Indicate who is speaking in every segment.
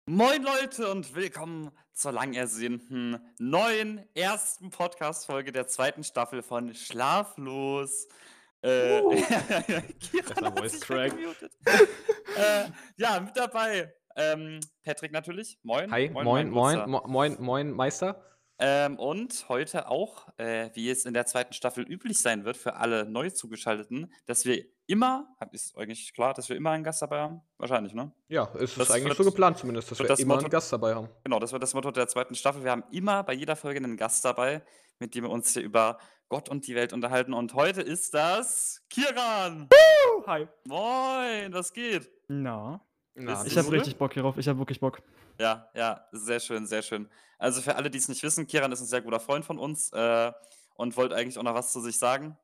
Speaker 1: Moin Leute und willkommen zur lang ersehnten neuen ersten Podcast-Folge der zweiten Staffel von Schlaflos. Kieran
Speaker 2: Besser
Speaker 1: hat
Speaker 2: Voice
Speaker 1: sich
Speaker 2: Crack.
Speaker 1: weggemutet. Ja, mit dabei Patrick natürlich. Moin,
Speaker 2: Hi,
Speaker 1: moin, mein
Speaker 2: moin, moin,
Speaker 1: Guter.
Speaker 2: moin, Meister.
Speaker 1: Und heute auch, wie es in der zweiten Staffel üblich sein wird für alle neu Zugeschalteten, dass wir immer, ist eigentlich klar, dass wir immer einen Gast dabei haben? Wahrscheinlich, ne?
Speaker 2: Ja, es ist
Speaker 1: Das
Speaker 2: eigentlich so
Speaker 1: wird,
Speaker 2: geplant zumindest, dass
Speaker 1: wird
Speaker 2: wir
Speaker 1: das
Speaker 2: immer
Speaker 1: Motto.
Speaker 2: einen Gast dabei haben.
Speaker 1: Genau, das wird das Motto der zweiten Staffel. Wir haben immer bei jeder Folge einen Gast dabei, mit dem wir uns hier über Gott und die Welt unterhalten. Und heute ist das Kiran.
Speaker 2: Hi.
Speaker 1: Moin, was geht?
Speaker 3: Na,
Speaker 2: Na,
Speaker 1: Ist
Speaker 3: ich
Speaker 1: die
Speaker 3: habe
Speaker 1: Nudeln?
Speaker 3: richtig Bock hierauf. Ich habe wirklich Bock.
Speaker 1: Ja, ja, sehr schön, sehr schön. Also für alle, die es nicht wissen, Kiran ist ein sehr guter Freund von uns und wollte eigentlich auch noch was zu sich sagen.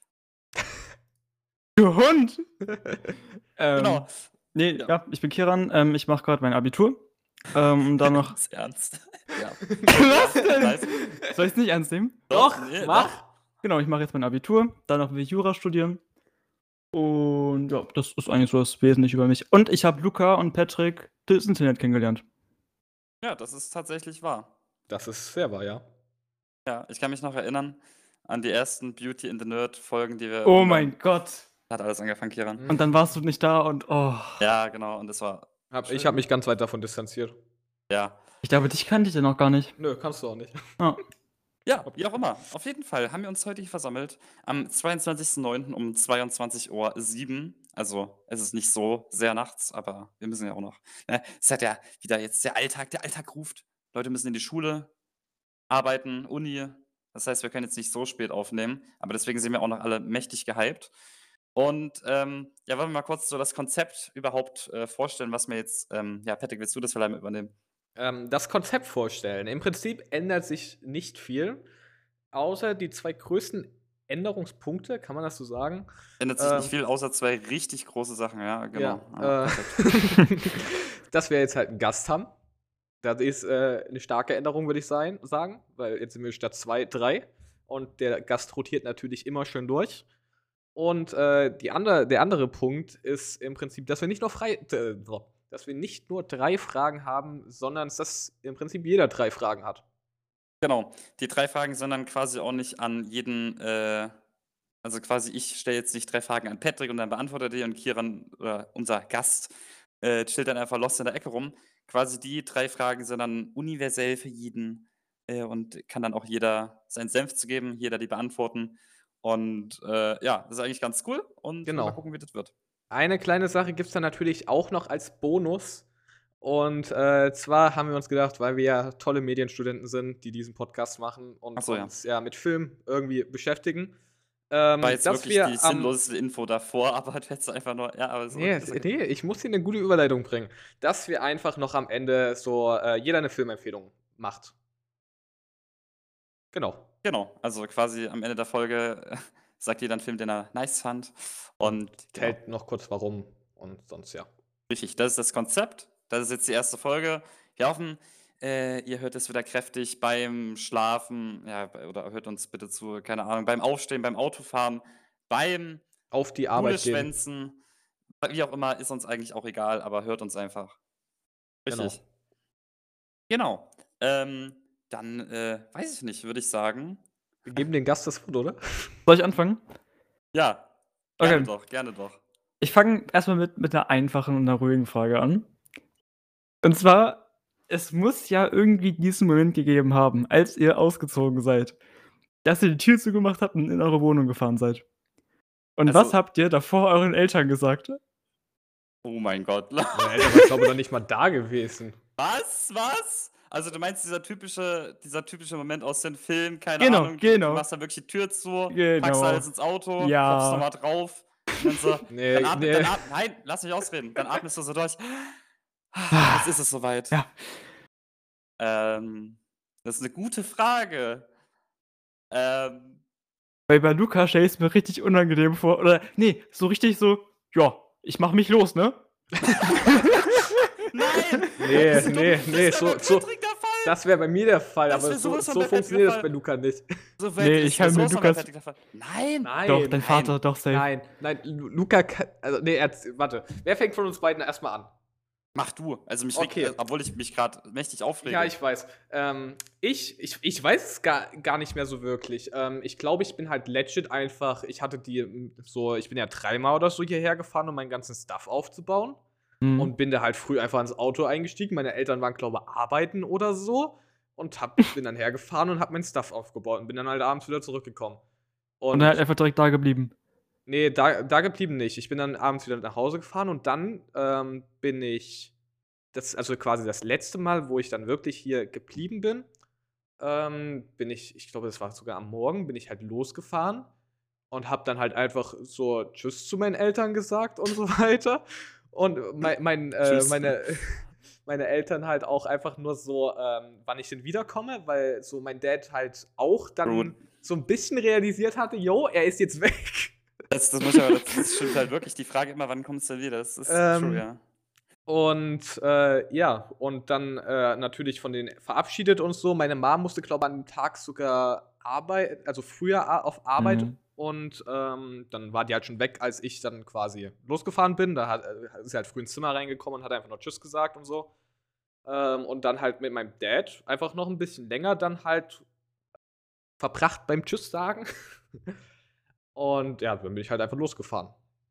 Speaker 3: Du Hund!
Speaker 1: Genau.
Speaker 3: Nee,
Speaker 1: Ja.
Speaker 3: ja, ich bin Kiran. Ich mache gerade mein Abitur. Und dann noch.
Speaker 1: Ist ernst. Ja.
Speaker 3: Was denn?
Speaker 1: Nice.
Speaker 3: Soll ich es nicht ernst nehmen?
Speaker 2: Doch,
Speaker 1: Nee,
Speaker 2: mach.
Speaker 3: Genau, ich mache jetzt mein Abitur. Danach will ich Jura studieren. Und ja, das ist eigentlich so das Wesentliche über mich. Und ich habe Luca und Patrick das Internet kennengelernt.
Speaker 1: Ja, das ist tatsächlich wahr.
Speaker 2: Das ist sehr wahr, ja.
Speaker 1: Ja, ich kann mich noch erinnern an die ersten Beauty in the Nerd Folgen, die wir.
Speaker 3: Oh mein Gott!
Speaker 1: Hat alles angefangen, Kiran.
Speaker 3: Und dann warst du nicht da und oh.
Speaker 1: Ja, genau, und das war.
Speaker 2: Ich habe mich ganz weit davon distanziert.
Speaker 1: Ja.
Speaker 3: Ich glaube, dich kannte ich ja noch gar nicht.
Speaker 2: Nö, kannst du auch nicht.
Speaker 3: Ah.
Speaker 1: Ja, wie auch immer. Auf jeden Fall haben wir uns heute hier versammelt am 22.09. um 22:07 Uhr. Also, es ist nicht so sehr nachts, aber wir müssen ja auch noch. Ne? Es hat ja wieder jetzt der Alltag ruft. Leute müssen in die Schule, arbeiten, Uni. Das heißt, wir können jetzt nicht so spät aufnehmen, aber deswegen sind wir auch noch alle mächtig gehypt. Und ja, wollen wir mal kurz so das Konzept überhaupt vorstellen, was wir jetzt. Ja, Patrick, willst du das vielleicht mal übernehmen?
Speaker 2: Das Konzept vorstellen. Im Prinzip ändert sich nicht viel, außer die zwei größten Änderungspunkte, kann man das so sagen?
Speaker 1: Ändert sich nicht viel, außer zwei richtig große Sachen, ja, genau.
Speaker 2: Ja,
Speaker 1: Ja, perfekt.
Speaker 2: dass wir jetzt halt einen Gast haben. Das ist eine starke Änderung, würde ich sagen, weil jetzt sind wir statt 2, 3 und der Gast rotiert natürlich immer schön durch. Und der andere Punkt ist im Prinzip, dass wir dass wir nicht nur 3 Fragen haben, sondern dass im Prinzip jeder 3 Fragen hat.
Speaker 1: Genau. Die 3 Fragen sind dann quasi auch nicht an jeden, also quasi ich stelle jetzt nicht 3 Fragen an Patrick und dann beantwortet er die und Kiran oder unser Gast chillt dann einfach lost in der Ecke rum. Quasi die 3 Fragen sind dann universell für jeden und kann dann auch jeder seinen Senf zu geben, jeder die beantworten. Und ja, das ist eigentlich ganz cool und
Speaker 2: Genau.
Speaker 1: mal gucken, wie das wird.
Speaker 2: Eine kleine Sache gibt es dann natürlich auch noch als Bonus. Und zwar haben wir uns gedacht, weil wir ja tolle Medienstudenten sind, die diesen Podcast machen und
Speaker 1: Ach so, ja.
Speaker 2: uns ja mit Film irgendwie beschäftigen.
Speaker 1: War jetzt
Speaker 2: dass
Speaker 1: wirklich
Speaker 2: wir
Speaker 1: die sinnloseste Info davor, aber das hättest du einfach nur. Ja, aber so.
Speaker 2: Nee, ich muss hier eine gute Überleitung bringen. Dass wir einfach noch am Ende so jeder eine Filmempfehlung macht. Genau.
Speaker 1: Genau, also quasi am Ende der Folge sagt jeder einen Film, den er nice fand. Und genau,
Speaker 2: Tellt noch kurz warum und sonst ja.
Speaker 1: richtig, das ist das Konzept. Das ist jetzt die erste Folge. Wir hoffen, ihr hört es wieder kräftig beim Schlafen, ja, oder hört uns bitte zu, keine Ahnung, beim Aufstehen, beim Autofahren, beim
Speaker 2: Auf die Arbeit gehen.
Speaker 1: Schwänzen, wie auch immer, ist uns eigentlich auch egal, aber hört uns einfach. Richtig. Genau. Dann weiß ich nicht, würde ich sagen.
Speaker 2: Wir geben den Gast das Wort, oder?
Speaker 3: Soll ich anfangen?
Speaker 1: Ja,
Speaker 3: Okay.
Speaker 1: gerne doch.
Speaker 3: Ich fange erstmal mit einer einfachen und einer ruhigen Frage an. Und zwar, es muss ja irgendwie diesen Moment gegeben haben, als ihr ausgezogen seid, dass ihr die Tür zugemacht habt und in eure Wohnung gefahren seid. Und
Speaker 1: Also-
Speaker 3: was habt ihr davor euren Eltern gesagt?
Speaker 1: Oh mein Gott.
Speaker 2: Meine Eltern waren, glaube ich, noch nicht mal da gewesen.
Speaker 1: Was? Also du meinst dieser typische Moment aus dem Film, keine
Speaker 3: Genau,
Speaker 1: Ahnung,
Speaker 3: genau.
Speaker 1: du machst da wirklich die Tür zu,
Speaker 3: Genau.
Speaker 1: packst alles ins Auto,
Speaker 3: Ja.
Speaker 1: klopfst nochmal drauf und dann so,
Speaker 2: Nee,
Speaker 1: nein, lass mich ausreden, dann atmest du so durch. Jetzt ist es soweit.
Speaker 3: Ja.
Speaker 1: Das ist eine gute Frage.
Speaker 3: Weil bei Luca stelle ich es mir richtig unangenehm vor. Oder, nee, so richtig so, ja, ich mach mich los, ne?
Speaker 1: Nein!
Speaker 2: Nee,
Speaker 1: das ist
Speaker 2: nee,
Speaker 1: dumm.
Speaker 2: nee,
Speaker 1: Das wär bei
Speaker 2: so-
Speaker 1: Patrick der Fall.
Speaker 2: Das wäre bei mir der Fall,
Speaker 1: Das
Speaker 2: aber
Speaker 1: wär
Speaker 2: so
Speaker 1: sowas von bei
Speaker 2: funktioniert
Speaker 1: Patrick
Speaker 2: das bei
Speaker 1: der
Speaker 2: Luca nicht.
Speaker 1: So
Speaker 3: Nee, ich kann mir
Speaker 1: sowas von bei
Speaker 3: Lukas-
Speaker 1: Patrick der Fall. Nein!
Speaker 2: Nein.
Speaker 3: Doch, dein Vater, doch safe.
Speaker 2: Nein, Luca kann. Also, nee, warte. Wer fängt von uns beiden erstmal an?
Speaker 1: Mach du. Also mich
Speaker 2: Okay.
Speaker 1: obwohl ich mich gerade mächtig aufrege.
Speaker 2: Ja, ich weiß. Ich weiß es gar nicht mehr so wirklich. Ich glaube, ich bin halt legit einfach, ich bin ja dreimal oder so hierher gefahren, um meinen ganzen Stuff aufzubauen.
Speaker 3: Mhm.
Speaker 2: Und bin da halt früh einfach ins Auto eingestiegen. Meine Eltern waren, glaube ich, arbeiten oder so. Und bin dann hergefahren und hab mein Stuff aufgebaut und bin dann halt abends wieder zurückgekommen.
Speaker 3: Und dann halt einfach direkt da geblieben.
Speaker 2: Nee, da geblieben nicht. Ich bin dann abends wieder nach Hause gefahren und dann bin ich, also quasi das letzte Mal, wo ich dann wirklich hier geblieben bin, bin ich glaube, das war sogar am Morgen, bin ich halt losgefahren und hab dann halt einfach so Tschüss zu meinen Eltern gesagt und so weiter. Und
Speaker 1: Tschüss.
Speaker 2: meine Eltern halt auch einfach nur so, wann ich denn wiederkomme, weil so mein Dad halt auch dann
Speaker 1: Rude.
Speaker 2: so ein bisschen realisiert hatte, yo, er ist jetzt weg.
Speaker 1: Das stimmt halt wirklich. Die Frage immer, wann kommst du wieder? Das ist true, ja.
Speaker 2: Und ja, und dann natürlich von denen verabschiedet und so. Meine Mom musste, glaube ich, an dem Tag sogar früher auf Arbeit.
Speaker 3: Mhm.
Speaker 2: Und dann war die halt schon weg, als ich dann quasi losgefahren bin. Ist sie halt früh ins Zimmer reingekommen und hat einfach noch Tschüss gesagt und so. Und dann halt mit meinem Dad einfach noch ein bisschen länger dann halt verbracht beim Tschüss sagen. Und ja, dann bin ich halt einfach losgefahren.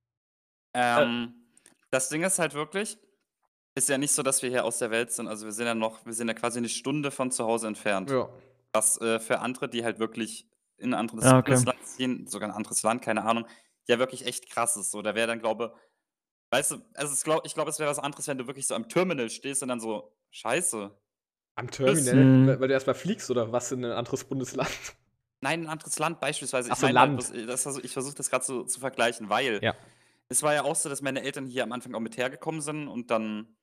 Speaker 1: Das Ding ist halt wirklich, ist ja nicht so, dass wir hier aus der Welt sind. Also wir sind ja quasi eine Stunde von zu Hause entfernt.
Speaker 2: Ja.
Speaker 1: Was für andere, die halt wirklich in ein anderes
Speaker 3: Ja, okay.
Speaker 1: Bundesland ziehen, sogar ein anderes Land, keine Ahnung, ja wirklich echt krass ist. So, da wäre dann, weißt du, also ich glaube, es wäre was anderes, wenn du wirklich so am Terminal stehst und dann so, scheiße.
Speaker 2: Am Terminal,
Speaker 3: Mhm.
Speaker 2: weil du erstmal fliegst oder was in ein anderes Bundesland?
Speaker 1: Nein, ein anderes Land beispielsweise.
Speaker 2: Ach so,
Speaker 1: meine halt
Speaker 2: Land.
Speaker 1: ich versuche das gerade so zu vergleichen, weil
Speaker 2: Ja.
Speaker 1: es war ja auch so, dass meine Eltern hier am Anfang auch mit hergekommen sind und dann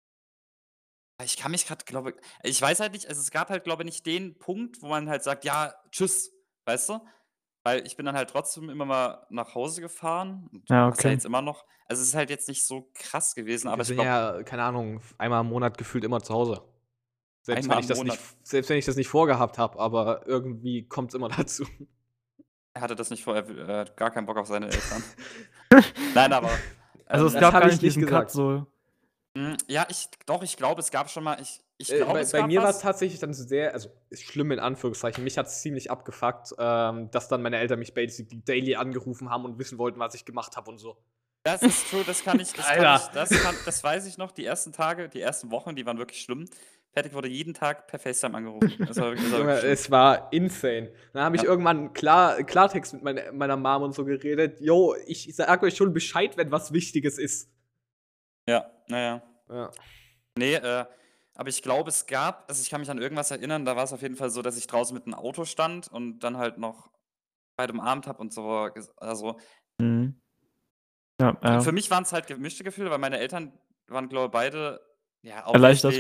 Speaker 1: ich kann mich gerade, glaube ich weiß halt nicht, also, es gab halt, glaube ich, nicht den Punkt, wo man halt sagt: „Ja, tschüss“, weißt du? Weil ich bin dann halt trotzdem immer mal nach Hause gefahren und
Speaker 3: Ja,
Speaker 1: mach's ja
Speaker 3: okay.
Speaker 1: jetzt immer noch. Also, es ist halt jetzt nicht so krass gewesen, aber
Speaker 2: Wir
Speaker 1: ich
Speaker 2: sind
Speaker 1: glaube,
Speaker 2: ja, keine Ahnung, einmal im Monat gefühlt immer zu Hause. Selbst wenn
Speaker 1: einmal
Speaker 2: ich
Speaker 1: im
Speaker 2: das nicht
Speaker 1: Monat
Speaker 2: selbst wenn ich das nicht vorgehabt habe, aber irgendwie kommt's immer dazu.
Speaker 1: er hatte das nicht vor, er hat gar keinen Bock auf seine Eltern. Nein, aber,
Speaker 3: Also, es
Speaker 2: Das
Speaker 3: gab
Speaker 2: habe
Speaker 3: gar
Speaker 2: ich
Speaker 3: nicht
Speaker 2: nicht
Speaker 3: diesen Cut
Speaker 2: gesagt.
Speaker 3: so.
Speaker 1: ja, ich glaube, es gab schon mal ich glaube, es
Speaker 2: Bei
Speaker 1: gab
Speaker 2: mir war's
Speaker 1: was.
Speaker 2: tatsächlich dann sehr, also, ist schlimm in Anführungszeichen. Mich hat's ziemlich abgefuckt, dass dann meine Eltern mich basically daily angerufen haben und wissen wollten, was ich gemacht habe und so.
Speaker 1: Das ist true,
Speaker 2: Alter.
Speaker 1: das weiß ich noch, die ersten Tage, die ersten Wochen, die waren wirklich schlimm. Fertig wurde jeden Tag per FaceTime angerufen. Das war
Speaker 2: Junge,
Speaker 1: wirklich schlimm.
Speaker 2: es war insane. Dann habe ich
Speaker 1: Ja.
Speaker 2: irgendwann Klartext mit meiner Mom und so geredet. Jo, ich sage euch schon Bescheid, wenn was Wichtiges ist.
Speaker 1: Ja, na ja.
Speaker 2: Ja.
Speaker 1: Ne, aber ich glaube, ich kann mich an irgendwas erinnern, da war es auf jeden Fall so, dass ich draußen mit 'nem Auto stand und dann halt noch beide umarmt habe und so also,
Speaker 3: Mhm. Ja,
Speaker 1: für
Speaker 3: ja.
Speaker 1: mich waren's halt gemischte Gefühle, weil meine Eltern waren, glaube ich, beide, ja,
Speaker 3: Erleichtert.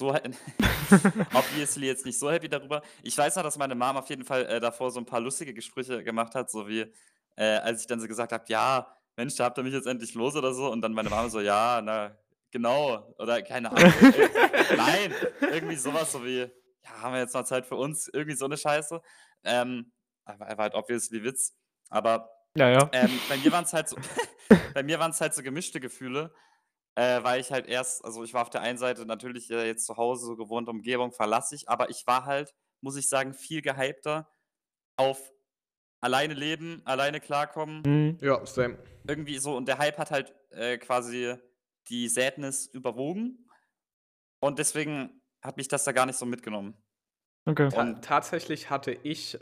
Speaker 1: obviously jetzt nicht so happy darüber. Ich weiß noch, dass meine Mom auf jeden Fall, davor so 'n paar lustige Gespräche gemacht hat, so wie, als ich dann so gesagt habe: „Ja, Mensch, da habt ihr mich jetzt endlich los“ oder so und dann meine Mama so: „Ja, na, genau“ oder keine Ahnung. Nein, irgendwie so was so wie: „Ja, haben wir jetzt mal Zeit für uns?“ Irgendwie so 'ne Scheiße. War halt obviously Witz, aber,
Speaker 3: Ja, ja.
Speaker 1: bei mir waren's halt so bei mir waren's halt so gemischte Gefühle, weil ich halt also, ich war auf der einen Seite natürlich, jetzt zu Hause, so gewohnte Umgebung verlasse ich, aber ich war halt, muss ich sagen, viel gehypter auf alleine leben, alleine klarkommen,
Speaker 3: Mhm.
Speaker 2: Ja, same.
Speaker 1: irgendwie so und der Hype hat halt, quasi die Sadness überwogen und deswegen hat mich das da gar nicht so mitgenommen.
Speaker 3: Okay.
Speaker 1: Und
Speaker 2: Tatsächlich hatte ich,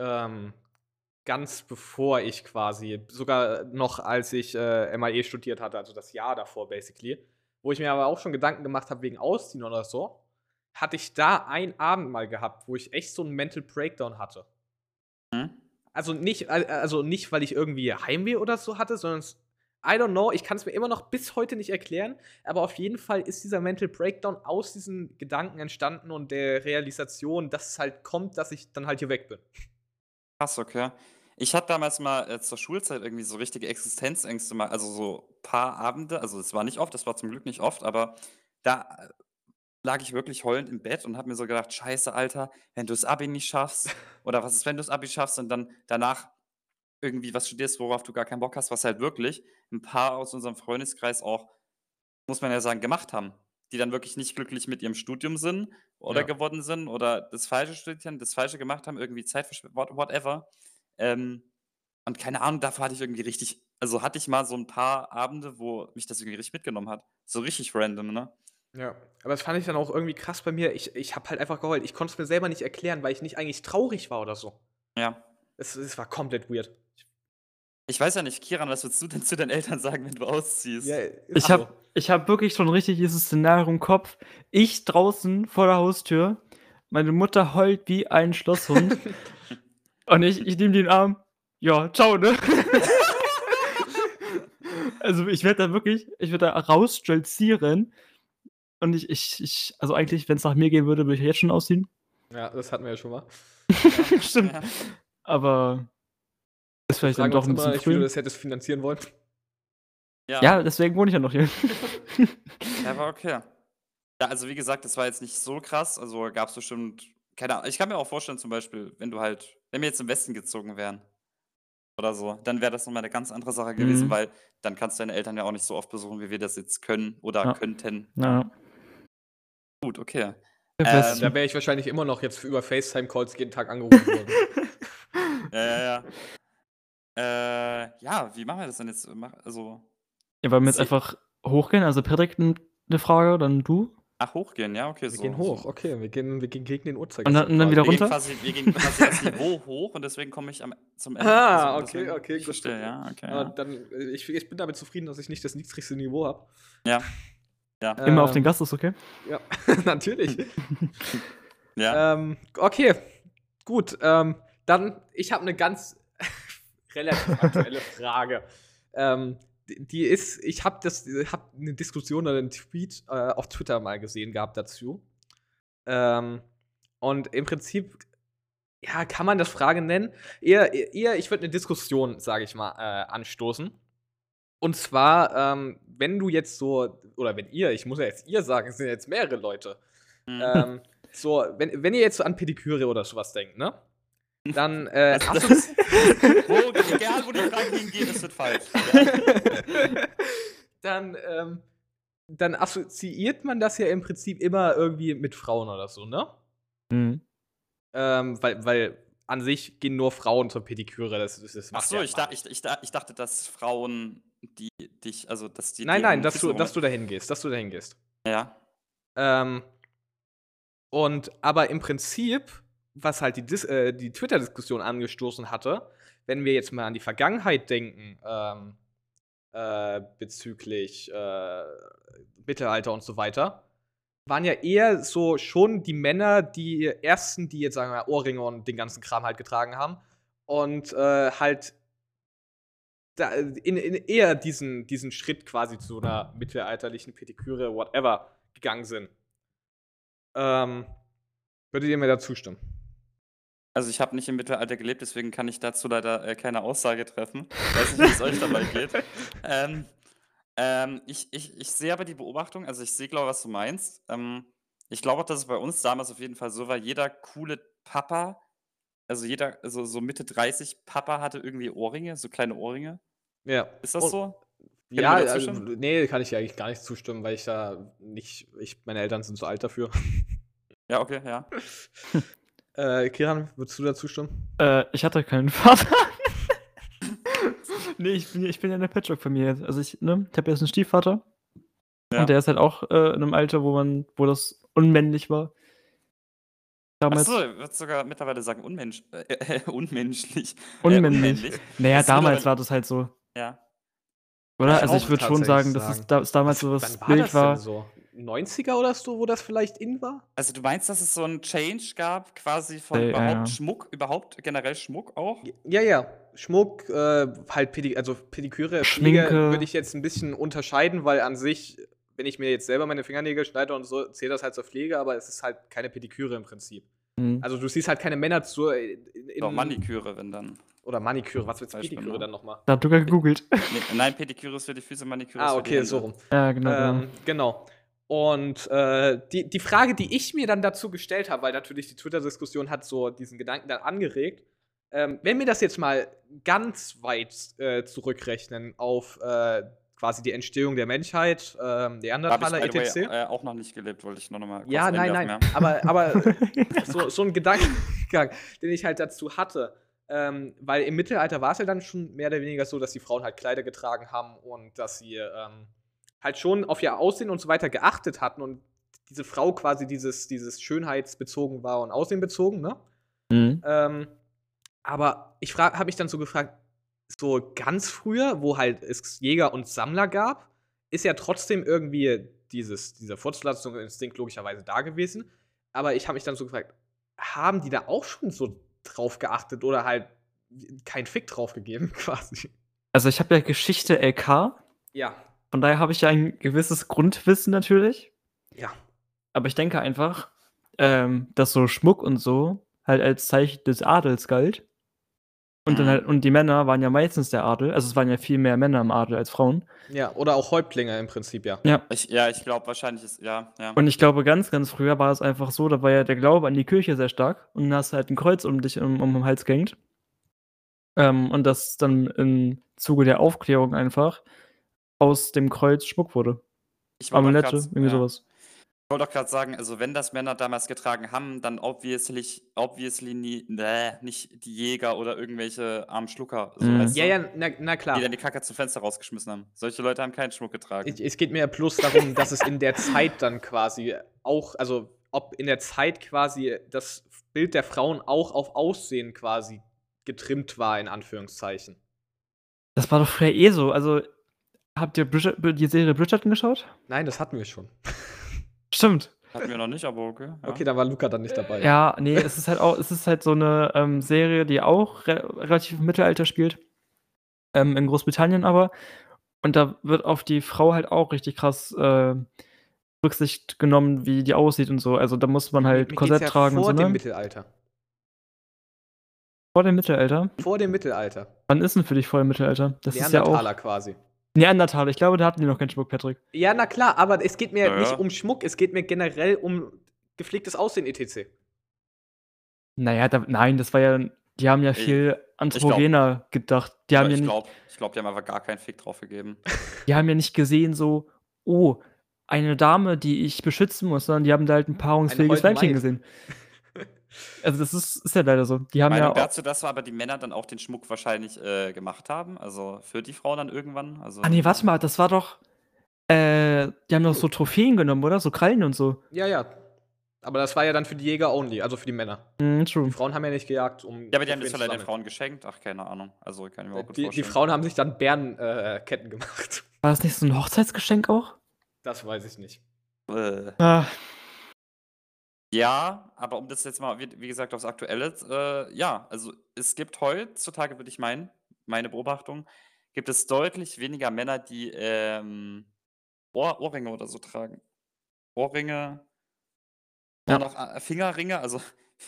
Speaker 2: ganz bevor ich quasi sogar noch als ich, MAE studiert hatte, also das Jahr davor basically, wo ich mir aber auch schon Gedanken gemacht habe wegen Ausziehen oder so, hatte ich da einen Abend mal gehabt, wo ich echt so 'n Mental Breakdown hatte.
Speaker 1: mhm,
Speaker 2: Also nicht, weil ich irgendwie Heimweh oder so hatte, sondern I don't know, ich kann es mir immer noch bis heute nicht erklären, aber auf jeden Fall ist dieser Mental Breakdown aus diesen Gedanken entstanden und der Realisation, dass es halt kommt, dass ich dann halt hier weg bin.
Speaker 1: krass, okay. Ich hatte damals mal, zur Schulzeit irgendwie so richtige Existenzängste mal also, so paar Abende also, es war nicht oft, das war zum Glück nicht oft, aber da lag ich wirklich heulend im Bett und habe mir so gedacht: „Scheiße, Alter, wenn du das Abi nicht schaffst oder was ist, wenn du das Abi schaffst und dann danach irgendwie was studierst, worauf du gar keinen Bock hast“, was halt wirklich ein paar aus unserem Freundeskreis auch, muss man ja sagen, gemacht haben. die dann wirklich nicht glücklich mit ihrem Studium sind oder
Speaker 2: Ja.
Speaker 1: geworden sind oder das Falsche studiert haben, das Falsche gemacht haben, irgendwie Zeit whatever. Ähm, und keine Ahnung, davor hatte ich irgendwie richtig hatte ich mal so ein paar Abende, wo mich das irgendwie richtig mitgenommen hat. So richtig random, ne?
Speaker 2: Ja, aber das fand ich dann auch irgendwie krass bei mir. Ich habe halt einfach geheult. Ich konnte es mir selber nicht erklären, weil ich nicht eigentlich traurig war oder so.
Speaker 1: Ja.
Speaker 2: Es war komplett weird.
Speaker 1: Ich weiß ja nicht, Kiran, was würdest du denn zu deinen Eltern sagen, wenn du ausziehst?
Speaker 3: Ich habe wirklich schon richtig dieses Szenario im Kopf. Ich draußen vor der Haustür, meine Mutter heult wie ein Schlosshund und ich nehme die in den Arm. Ja, ciao, ne? Also, ich werde da rausstolzieren und also eigentlich, wenn es nach mir gehen würde, würde ich jetzt schon ausziehen.
Speaker 2: Ja, das hatten wir ja schon mal.
Speaker 3: Stimmt.
Speaker 1: Ja.
Speaker 3: Aber ist
Speaker 2: Wir
Speaker 3: vielleicht dann
Speaker 2: fragen
Speaker 3: doch
Speaker 2: uns
Speaker 3: ein
Speaker 2: immer,
Speaker 3: bisschen
Speaker 2: wie du
Speaker 3: früh.
Speaker 2: das hättest finanzieren wollen.
Speaker 3: Ja, deswegen wohne ich ja noch hier.
Speaker 1: Ja, war okay. Ja, also wie gesagt, das war jetzt nicht so krass. Also gab es bestimmt, keine Ahnung. Ich kann mir auch vorstellen, zum Beispiel, wenn wir jetzt im Westen gezogen wären oder so, dann wäre das nochmal eine ganz andere Sache gewesen,
Speaker 3: Mhm.
Speaker 1: weil dann kannst du deine Eltern ja auch nicht so oft besuchen, wie wir das jetzt können oder
Speaker 3: Ja.
Speaker 1: könnten.
Speaker 3: Ja.
Speaker 1: Gut, okay.
Speaker 2: Da wäre ich wahrscheinlich immer noch jetzt über FaceTime-Calls jeden Tag angerufen worden.
Speaker 1: Ja. Ja, wie machen wir das denn jetzt? Also,
Speaker 3: Ja, wollen wir jetzt
Speaker 1: Sie-
Speaker 3: einfach hochgehen? Also Patrick eine Frage, dann du?
Speaker 1: hochgehen, ja, okay,
Speaker 2: Wir gehen hoch, okay. Wir gehen gegen den
Speaker 3: Und
Speaker 2: Uhrzeigersinn.
Speaker 3: dann wieder
Speaker 1: Wir gehen,
Speaker 3: runter?
Speaker 1: wir gehen quasi das Niveau hoch und deswegen komme ich zum Ende.
Speaker 2: Ah,
Speaker 1: Also,
Speaker 2: okay,
Speaker 1: deswegen-
Speaker 2: okay,
Speaker 1: Ich verstehe, ja, okay.
Speaker 2: Aber
Speaker 1: Ja.
Speaker 2: dann, ich bin damit zufrieden, dass ich nicht das niedrigste Niveau habe.
Speaker 1: Ja.
Speaker 3: Immer auf den Gast ist okay?
Speaker 2: Ja, natürlich.
Speaker 1: Ja.
Speaker 2: Okay, gut. Dann, ich habe eine ganz relativ aktuelle Frage. Die ist, ich habe eine Diskussion oder einen Tweet auf Twitter mal gesehen gehabt dazu. Und im Prinzip, ja, kann man das Frage nennen. Eher ich würde eine Diskussion, sage ich mal, anstoßen. Und zwar, wenn du jetzt so, oder wenn ihr, ich muss ja jetzt ihr sagen, es sind ja jetzt mehrere Leute.
Speaker 1: Mhm.
Speaker 2: So, wenn ihr jetzt so an Pediküre oder sowas denkt, ne? Dann,
Speaker 1: Egal, wo die Frage hingeht, das wird falsch.
Speaker 2: dann assoziiert man das ja im Prinzip immer irgendwie mit Frauen oder so, ne?
Speaker 3: Mhm.
Speaker 2: Weil an sich gehen nur Frauen zur Pediküre. Das
Speaker 1: Ach
Speaker 2: macht
Speaker 1: so,
Speaker 2: ja
Speaker 1: ich dachte, dass Frauen, die dich, also dass die
Speaker 2: Nein,
Speaker 1: deren
Speaker 2: dass
Speaker 1: Füße
Speaker 2: du dahin gehst,
Speaker 1: Ja.
Speaker 2: Aber im Prinzip, was halt die Twitter-Diskussion angestoßen hatte, wenn wir jetzt mal an die Vergangenheit denken, bezüglich Mittelalter und so weiter, waren ja eher so schon die Männer die ersten, die jetzt, sagen wir mal, Ohrringe und den ganzen Kram halt getragen haben und halt in eher diesen Schritt quasi zu einer mittelalterlichen Pediküre, whatever, gegangen sind. Würdet ihr mir da zustimmen?
Speaker 1: Also ich habe nicht im Mittelalter gelebt, deswegen kann ich dazu leider keine Aussage treffen. Ich weiß nicht, wie es euch dabei geht. Ich sehe aber die Beobachtung, also ich sehe, glaube ich, was du meinst. Ich glaube auch, dass es bei uns damals auf jeden Fall so war, jeder coole Papa, also so Mitte 30 Papa hatte irgendwie Ohrringe, so kleine Ohrringe.
Speaker 2: Ja.
Speaker 1: Ist das so?
Speaker 2: Ja,
Speaker 1: Können wir
Speaker 2: also,
Speaker 1: dazwischen?
Speaker 2: nee, kann ich ja eigentlich gar nicht zustimmen, weil meine Eltern sind zu alt dafür.
Speaker 1: Ja, okay, ja.
Speaker 2: Kiran, würdest du da zustimmen?
Speaker 3: Ich hatte keinen Vater. Nee, ich bin ja in der Patchwork-Familie. Also ich habe jetzt einen Stiefvater.
Speaker 1: Ja.
Speaker 3: Und der ist halt auch in einem Alter, wo das unmännlich war. Damals.
Speaker 1: Achso, ich würde sogar mittlerweile sagen unmenschlich.
Speaker 3: Unmännlich. Naja,
Speaker 1: Das ist
Speaker 3: damals
Speaker 1: mittlerweile-
Speaker 3: war das halt so.
Speaker 1: Ja.
Speaker 3: Oder?
Speaker 2: Ja,
Speaker 3: Also
Speaker 2: auch
Speaker 3: ich würde schon sagen,
Speaker 2: tatsächlich
Speaker 3: dass es damals so
Speaker 2: Wann
Speaker 3: das
Speaker 2: war
Speaker 3: Bild
Speaker 2: das denn
Speaker 3: war.
Speaker 2: so? 90er oder so, wo das vielleicht in war?
Speaker 1: Also du meinst, dass es so einen Change gab, quasi von
Speaker 3: Ja,
Speaker 1: überhaupt
Speaker 3: ja.
Speaker 1: Schmuck, überhaupt generell Schmuck auch?
Speaker 2: Ja. Schmuck, halt Pediküre, Pflege
Speaker 3: Schminke.
Speaker 2: würde ich jetzt ein bisschen unterscheiden, weil an sich, wenn ich mir jetzt selber meine Fingernägel schneide und so, zählt das halt zur Pflege, aber es ist halt keine Pediküre im Prinzip.
Speaker 3: Mhm.
Speaker 2: Also du siehst halt keine Männer
Speaker 1: Doch, Maniküre, wenn dann.
Speaker 2: Oder Maniküre, was wird
Speaker 1: Beispiel,
Speaker 2: Pediküre
Speaker 1: ne?
Speaker 2: dann nochmal?
Speaker 3: Da hat du gegoogelt.
Speaker 1: Nee, nein, Pediküre ist für die Füße, Maniküre ist für die
Speaker 2: Okay,
Speaker 1: Hände.
Speaker 2: so rum.
Speaker 3: Ja, genau.
Speaker 2: Genau. Und die Frage, die ich mir dann dazu gestellt habe, weil natürlich die Twitter-Diskussion hat so diesen Gedanken dann angeregt, wenn wir das jetzt mal ganz weit zurückrechnen auf quasi die Entstehung der Menschheit,
Speaker 1: Da habe ich,
Speaker 2: Neandertaler,
Speaker 1: by the way,
Speaker 2: etc.
Speaker 1: auch noch nicht gelebt, wollte ich nur noch mal kurz
Speaker 2: Ja, nein,
Speaker 1: einwerfen,
Speaker 2: nein.
Speaker 1: ja.
Speaker 2: Aber so ein Gedankengang, den ich halt dazu hatte. Weil im Mittelalter war es ja dann schon mehr oder weniger so, dass die Frauen halt Kleider getragen haben und dass sie halt schon auf ihr Aussehen und so weiter geachtet hatten und diese Frau quasi dieses schönheitsbezogen war und aussehen ne?
Speaker 3: Mhm.
Speaker 2: Aber ich habe mich dann so gefragt, so ganz früher, wo halt es Jäger und Sammler gab, ist ja trotzdem irgendwie dieser Fortpflanzungsinstinkt logischerweise da gewesen. Aber ich habe mich dann so gefragt, haben die da auch schon so drauf geachtet oder halt kein Fick drauf gegeben, quasi?
Speaker 3: Also, ich habe ja Geschichte LK,
Speaker 2: Ja,
Speaker 3: von daher habe ich ja ein gewisses Grundwissen natürlich.
Speaker 2: ja.
Speaker 3: Aber ich denke einfach, dass so Schmuck und so halt als Zeichen des Adels galt. Und dann halt, und die Männer waren ja meistens der Adel, also es waren ja viel mehr Männer im Adel als Frauen.
Speaker 2: Ja, oder auch Häuptlinge im Prinzip, ja.
Speaker 3: Ja.
Speaker 1: Ich glaube, wahrscheinlich ist, ja.
Speaker 3: Und ich glaube, ganz, ganz früher war es einfach so, da war ja der Glaube an die Kirche sehr stark und dann hast du halt ein Kreuz um dich um den Hals gehängt. Und das dann im Zuge der Aufklärung einfach aus dem Kreuz Schmuck wurde.
Speaker 1: Ich wollte
Speaker 3: Amulette,
Speaker 1: auch grad,
Speaker 3: irgendwie sowas.
Speaker 1: ich wollte auch gerade sagen, also wenn das Männer damals getragen haben, dann obviously nicht die Jäger oder irgendwelche armen Schlucker, so,
Speaker 3: Mhm.
Speaker 1: weißt du?
Speaker 2: Ja, na
Speaker 1: Die
Speaker 2: klar.
Speaker 1: dann die Kacke zum Fenster rausgeschmissen haben. Solche Leute haben keinen Schmuck getragen.
Speaker 2: Es geht mir bloß darum, dass es in der Zeit dann quasi auch, also ob in der Zeit quasi das Bild der Frauen auch auf Aussehen quasi getrimmt war, in Anführungszeichen.
Speaker 3: Das war doch früher eh so. Also, habt ihr die Serie Bridgerton geschaut?
Speaker 2: Nein, das hatten wir schon.
Speaker 3: Stimmt.
Speaker 1: Hatten wir noch nicht, aber okay. Ja.
Speaker 2: Okay, da war Luca dann nicht dabei.
Speaker 3: Ja, nee, es ist halt so eine Serie, die auch relativ im Mittelalter spielt. In Großbritannien aber. Und da wird auf die Frau halt auch richtig krass Rücksicht genommen, wie die aussieht und so. Also da muss man halt
Speaker 2: Mir
Speaker 3: Korsett
Speaker 2: geht's ja
Speaker 3: tragen und
Speaker 2: vor
Speaker 3: so,
Speaker 2: dem
Speaker 3: ne?
Speaker 2: Mittelalter.
Speaker 3: Vor dem Mittelalter?
Speaker 2: Vor dem Mittelalter.
Speaker 3: Wann ist denn für dich vor dem Mittelalter? Das ist ja auch
Speaker 2: Neandertaler quasi.
Speaker 3: Neandertaler. Ich glaube, da hatten die noch keinen Schmuck, Patrick.
Speaker 2: Ja, na klar, aber es geht mir
Speaker 1: Ja,
Speaker 2: nicht
Speaker 1: ja.
Speaker 2: um Schmuck, es geht mir generell um gepflegtes Aussehen etc.
Speaker 3: Naja, nein, das war ja, die haben ja viel androgener gedacht. Die haben ja
Speaker 1: ich
Speaker 3: nicht,
Speaker 1: glaube, die haben einfach gar keinen Fick drauf gegeben.
Speaker 3: die haben ja nicht gesehen so, oh, eine Dame, die ich beschützen muss, sondern die haben da halt ein paarungsfähiges
Speaker 2: Ein
Speaker 3: Weibchen
Speaker 2: Maid.
Speaker 3: gesehen. Also das ist ja leider so. Die haben
Speaker 1: Meinung
Speaker 3: ja
Speaker 1: dazu, dass aber die Männer dann auch den Schmuck wahrscheinlich gemacht haben, also für die Frauen dann irgendwann. Also,
Speaker 3: nee, warte mal, das war doch, die haben doch so Trophäen genommen, oder? So Krallen und so.
Speaker 2: Ja, ja. Aber das war ja dann für die Jäger only, also für die Männer.
Speaker 3: True.
Speaker 2: Die Frauen haben ja nicht gejagt, um.
Speaker 1: ja, aber die haben das
Speaker 2: Trophäen zu
Speaker 1: vielleicht den
Speaker 2: sammeln.
Speaker 1: Frauen geschenkt. Ach, keine Ahnung. Also kann ich mir auch gut
Speaker 2: Die
Speaker 1: vorstellen.
Speaker 2: Frauen haben sich dann Bärenketten gemacht.
Speaker 3: War das nicht so ein Hochzeitsgeschenk auch?
Speaker 2: Das weiß ich nicht.
Speaker 3: Ah,
Speaker 1: Ja, aber um das jetzt mal, wie gesagt, aufs Aktuelle, ja, also es gibt heutzutage, würde ich meinen, meine Beobachtung, gibt es deutlich weniger Männer, die Ohrringe oder so tragen. Ohrringe,
Speaker 3: Ja.
Speaker 1: und auch Fingerringe, also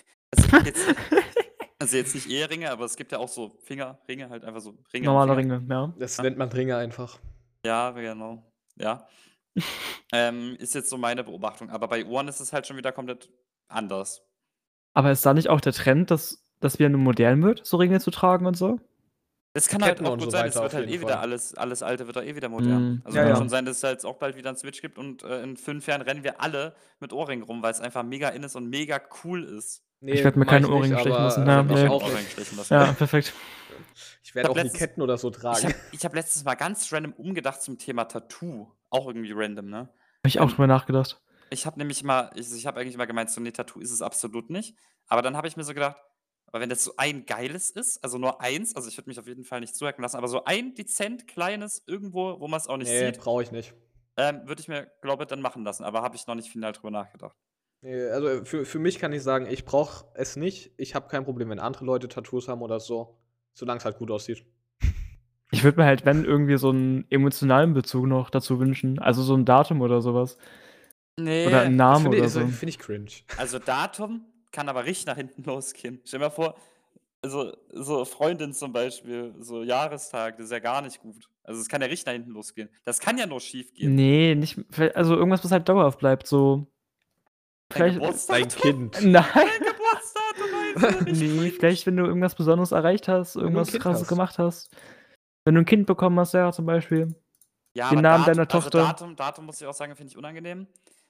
Speaker 1: jetzt nicht Eheringe, aber es gibt ja auch so Fingerringe, halt einfach so Ringe. am
Speaker 3: normale
Speaker 1: Finger.
Speaker 3: Ringe, ja.
Speaker 2: Das nennt man Ringe einfach.
Speaker 1: Ja, genau. Ja. Ist jetzt so meine Beobachtung. Aber bei Ohren ist es halt schon wieder komplett anders.
Speaker 3: Aber ist da nicht auch der Trend, dass wieder nur modern wird, so Ringe zu tragen und so?
Speaker 1: Es kann halt
Speaker 2: Ketten
Speaker 1: auch
Speaker 2: und
Speaker 1: gut
Speaker 2: so
Speaker 1: sein, es
Speaker 2: weiter
Speaker 1: wird
Speaker 2: auf
Speaker 1: halt
Speaker 2: jeden
Speaker 1: wieder
Speaker 2: Fall.
Speaker 1: alles Alte wird da wieder modern. Also
Speaker 2: Ja,
Speaker 1: kann
Speaker 2: ja.
Speaker 1: schon sein, dass es halt auch bald wieder einen Switch gibt und in 5 Jahren rennen wir alle mit Ohrringen rum, weil es einfach mega in ist und mega cool ist.
Speaker 2: Nee,
Speaker 3: Ich werd mir
Speaker 2: mach
Speaker 3: keine
Speaker 2: nicht,
Speaker 3: Ohrringe stechen
Speaker 2: aber,
Speaker 3: lassen,
Speaker 2: ich
Speaker 3: ja,
Speaker 2: werd mich
Speaker 3: nee.
Speaker 2: auch
Speaker 1: Ohrringe
Speaker 2: nicht.
Speaker 1: stechen lassen.
Speaker 3: Ja, perfekt.
Speaker 2: Ich werde
Speaker 1: hab
Speaker 2: auch nie
Speaker 1: letztens-
Speaker 2: Ketten oder so tragen.
Speaker 1: Ich hab letztens mal ganz random umgedacht zum Thema Tattoo. Auch irgendwie random, ne?
Speaker 3: Habe ich auch drüber nachgedacht.
Speaker 1: Ich habe nämlich mal, ich habe eigentlich mal gemeint, so nee, Tattoo ist es absolut nicht. Aber dann habe ich mir so gedacht, aber wenn das so ein geiles ist, also nur eins, also ich würde mich auf jeden Fall nicht zuhacken lassen, aber so ein dezent kleines irgendwo, wo man es auch nicht
Speaker 2: Nee,
Speaker 1: sieht,
Speaker 2: brauche ich nicht.
Speaker 1: würde ich mir, glaube ich, dann machen lassen. Aber habe ich noch nicht final drüber nachgedacht.
Speaker 2: Nee, also für mich kann ich sagen, ich brauche es nicht. Ich habe kein Problem, wenn andere Leute Tattoos haben oder so, solange es halt gut aussieht.
Speaker 3: Ich würde mir halt, wenn, irgendwie so einen emotionalen Bezug noch dazu wünschen. Also so ein Datum oder sowas.
Speaker 1: Nee.
Speaker 3: Oder einen Namen oder so.
Speaker 2: Finde ich cringe.
Speaker 1: Also Datum kann aber richtig nach hinten losgehen. Stell dir mal vor, also so Freundin zum Beispiel, so Jahrestag, das ist ja gar nicht gut. Also es kann ja richtig nach hinten losgehen. Das kann ja nur schief gehen.
Speaker 3: Nee, nicht. Also irgendwas, was halt dauerhaft bleibt. So.
Speaker 1: Dein
Speaker 3: Vielleicht.
Speaker 1: Geburtstag?
Speaker 2: Dein Kind.
Speaker 3: Nein.
Speaker 1: Dein Geburtsdatum einfach nicht.
Speaker 3: Nee, vielleicht, wenn du irgendwas Besonderes erreicht hast,
Speaker 2: du ein
Speaker 3: irgendwas
Speaker 2: Kind
Speaker 3: Krasses
Speaker 2: hast.
Speaker 3: gemacht hast. Wenn du ein Kind bekommen hast, ja, zum Beispiel.
Speaker 1: Ja,
Speaker 3: Den
Speaker 1: aber
Speaker 3: Namen deiner
Speaker 1: Datum, also
Speaker 3: Tochter.
Speaker 1: Datum muss ich auch sagen, finde ich unangenehm.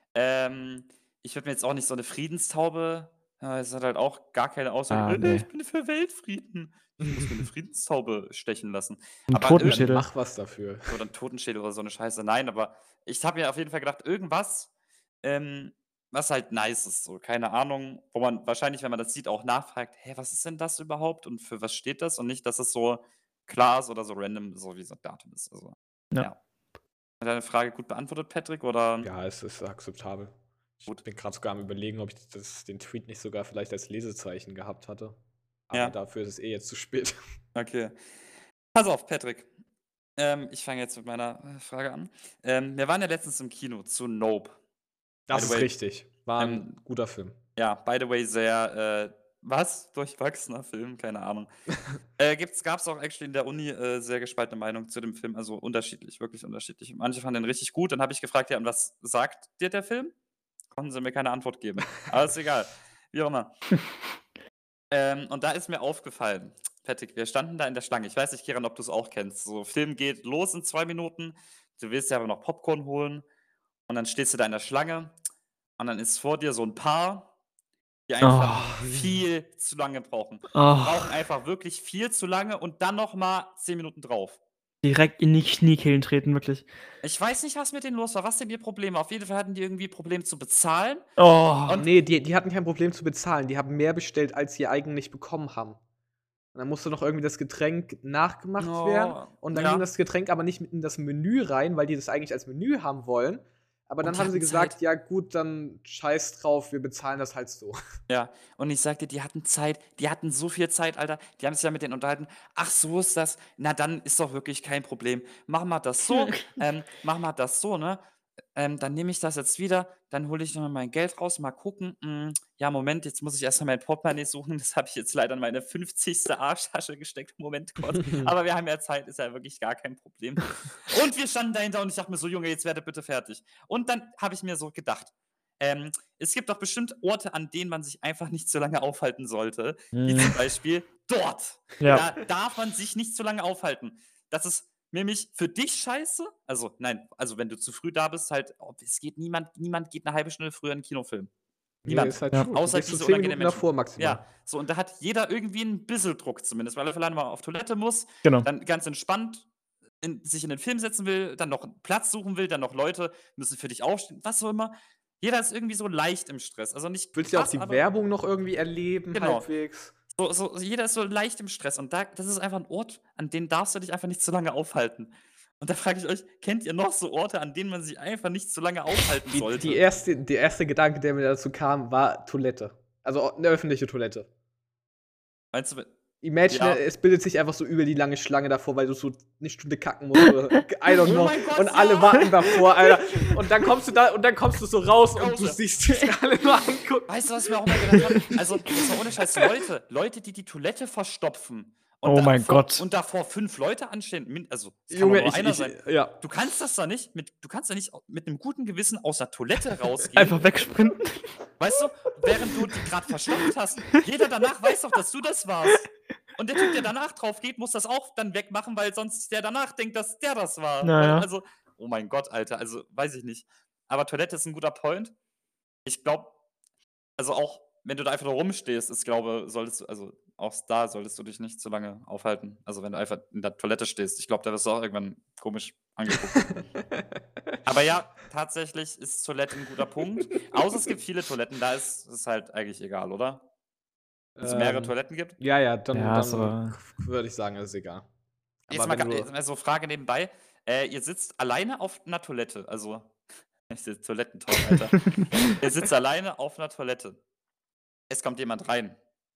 Speaker 1: Ich würde mir jetzt auch nicht so eine Friedenstaube, es hat halt auch gar keine Aussage.
Speaker 3: Ah, nee.
Speaker 1: Ich bin für Weltfrieden. Ich muss mir eine Friedenstaube stechen lassen.
Speaker 3: Ein
Speaker 1: Aber
Speaker 2: Dann
Speaker 3: Totenschädel.
Speaker 2: mach was dafür.
Speaker 1: oder ein Totenschädel oder so eine Scheiße. Nein, aber ich habe mir auf jeden Fall gedacht, irgendwas, was halt nice ist, so, keine Ahnung, wo man wahrscheinlich, wenn man das sieht, auch nachfragt: „Hä, was ist denn das überhaupt und für was steht das?“ Und nicht, dass es so klar ist oder so random, so wie so 'n Datum ist. Also,
Speaker 3: Ja.
Speaker 1: ja. Deine Frage gut beantwortet, Patrick, oder?
Speaker 2: Ja, es ist akzeptabel. Ich
Speaker 1: Gut.
Speaker 2: bin gerade sogar am Überlegen, ob ich den Tweet nicht sogar vielleicht als Lesezeichen gehabt hatte. Aber
Speaker 1: Ja.
Speaker 2: dafür ist es jetzt zu spät.
Speaker 1: Okay. Pass auf, Patrick. Ich fange jetzt mit meiner, Frage an. Wir waren ja letztens im Kino zu Nope.
Speaker 2: Das
Speaker 1: the
Speaker 2: ist
Speaker 1: way,
Speaker 2: richtig. War ein
Speaker 1: ähm,
Speaker 2: guter Film.
Speaker 1: Ja, by the way, sehr, durchwachsener Film, keine Ahnung. Gab's auch actually in der Uni, sehr gespaltene Meinung zu dem Film, also unterschiedlich, wirklich unterschiedlich. Manche fanden den richtig gut, dann habe ich gefragt: „Ja, und was sagt dir der Film?“ Konnten sie mir keine Antwort geben. Aber ist egal, wie auch immer. Und da ist mir aufgefallen, Patrick, wir standen da in der Schlange. Ich weiß nicht, Kiran, ob du es auch kennst. So, Film geht los in 2 Minuten, du willst dir aber noch Popcorn holen und dann stehst du da in der Schlange und dann ist vor dir so ein Paar, die einfach
Speaker 3: Oh.
Speaker 1: viel zu lange brauchen. Die
Speaker 3: Oh.
Speaker 1: brauchen einfach wirklich viel zu lange und dann noch mal 10 Minuten drauf.
Speaker 3: Direkt in die Kniekehlen treten, wirklich.
Speaker 1: Ich weiß nicht, was mit denen los war, was denn ihr Problem war. Auf jeden Fall hatten die irgendwie Probleme zu bezahlen.
Speaker 3: Oh.
Speaker 1: Und
Speaker 2: Nee, die hatten kein Problem zu bezahlen. Die haben mehr bestellt, als sie eigentlich bekommen haben. Und dann musste noch irgendwie das Getränk nachgemacht werden.
Speaker 1: Oh,
Speaker 2: Und dann
Speaker 1: ja.
Speaker 2: ging das Getränk aber nicht mit in das Menü rein, weil die das eigentlich als Menü haben wollen. Aber
Speaker 1: Und
Speaker 2: dann
Speaker 1: die
Speaker 2: haben sie
Speaker 1: hatten
Speaker 2: gesagt,
Speaker 1: Zeit.
Speaker 2: ja gut, dann scheiß drauf, wir bezahlen das halt so.
Speaker 1: Ja, und ich sag dir, die hatten Zeit, die hatten so viel Zeit, Alter. Die haben sich ja mit denen unterhalten. Ach, so ist das. Na, dann ist doch wirklich kein Problem. Machen wir das so, machen wir das so, ne? Dann nehme ich das jetzt wieder, dann hole ich noch mal mein Geld raus, mal gucken. Ja, Moment, jetzt muss ich erst mal mein Portemonnaie suchen. Das habe ich jetzt leider in meine 50. Arschtasche gesteckt. Moment kurz. Aber wir haben ja Zeit, ist ja wirklich gar kein Problem. Und wir standen dahinter und ich dachte mir so: „Junge, jetzt werde bitte fertig.“ Und dann habe ich mir so gedacht, es gibt doch bestimmt Orte, an denen man sich einfach nicht so lange aufhalten sollte, wie zum Beispiel dort.
Speaker 3: Ja.
Speaker 1: Da darf man sich nicht so lange aufhalten. Das ist nämlich für dich scheiße. Also, nein, also wenn du zu früh da bist, halt, es geht niemand geht eine halbe Stunde früher in 'n Kinofilm.
Speaker 2: Nee,
Speaker 1: Niemand.
Speaker 2: ist halt
Speaker 3: Ja.
Speaker 2: true.
Speaker 1: Außer
Speaker 2: Du gehst so
Speaker 1: diese
Speaker 2: 10
Speaker 1: unangenehmen
Speaker 2: Minuten
Speaker 1: Menschen.
Speaker 2: davor maximal.
Speaker 1: Ja, so, und da hat jeder irgendwie ein bisschen Druck zumindest, weil er vielleicht mal auf Toilette muss,
Speaker 3: Genau.
Speaker 1: dann ganz entspannt sich in den Film setzen will, dann noch 'n Platz suchen will, dann noch Leute müssen für dich aufstehen, was auch immer. Jeder ist irgendwie so leicht im Stress. Also nicht
Speaker 2: Du willst ja auch
Speaker 1: krass,
Speaker 2: die
Speaker 1: aber
Speaker 2: Werbung noch irgendwie erleben,
Speaker 1: genau.
Speaker 2: halbwegs.
Speaker 1: So, jeder ist so leicht im Stress und das ist einfach ein Ort, an dem darfst du dich einfach nicht zu lange aufhalten. Und da frage ich euch, kennt ihr noch so Orte, an denen man sich einfach nicht zu lange aufhalten
Speaker 2: Der
Speaker 1: sollte?
Speaker 2: erste Gedanke, der mir dazu kam, war Toilette. Also eine öffentliche Toilette.
Speaker 1: Meinst du,
Speaker 2: Imagine,
Speaker 1: ja.
Speaker 2: es bildet sich einfach so über die lange Schlange davor, weil du so eine Stunde kacken musst oder I don't
Speaker 1: Oh
Speaker 2: know.
Speaker 1: mein Gott,
Speaker 2: Und alle
Speaker 1: ja.
Speaker 2: warten davor, Alter. Und dann kommst du so raus und du
Speaker 1: Raus.
Speaker 2: siehst dich alle nur angucken.
Speaker 1: Weißt du, was ich mir auch mal gedacht habe? Also, jetzt mal ohne Scheiß, Leute, die die Toilette verstopfen und
Speaker 3: Oh mein Gott.
Speaker 1: und davor 5 Leute anstehen, also, es kann
Speaker 2: Junge,
Speaker 1: doch nur einer sein.
Speaker 2: ja.
Speaker 1: Du kannst nicht mit einem guten Gewissen aus der Toilette rausgehen.
Speaker 3: Einfach wegsprinten.
Speaker 1: Weißt du, während du die gerade verstopft hast. Jeder danach weiß doch, dass du das warst. Und der Typ, der danach drauf geht, muss das auch dann wegmachen, weil sonst der danach denkt, dass der das war.
Speaker 3: Naja.
Speaker 1: Also, oh mein Gott, Alter, also weiß ich nicht. Aber Toilette ist ein guter Point. Ich glaube, also auch wenn du da einfach nur rumstehst, auch da solltest du dich nicht zu lange aufhalten. Also wenn du einfach in der Toilette stehst. Ich glaube, da wirst du auch irgendwann komisch angeguckt. Aber ja, tatsächlich ist Toilette ein guter Punkt. Außer es gibt viele Toiletten, da ist es halt eigentlich egal, oder? Wenn es mehrere Toiletten gibt.
Speaker 2: Ja, dann
Speaker 3: Ja, ist aber-
Speaker 2: würde ich sagen, ist egal.
Speaker 1: Jetzt mal so Frage nebenbei. Ihr sitzt alleine auf einer Toilette, also ich sitze Toilettentalk, Alter. Ihr sitzt alleine auf einer Toilette. Es kommt jemand rein.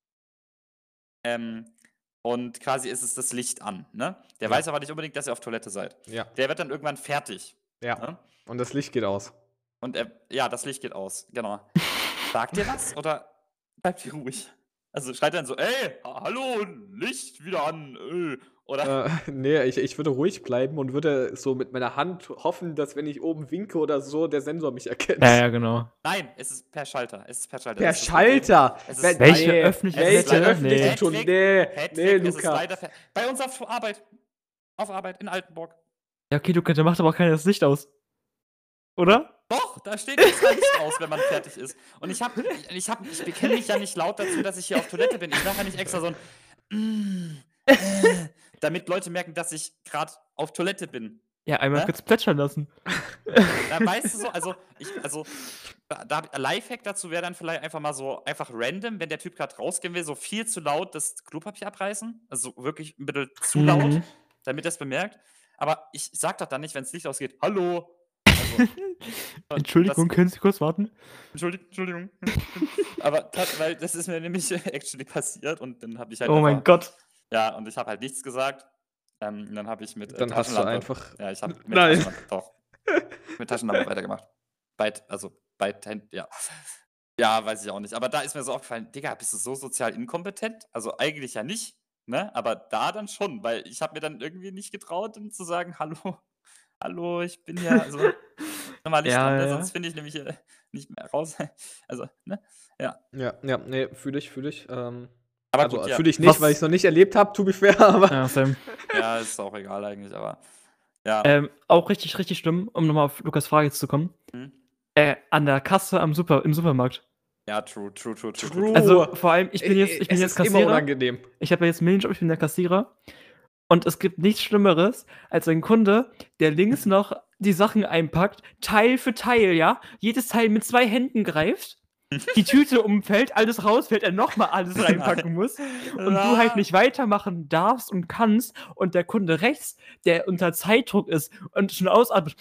Speaker 1: Und quasi ist es das Licht an, ne? Der
Speaker 2: Ja.
Speaker 1: weiß aber nicht unbedingt, dass ihr auf Toilette seid.
Speaker 2: Ja,
Speaker 1: Der wird dann irgendwann fertig.
Speaker 2: ja.
Speaker 1: Ne?
Speaker 2: Und das Licht geht aus.
Speaker 1: Und das Licht geht aus, genau. Sagt ihr was oder bleibt ihr ruhig? Also schreit dann so: „Ey, hallo, Licht wieder an, Oder
Speaker 2: Nee, ich würde ruhig bleiben und würde so mit meiner Hand hoffen, dass wenn ich oben winke oder so, der Sensor mich erkennt.
Speaker 3: Ja, genau.
Speaker 1: nein, es ist per Schalter. Es ist per Schalter.
Speaker 2: Per
Speaker 1: Das ist das Problem.
Speaker 2: Schalter!
Speaker 1: Es ist-
Speaker 2: Wer-
Speaker 3: Welche
Speaker 2: nee,
Speaker 3: öffentliche
Speaker 2: welche
Speaker 1: Toilette?
Speaker 2: öffentliche
Speaker 1: Nee.
Speaker 2: Toilette? Nee,
Speaker 1: Patrick,
Speaker 2: nee,
Speaker 1: es ist
Speaker 2: Luca.
Speaker 1: leider bei uns auf Arbeit in Altenburg.
Speaker 3: Ja, okay, da macht aber auch keiner das Licht aus. Oder?
Speaker 1: Doch, da steht extra Licht aus, wenn man fertig ist. Und ich bekenne mich ja nicht laut dazu, dass ich hier auf Toilette bin. Ich mache ja nicht extra so ein damit Leute merken, dass ich gerade auf Toilette bin.
Speaker 3: Ja, einmal
Speaker 1: Hä?
Speaker 3: kurz plätschern lassen.
Speaker 1: Da weißt du so, Lifehack dazu wäre dann vielleicht einfach mal so, einfach random, wenn der Typ gerade rausgehen will, so viel zu laut das Klopapier abreißen. Also wirklich ein bisschen zu laut,
Speaker 3: Mhm.
Speaker 1: damit er es bemerkt. Aber ich sag doch dann nicht, wenn das Licht ausgeht, hallo. Also,
Speaker 3: Entschuldigung, können Sie kurz warten?
Speaker 1: Entschuldigung. Aber weil das ist mir nämlich actually passiert und dann habe ich halt
Speaker 3: Oh mein Gott.
Speaker 1: ja, und ich habe halt nichts gesagt. Und dann habe ich mit
Speaker 2: Dann hast du
Speaker 1: Taschenlampe
Speaker 2: einfach.
Speaker 1: ja, ich habe mit
Speaker 2: Nein.
Speaker 1: Taschenlampe doch. Mit Taschenlampe weitergemacht. Ja. Ja, weiß ich auch nicht. Aber da ist mir so aufgefallen, Digga, bist du so sozial inkompetent? Also eigentlich ja nicht, ne? Aber da dann schon, weil ich habe mir dann irgendwie nicht getraut, dann zu sagen, hallo, ich bin ja, also mach mal Licht an, ne?
Speaker 3: Ja.
Speaker 1: Sonst finde ich nämlich nicht mehr raus. Also, ne? Ja.
Speaker 2: Ja, nee, fühle ich.
Speaker 1: Aber
Speaker 2: Also
Speaker 1: gut, ja.
Speaker 2: fühle ich nicht,
Speaker 3: Was-
Speaker 2: weil ich es noch nicht erlebt habe, to be fair, aber.
Speaker 3: Ja, Sam.
Speaker 1: Ja, ist auch egal eigentlich, aber ja.
Speaker 3: Auch richtig, richtig schlimm, um nochmal auf Lukas Frage jetzt zu kommen.
Speaker 1: Hm.
Speaker 3: An der Kasse im Supermarkt.
Speaker 1: Ja, true.
Speaker 3: Also vor allem, ich bin jetzt
Speaker 2: Es ist immer
Speaker 3: Kassierer.
Speaker 2: unangenehm.
Speaker 3: Ich habe ja jetzt einen Minijob, ich bin der Kassierer. Und es gibt nichts Schlimmeres als ein Kunde, der links noch die Sachen einpackt, Teil für Teil, ja? Jedes Teil mit 2 Händen greift, die Tüte umfällt, alles rausfällt, er nochmal alles reinpacken muss. Und du halt nicht weitermachen darfst und kannst. Und der Kunde rechts, der unter Zeitdruck ist und schon ausatmet.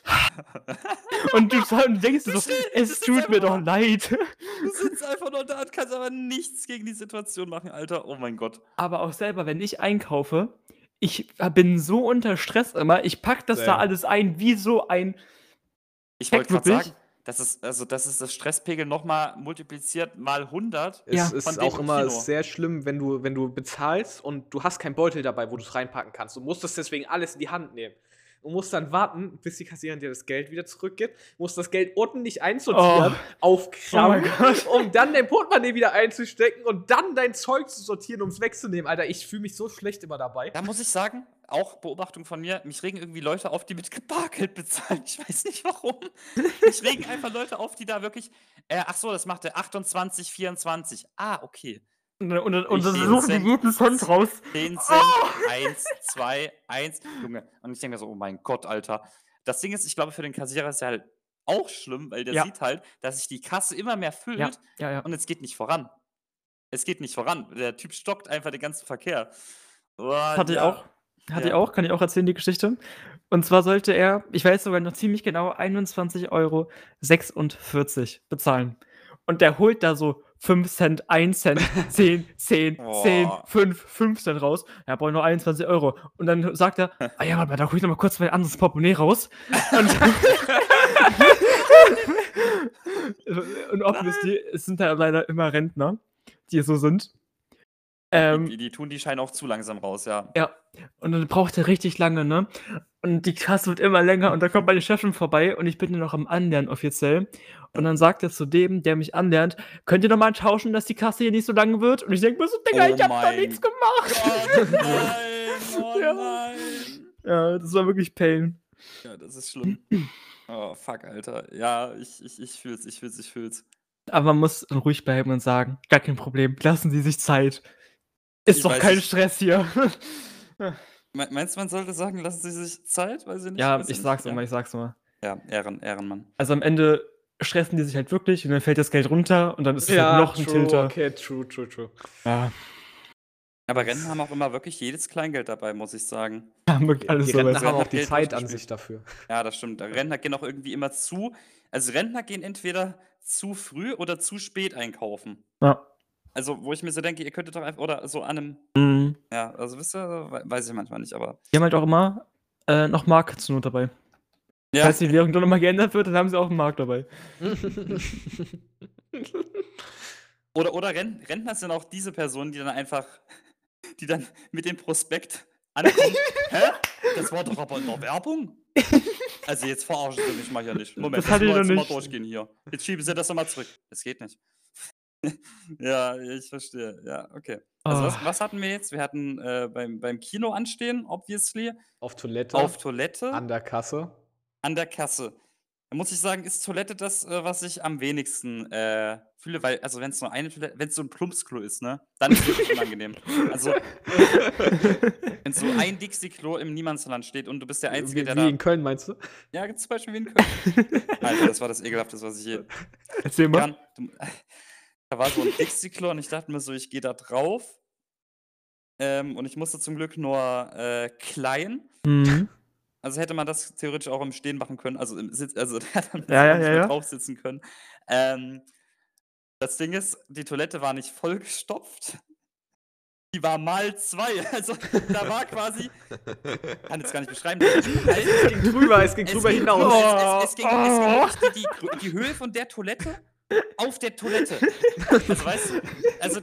Speaker 3: Und du denkst dir so, es tut mir doch leid.
Speaker 1: Du sitzt einfach nur da und kannst aber nichts gegen die Situation machen, Alter. Oh mein Gott.
Speaker 3: Aber auch selber, wenn ich einkaufe, ich bin so unter Stress immer, ich pack das da
Speaker 2: Same.
Speaker 3: alles ein, wie so ein.
Speaker 1: Ich wollte gerade
Speaker 3: wirklich?
Speaker 1: sagen, das ist das Stresspegel nochmal multipliziert mal 100.
Speaker 2: Es
Speaker 3: Ja.
Speaker 1: Von
Speaker 2: ist
Speaker 1: dem
Speaker 2: auch
Speaker 1: im
Speaker 2: immer
Speaker 1: Kino.
Speaker 2: sehr schlimm, wenn du bezahlst und du hast keinen Beutel dabei, wo du es reinpacken kannst. Du musst es deswegen alles in die Hand nehmen. Du musst dann warten, bis die Kassiererin dir das Geld wieder zurückgibt. Du musst das Geld ordentlich einsortieren, aufkramen,
Speaker 3: Oh mein Gott.
Speaker 2: um dann dein Portemonnaie wieder einzustecken und dann dein Zeug zu sortieren, um es wegzunehmen. Alter, ich fühle mich so schlecht immer dabei.
Speaker 1: Da muss ich sagen, auch Beobachtung von mir, mich regen irgendwie Leute auf, die mit Bargeld bezahlen. Ich weiß nicht warum. Mich regen einfach Leute auf, die da wirklich, ach so, das macht der 28, 24. Ah, okay.
Speaker 3: Und
Speaker 1: Ich
Speaker 3: das
Speaker 1: sehe
Speaker 3: suchen
Speaker 1: Cent.
Speaker 3: die jeden Cent raus.
Speaker 1: 10 Cent, 1, 2, 1. Junge. Und ich denke mir so, oh mein Gott, Alter. Das Ding ist, ich glaube, für den Kassierer ist ja halt auch schlimm, weil der
Speaker 3: Ja.
Speaker 1: sieht halt, dass sich die Kasse immer mehr füllt
Speaker 3: Ja.
Speaker 1: und es geht nicht voran. Es geht nicht voran. Der Typ stockt einfach den ganzen Verkehr. Oh,
Speaker 3: Hatte ich
Speaker 1: ja.
Speaker 3: auch. Hatte ich
Speaker 1: Ja.
Speaker 3: auch, kann ich auch erzählen, die Geschichte. Und zwar sollte er, ich weiß sogar noch ziemlich genau, 21,46 € bezahlen. Und der holt da so 5 Cent, 1 Cent, 10, 10, 10,
Speaker 1: Boah.
Speaker 3: 5 Cent raus. Ja, brauche ich noch 21 €. Und dann sagt er, ja, warte mal, da hol ich noch mal kurz mein anderes Portemonnaie raus. Und obviously, es sind da leider immer Rentner, die so sind.
Speaker 1: Die tun die Scheine auch zu langsam raus, ja.
Speaker 3: Ja, und dann braucht er richtig lange, ne? Und die Kasse wird immer länger und dann kommt meine Chefin vorbei und ich bin nur noch am Anlernen offiziell. Und dann sagt er zu dem, der mich anlernt, könnt ihr nochmal tauschen, dass die Kasse hier nicht so lang wird? Und ich denke mir so, Digga,
Speaker 1: Oh
Speaker 3: ich hab doch
Speaker 1: mein
Speaker 3: nichts gemacht.
Speaker 1: Gott, nein, oh
Speaker 3: Ja.
Speaker 1: nein.
Speaker 3: Ja, das war wirklich Pain.
Speaker 1: Ja, das ist schlimm. Oh, fuck, Alter. Ja, ich fühl's.
Speaker 3: Aber man muss dann ruhig bleiben und sagen, gar kein Problem, lassen Sie sich Zeit. Ist
Speaker 1: Ich
Speaker 3: doch
Speaker 1: weiß
Speaker 3: kein
Speaker 1: nicht.
Speaker 3: Stress hier.
Speaker 1: Meinst du, man sollte sagen, lassen Sie sich Zeit? Weiß ich nicht.
Speaker 3: Ja,
Speaker 1: weiß
Speaker 3: ich
Speaker 1: nicht.
Speaker 3: sag's
Speaker 1: Ja.
Speaker 3: immer, ich sag's immer.
Speaker 1: Ja, Ehrenmann.
Speaker 3: Also am Ende stressen die sich halt wirklich und dann fällt das Geld runter und dann ist es halt noch ein Tilter.
Speaker 2: Okay, true.
Speaker 3: Ja,
Speaker 1: Aber Rentner haben auch immer wirklich jedes Kleingeld dabei, muss ich sagen.
Speaker 3: alles
Speaker 2: Die
Speaker 3: so
Speaker 2: Rentner
Speaker 3: was.
Speaker 2: haben auch
Speaker 1: Rentner
Speaker 2: die
Speaker 1: Geld
Speaker 2: Zeit an
Speaker 1: durchgespielt.
Speaker 2: sich dafür.
Speaker 1: Ja, das stimmt. Rentner gehen auch irgendwie immer also Rentner gehen entweder zu früh oder zu spät einkaufen.
Speaker 3: Ja.
Speaker 1: Also, wo ich mir so denke, ihr könntet doch einfach, oder so an einem,
Speaker 3: Mhm.
Speaker 1: ja, also wisst ihr, weiß ich manchmal nicht, aber.
Speaker 3: Die haben halt auch immer noch Mark zur Not dabei.
Speaker 1: Ja,
Speaker 3: Falls die Währung doch nochmal geändert wird, dann haben sie auch einen Mark dabei.
Speaker 1: oder Rentner sind auch diese Personen, die dann mit dem Prospekt ankommen. Hä? Das war doch aber in der Werbung? Also jetzt verarschen Sie mich mal hier nicht. Moment,
Speaker 3: Das hatte ich
Speaker 1: wir
Speaker 3: noch
Speaker 1: jetzt mal
Speaker 3: nicht.
Speaker 1: durchgehen hier. Jetzt schieben Sie das nochmal zurück. Das geht nicht. Ja, ich verstehe. Ja, okay. Also, was
Speaker 3: Oh.
Speaker 1: was hatten wir jetzt? Wir hatten, beim Kino anstehen, obviously,
Speaker 2: Auf Toilette,
Speaker 1: auf Toilette,
Speaker 2: an der Kasse.
Speaker 1: an der Kasse. Da muss ich sagen, ist Toilette das, was ich am wenigsten, fühle, weil also, wenn es so ein Plumpsklo ist, ne, dann ist wirklich unangenehm. Also, wenn so ein Dixie-Klo im Niemandsland steht und du bist der Einzige, der
Speaker 2: Wie in
Speaker 1: da
Speaker 2: Köln, meinst du?
Speaker 1: ja, zum Beispiel wie in Köln. Alter, das war das Ekelhafteste, was ich je
Speaker 3: Erzähl mal.
Speaker 1: Jan, du da war so 'n Dixie-Klo und ich dachte mir so: „Ich gehe da drauf", und ich musste zum Glück nur, klein.
Speaker 3: Mhm.
Speaker 1: Also, hätte man das theoretisch auch im Stehen machen können, also, im Sitz also, da hätte man
Speaker 3: Ja, ja,
Speaker 1: nicht
Speaker 3: ja,
Speaker 1: mehr
Speaker 3: ja.
Speaker 1: drauf sitzen können. Ähm, das Ding ist, die Toilette war nicht vollgestopft, die war mal 2. Also, da war quasi kann jetzt gar nicht beschreiben, der Inhalt
Speaker 2: Es ging drüber
Speaker 1: ging drü
Speaker 2: hinaus.
Speaker 1: es ging wirklich die Höhe von der Toilette auf der Toilette. Also, weißt du, also,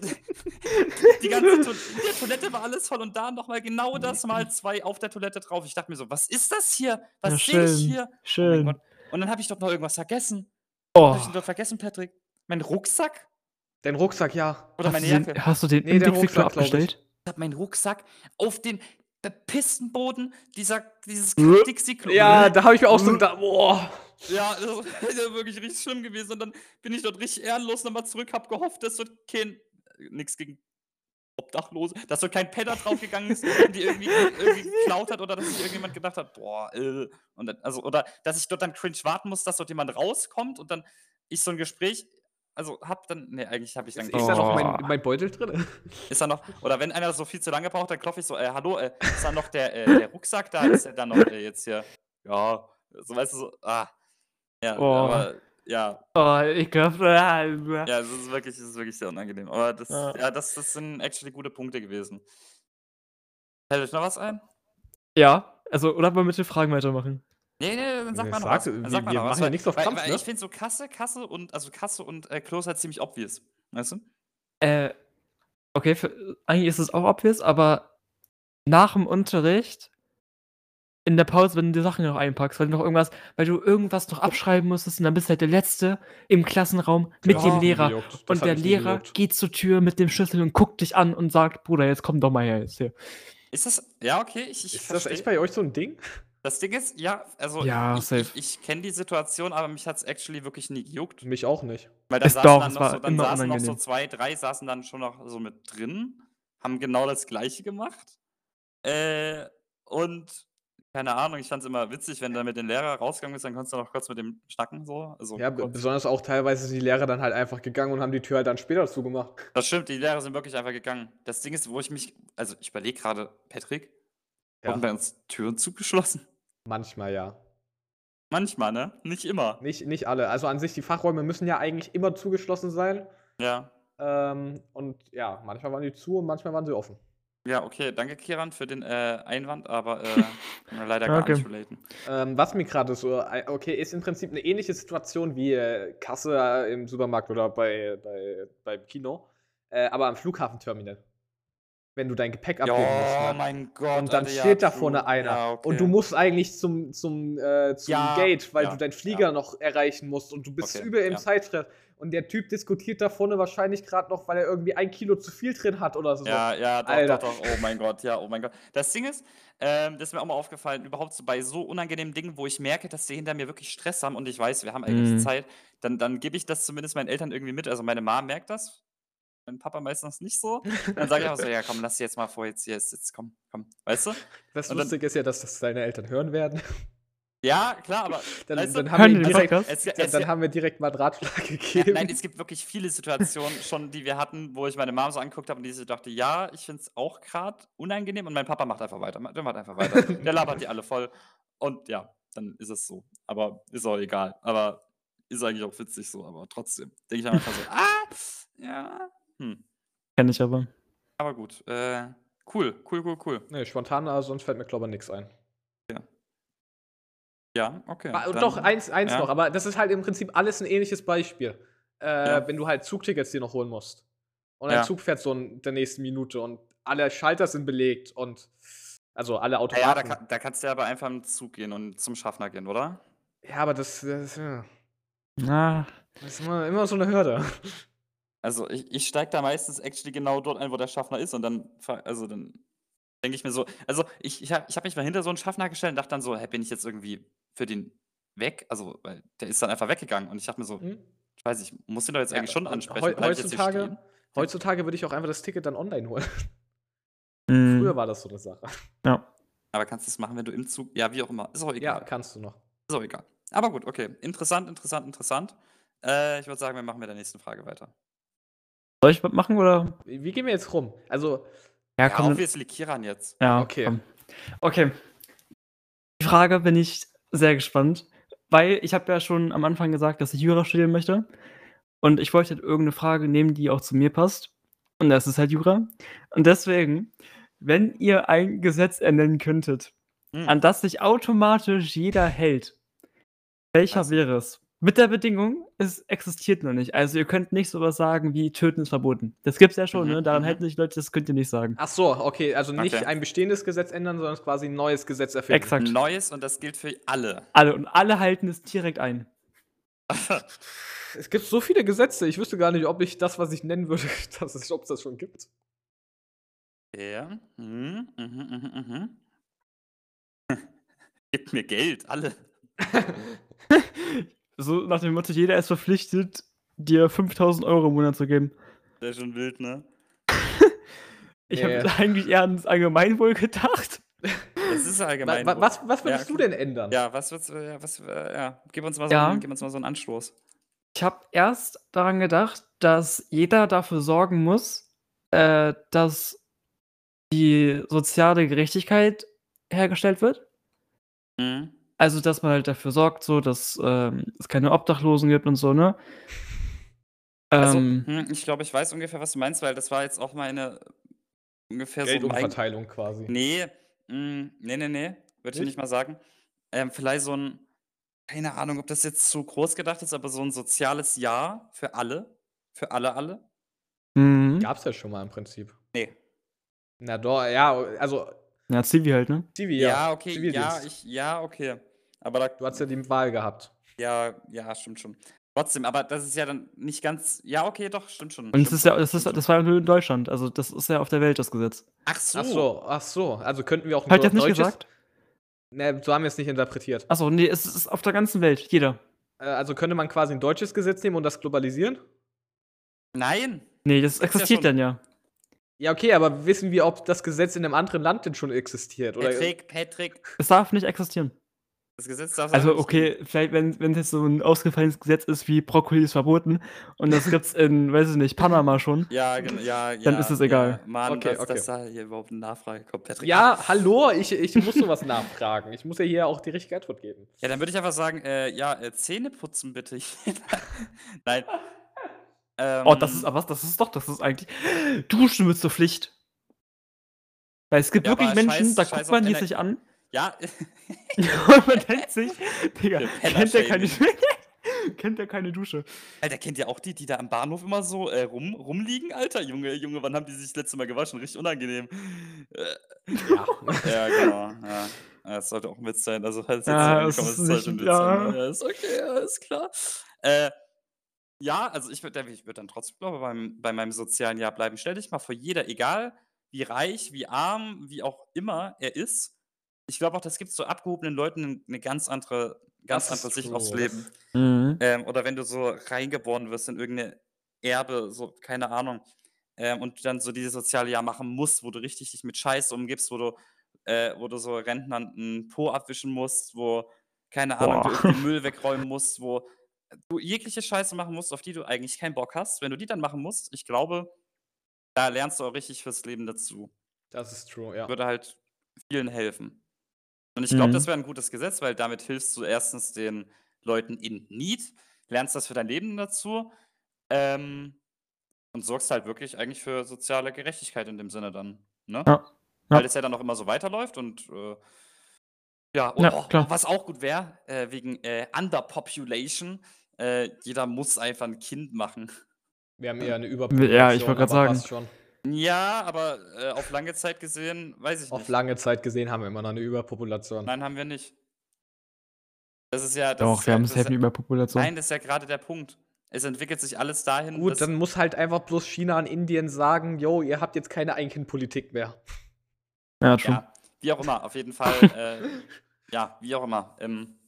Speaker 1: die ganze To in der Toilette war alles voll und da noch mal genau das mal 2 auf der Toilette drauf. Ich dachte mir so: „Was ist das hier?
Speaker 3: Ja,
Speaker 1: Was sehe ich
Speaker 3: schön,
Speaker 1: hier? Oh mein
Speaker 3: schön.
Speaker 1: Gott." Und dann habe ich doch noch irgendwas vergessen. Was habe ich
Speaker 3: Oh,
Speaker 1: denn dort vergessen, Patrick? Mein Rucksack
Speaker 2: Dein Rucksack, ja.
Speaker 1: oder meine Jacke?
Speaker 3: hast du den
Speaker 2: Ne,
Speaker 3: im
Speaker 2: der
Speaker 3: Dixie-Klo
Speaker 2: Rucksack, glaube ich.
Speaker 3: abgestellt?
Speaker 1: Ich habe meinen Rucksack auf den bepissten Boden dieses Kack-Dixie-Klo
Speaker 2: Ja, da habe ich mir auch so gedacht: „Boah."
Speaker 1: Ja, das ist wirklich richtig schlimm gewesen und dann bin ich dort richtig ehrenlos noch mal zurück, habe gehofft, dass dort kein nix gegen Obdachlose, dass dort kein Penner draufgegangen ist und die irgendwie geklaut hat oder dass sich irgendjemand gedacht hat: „Boah, und dann also oder dass ich dort dann cringe warten muss, dass dort jemand rauskommt und dann ich so 'n Gespräch also, habe dann ne, eigentlich habe ich dann
Speaker 2: Ist da noch
Speaker 3: Oh.
Speaker 2: mein Beutel drin?
Speaker 1: ist da noch oder wenn einer so viel zu lange braucht, dann klopfe ich so: hallo, ist da noch der Rucksack da? Ist der dann noch, jetzt hier" ja, so weißt du, so, ja,
Speaker 3: Oh.
Speaker 1: aber ja.
Speaker 3: Oh, ekelhaft.
Speaker 1: Ja, es ist wirklich sehr unangenehm. Aber das
Speaker 3: Ja.
Speaker 1: ja, das sind actually gute Punkte gewesen. Fällt euch noch was ein?
Speaker 3: Ja, also oder wollen wir mit den Fragen weitermachen?
Speaker 1: Ne, dann sag
Speaker 2: Ne,
Speaker 1: mal noch
Speaker 2: sag,
Speaker 1: was. Dann sag mal
Speaker 2: wir
Speaker 1: noch was,
Speaker 2: machen ja nichts auf Krampf,
Speaker 1: weil
Speaker 2: ne?
Speaker 1: ich finde so Kasse und, Klo ist halt ziemlich obvious, weißt du?
Speaker 3: Äh, okay, eigentlich ist es auch obvious, aber nach dem Unterricht, in der Pause, wenn du die Sachen noch einpackst, weil du irgendwas noch abschreiben musstest und dann bist du halt der Letzte im Klassenraum mit
Speaker 2: Das hat
Speaker 3: dem
Speaker 1: Ja,
Speaker 2: mich nie
Speaker 3: Lehrer
Speaker 2: gejuckt. Das
Speaker 3: und
Speaker 2: hat
Speaker 3: der
Speaker 2: mich nie
Speaker 3: Lehrer
Speaker 2: gejuckt.
Speaker 3: geht zur Tür mit dem Schlüssel und guckt dich an und sagt: „Bruder, jetzt komm doch mal her jetzt hier.“
Speaker 1: ist das ja, okay, ich
Speaker 2: Ist das echt
Speaker 1: verstehe.
Speaker 2: bei euch so 'n Ding?
Speaker 1: Das Ding ist, ja, also
Speaker 3: Ja, safe.
Speaker 1: ich kenne die Situation, aber mich hat's actually wirklich nie gejuckt,
Speaker 2: Mich auch nicht.
Speaker 1: weil
Speaker 3: Es war
Speaker 1: dann
Speaker 3: immer
Speaker 1: saßen noch so
Speaker 3: unangenehm.
Speaker 1: 2, 3 saßen dann schon noch so mit drin, haben genau das Gleiche gemacht. Und keine Ahnung, ich fand's immer witzig, wenn du dann mit dem Lehrer rausgegangen bist, dann konntest du noch kurz mit dem schnacken so, also
Speaker 2: Ja,
Speaker 1: kurz.
Speaker 2: besonders auch teilweise sind die Lehrer dann halt einfach gegangen und haben die Tür halt dann später zugemacht.
Speaker 1: Das stimmt, die Lehrer sind wirklich einfach gegangen. Das Ding ist, ich überlege grade, Patrick, wurden bei
Speaker 2: Ja,
Speaker 1: uns Türen zugeschlossen?
Speaker 2: manchmal ja.
Speaker 1: Manchmal, ne? Nicht immer.
Speaker 2: Nicht alle. Also, an sich, die Fachräume müssen ja eigentlich immer zugeschlossen sein.
Speaker 1: Ja.
Speaker 2: Und ja, manchmal waren die zu und manchmal waren sie offen.
Speaker 1: Ja, okay, danke Kiran für den, Einwand, aber, kann man leider
Speaker 3: Ja,
Speaker 1: gar nicht
Speaker 3: okay.
Speaker 1: relaten.
Speaker 2: Was mir gerade so okay, ist im Prinzip eine ähnliche Situation wie, Kasse, im Supermarkt oder beim Kino, aber am Flughafenterminal, wenn du dein Gepäck abgeben musst,
Speaker 1: Ja,
Speaker 2: ne?
Speaker 1: mein Gott,
Speaker 2: Und dann
Speaker 1: Alter, ja,
Speaker 2: steht da
Speaker 1: true.
Speaker 2: vorne einer
Speaker 1: Ja,
Speaker 2: und du
Speaker 1: okay.
Speaker 2: musst eigentlich zum
Speaker 1: Ja,
Speaker 2: Gate, weil du
Speaker 1: ja,
Speaker 2: deinen
Speaker 1: ja,
Speaker 2: Flieger noch erreichen musst und du bist
Speaker 1: okay,
Speaker 2: übel im
Speaker 1: ja.
Speaker 2: Zeitstress und der Typ diskutiert da vorne wahrscheinlich gerade noch, weil er irgendwie 1 Kilo zu viel drin hat oder so.
Speaker 1: Ja, ja, doch, doch,
Speaker 2: Alter,
Speaker 1: doch. Oh mein Gott, ja, oh mein Gott. Das Ding ist, das ist mir auch mal aufgefallen, überhaupt so bei so unangenehmen Dingen, wo ich merke, dass die hinter mir wirklich Stress haben und ich weiß, wir haben eigentlich
Speaker 3: Mhm.
Speaker 1: Zeit, dann gebe ich das zumindest meinen Eltern irgendwie mit. Also, meine Mom merkt das, mein Papa meistens nicht so. Dann sage ich einfach so: „Ja, komm, lass sie jetzt mal vor, jetzt komm, komm", weißt du?
Speaker 2: das
Speaker 1: Und dann
Speaker 2: Lustige ist ja, dass das deine Eltern hören werden.
Speaker 1: ja, klar, aber
Speaker 2: Dann
Speaker 1: weißt du,
Speaker 2: dann haben wir
Speaker 3: Hören die
Speaker 2: ihnen
Speaker 3: den
Speaker 1: also,
Speaker 2: direkt
Speaker 3: Podcast?
Speaker 2: dann haben wir direkt mal Drahtschlag
Speaker 1: ja, nein,
Speaker 2: gegeben.
Speaker 1: es gibt wirklich viele Situationen schon, die wir hatten, wo ich meine Mom so angeguckt habe und die so dachte: „Ja, ich finde es auch gerade unangenehm" und mein Papa macht einfach weiter. Der macht einfach weiter. Der labert die alle voll und ja, dann ist es so. Aber ist auch egal. Aber ist eigentlich auch witzig so, aber trotzdem denke ich mir manchmal so: ja,
Speaker 3: Kenn ich aber.
Speaker 1: aber gut. Cool, cool, cool, cool.
Speaker 2: Ne, spontan, aber sonst fällt mir, glaube ich, nix ein.
Speaker 1: Ja. Ja, okay,
Speaker 2: Doch,
Speaker 1: dann
Speaker 2: eins noch,
Speaker 1: ja,
Speaker 2: aber das ist halt im Prinzip alles ein ähnliches Beispiel.
Speaker 1: ja,
Speaker 2: Wenn du halt Zugtickets dir noch holen musst und ein
Speaker 1: ja.
Speaker 2: Zug fährt so in der nächsten Minute und alle Schalter sind belegt und also alle
Speaker 1: Na ja,
Speaker 2: Automaten.
Speaker 1: da kannst du ja aber einfach im Zug gehen und zum Schaffner gehen, oder?
Speaker 2: Ja, aber das ja,
Speaker 3: Ah,
Speaker 2: das ist immer so 'ne Hürde.
Speaker 1: Also, ich steige da meistens actually genau dort ein, wo der Schaffner ist und dann denke ich mir so ich habe mich mal hinter so 'n Schaffner gestellt und dachte dann so: „Hä, bin ich jetzt irgendwie für den weg?“ Also, weil der ist dann einfach weggegangen und ich dachte mir so:
Speaker 2: Mhm.
Speaker 1: „Ich weiß nicht, ich muss den doch jetzt
Speaker 2: Ja,
Speaker 1: eigentlich schon
Speaker 2: und
Speaker 1: ansprechen. Bleibe ich jetzt hier stehen?“
Speaker 2: heutzutage würde ich auch einfach das Ticket dann online holen. Früher
Speaker 3: Mhm.
Speaker 2: war das so 'ne Sache.
Speaker 3: Ja.
Speaker 1: Aber kannst du's machen, wenn du im Zug ja, wie auch immer, ist auch
Speaker 2: Ja,
Speaker 1: egal.
Speaker 2: kannst du noch.
Speaker 1: Ist auch egal. Aber gut, okay. Interessant, interessant, interessant. Ich würde sagen, wir machen mit der nächsten Frage weiter.
Speaker 3: Soll ich was machen oder?
Speaker 2: Wie gehen wir jetzt rum? Also,
Speaker 3: Ja,
Speaker 1: Ja,
Speaker 3: komm, dann
Speaker 1: obviously Kiran jetzt.
Speaker 3: ja,
Speaker 2: okay.
Speaker 3: komm. Okay, die Frage bin ich sehr gespannt, weil ich habe ja schon am Anfang gesagt, dass ich Jura studieren möchte und ich wollte halt irgend 'ne Frage nehmen, die auch zu mir passt und das ist halt Jura. Und deswegen, wenn ihr ein Gesetz ernennen könntet,
Speaker 1: Hm,
Speaker 3: an das sich automatisch jeder hält, welcher
Speaker 1: was?
Speaker 3: wäre es? Mit der Bedingung, es existiert noch nicht. Also, ihr könnt nicht so was sagen wie „Töten ist verboten“. Das gibt's ja schon,
Speaker 1: Mhm,
Speaker 3: ne? Daran
Speaker 1: mhm.
Speaker 3: halten sich Leute, das könnt ihr nicht sagen.
Speaker 2: Ach so, okay, also nicht
Speaker 1: Okay.
Speaker 2: ein bestehendes Gesetz ändern, sondern quasi 'n neues Gesetz erfinden.
Speaker 3: Exakt.
Speaker 1: Neues und das gilt für alle.
Speaker 3: Alle halten es direkt ein.
Speaker 2: Es gibt so viele Gesetze, ich wüsste gar nicht, ob ich das, was ich nennen würde, ob's das schon gibt.
Speaker 1: Ja. Mhm, mhm, mhm, mhm. Gebt mir Geld, alle.
Speaker 3: So nach dem Motto, jeder ist verpflichtet, dir 5.000 € im Monat zu geben.
Speaker 1: Wäre schon wild, ne?
Speaker 3: Ich habe
Speaker 2: Ne.
Speaker 3: eigentlich eher ans Allgemeinwohl gedacht.
Speaker 1: Es ist
Speaker 2: Wa
Speaker 1: allgemein
Speaker 2: wa
Speaker 1: wohl.
Speaker 2: was
Speaker 1: Ja,
Speaker 2: würdest du
Speaker 1: okay.
Speaker 2: denn ändern?
Speaker 1: Ja, was würdest du ja, ja,
Speaker 3: Ja,
Speaker 1: gib uns mal so 'n Anstoß.
Speaker 3: ich habe erst daran gedacht, dass jeder dafür sorgen muss, dass die soziale Gerechtigkeit hergestellt wird.
Speaker 1: Mhm.
Speaker 3: Also, dass man halt dafür sorgt, so, dass, es keine Obdachlosen gibt und so, ne?
Speaker 1: Also,
Speaker 3: Ähm,
Speaker 1: ich glaube, ich weiß ungefähr, was du meinst, weil das war jetzt auch ungefähr so mein
Speaker 2: Geldumverteilung quasi.
Speaker 1: ne, ne, würde ich
Speaker 2: Nicht?
Speaker 1: nicht mal sagen. Vielleicht so 'n keine Ahnung, ob das jetzt zu groß gedacht ist, aber so 'n soziales Jahr für alle. Für alle.
Speaker 3: mhm.
Speaker 2: Gab's ja schon mal im Prinzip.
Speaker 1: Ne.
Speaker 2: Na doch, ja, also
Speaker 3: Ja, Zivi halt, ne?
Speaker 2: Zivi, ja,
Speaker 1: Ja, okay,
Speaker 2: Zivildienst.
Speaker 1: ja, okay. Aber da
Speaker 2: Du hattest ja die Wahl gehabt.
Speaker 1: ja, ja, stimmt schon. Trotzdem, aber das ist ja dann nicht ganz ja, okay, doch,
Speaker 3: Und es ist ja
Speaker 1: stimmt schon.
Speaker 3: das war ja nur in Deutschland. Also, das ist ja auf der Welt das Gesetz.
Speaker 1: Ach so.
Speaker 2: Ach so, also könnten wir auch 'n
Speaker 3: Habe ich das nicht
Speaker 2: deutsches
Speaker 3: gesagt?
Speaker 2: ne, so haben wir's nicht interpretiert.
Speaker 3: Ach so, ne, es ist auf der ganzen Welt, jeder.
Speaker 2: Also könnte man quasi 'n deutsches Gesetz nehmen und das globalisieren?
Speaker 1: Nein,
Speaker 3: Ne, das
Speaker 1: das gibt's ja
Speaker 3: existiert
Speaker 1: schon.
Speaker 3: dann ja.
Speaker 2: Ja, okay, aber wissen wir, ob das Gesetz in 'nem anderen Land denn schon existiert, oder
Speaker 1: Patrick,
Speaker 3: Es darf nicht existieren.
Speaker 1: das Gesetz darf's einfach
Speaker 3: Also,
Speaker 1: nicht geben.
Speaker 3: okay, vielleicht, wenn jetzt so 'n ausgefallenes Gesetz ist wie Brokkoli ist verboten und das gibt's in, weiß ich nicht, Panama schon, dann ist es
Speaker 1: Ja.
Speaker 3: egal.
Speaker 1: Mann,
Speaker 2: Okay,
Speaker 1: dass
Speaker 2: okay.
Speaker 1: da hier überhaupt 'ne Nachfrage kommt, Patrick.
Speaker 2: Ja, hallo, ich muss so was nachfragen. Ich muss ja hier auch die richtige Antwort geben.
Speaker 1: Ja, dann würde ich einfach sagen, ja, Zähne putzen bitte. Nein,
Speaker 3: Oh, das ist
Speaker 1: ähm,
Speaker 3: aber was? Das ist eigentlich Duschen wird zur Pflicht. Weil es gibt
Speaker 1: ja,
Speaker 3: wirklich
Speaker 1: aber
Speaker 3: Menschen, da
Speaker 1: scheiß
Speaker 3: guckt
Speaker 1: auf
Speaker 3: man die
Speaker 1: Ener
Speaker 3: sich an
Speaker 1: ja,
Speaker 3: und man denkt sich: „Digga, kennt der keine
Speaker 1: Penner-Shaming.
Speaker 3: kennt der keine Dusche?“
Speaker 1: Alter, kennt ihr auch die da am Bahnhof immer so, rumliegen, Alter? Junge, wann haben die sich das letzte Mal gewaschen? Richtig unangenehm.
Speaker 2: Ja.
Speaker 1: Ja, genau, ja. Ja, das sollte auch 'n Witz sein. Also, falls es jetzt so
Speaker 3: Ja, es
Speaker 1: angekommen
Speaker 3: ist
Speaker 1: ist, es sollte 'n
Speaker 3: nicht
Speaker 1: Witz sein, ne?
Speaker 3: ja.
Speaker 1: Ja, ist okay, alles klar. Äh, ja, also, ich würde dann trotzdem, glaube ich, bei meinem sozialen Jahr bleiben. Stell dich mal vor, jeder, egal wie reich, wie arm, wie auch immer er ist, ich glaube auch, das gibt so abgehobenen Leuten 'ne ganz
Speaker 2: Das
Speaker 1: andere
Speaker 2: ist
Speaker 1: Sicht aufs
Speaker 2: true.
Speaker 1: Leben.
Speaker 3: Mhm.
Speaker 1: Oder wenn du so reingeboren wirst in irgendeine Erbe, so, keine Ahnung, und dann so dieses soziale Jahr machen musst, wo du richtig dich mit Scheiße umgibst, wo du so Rentnern 'n Po abwischen musst, wo, keine Ahnung, du
Speaker 3: Boah.
Speaker 1: irgendwie Müll wegräumen musst, wo du jegliche Scheiße machen musst, auf die du eigentlich keinen Bock hast. Wenn du die dann machen musst, ich glaube, da lernst du auch richtig fürs Leben dazu.
Speaker 2: Das ist true, ja.
Speaker 1: Würde halt vielen helfen. Und ich glaube, das
Speaker 3: Mhm.
Speaker 1: wäre 'n gutes Gesetz, weil damit hilfst du erstens den Leuten in Need, lernst das für dein Leben dazu, ähm, und sorgst halt wirklich eigentlich für soziale Gerechtigkeit in dem Sinne dann, ne?
Speaker 3: Ja.
Speaker 1: Weil
Speaker 3: Ja.
Speaker 1: das ja dann auch immer so weiterläuft und, ja,
Speaker 3: Ja,
Speaker 1: und
Speaker 3: klar.
Speaker 1: was auch gut wäre, wegen, Underpopulation, jeder muss einfach 'n Kind machen.
Speaker 2: Wir haben eher 'ne
Speaker 3: Ja, ich
Speaker 2: Überpopulation,
Speaker 3: wollte grad
Speaker 2: aber
Speaker 3: sagen.
Speaker 2: passt schon.
Speaker 1: Ja, aber, auf lange Zeit gesehen, weiß ich
Speaker 2: Auf
Speaker 1: nicht.
Speaker 2: lange Zeit gesehen haben wir immer noch 'ne Überpopulation.
Speaker 1: Nein, haben wir nicht.
Speaker 3: Doch, wir haben safe 'ne Überpopulation.
Speaker 1: Das ist ja grade der Punkt. es entwickelt sich alles dahin,
Speaker 2: Gut,
Speaker 1: dass
Speaker 2: dann muss halt einfach bloß China an Indien sagen: „Jo, ihr habt jetzt keine Ein-Kind-Politik mehr.“
Speaker 3: Ja, true.
Speaker 1: ja, wie auch immer, auf jeden Fall, ja, wie auch immer.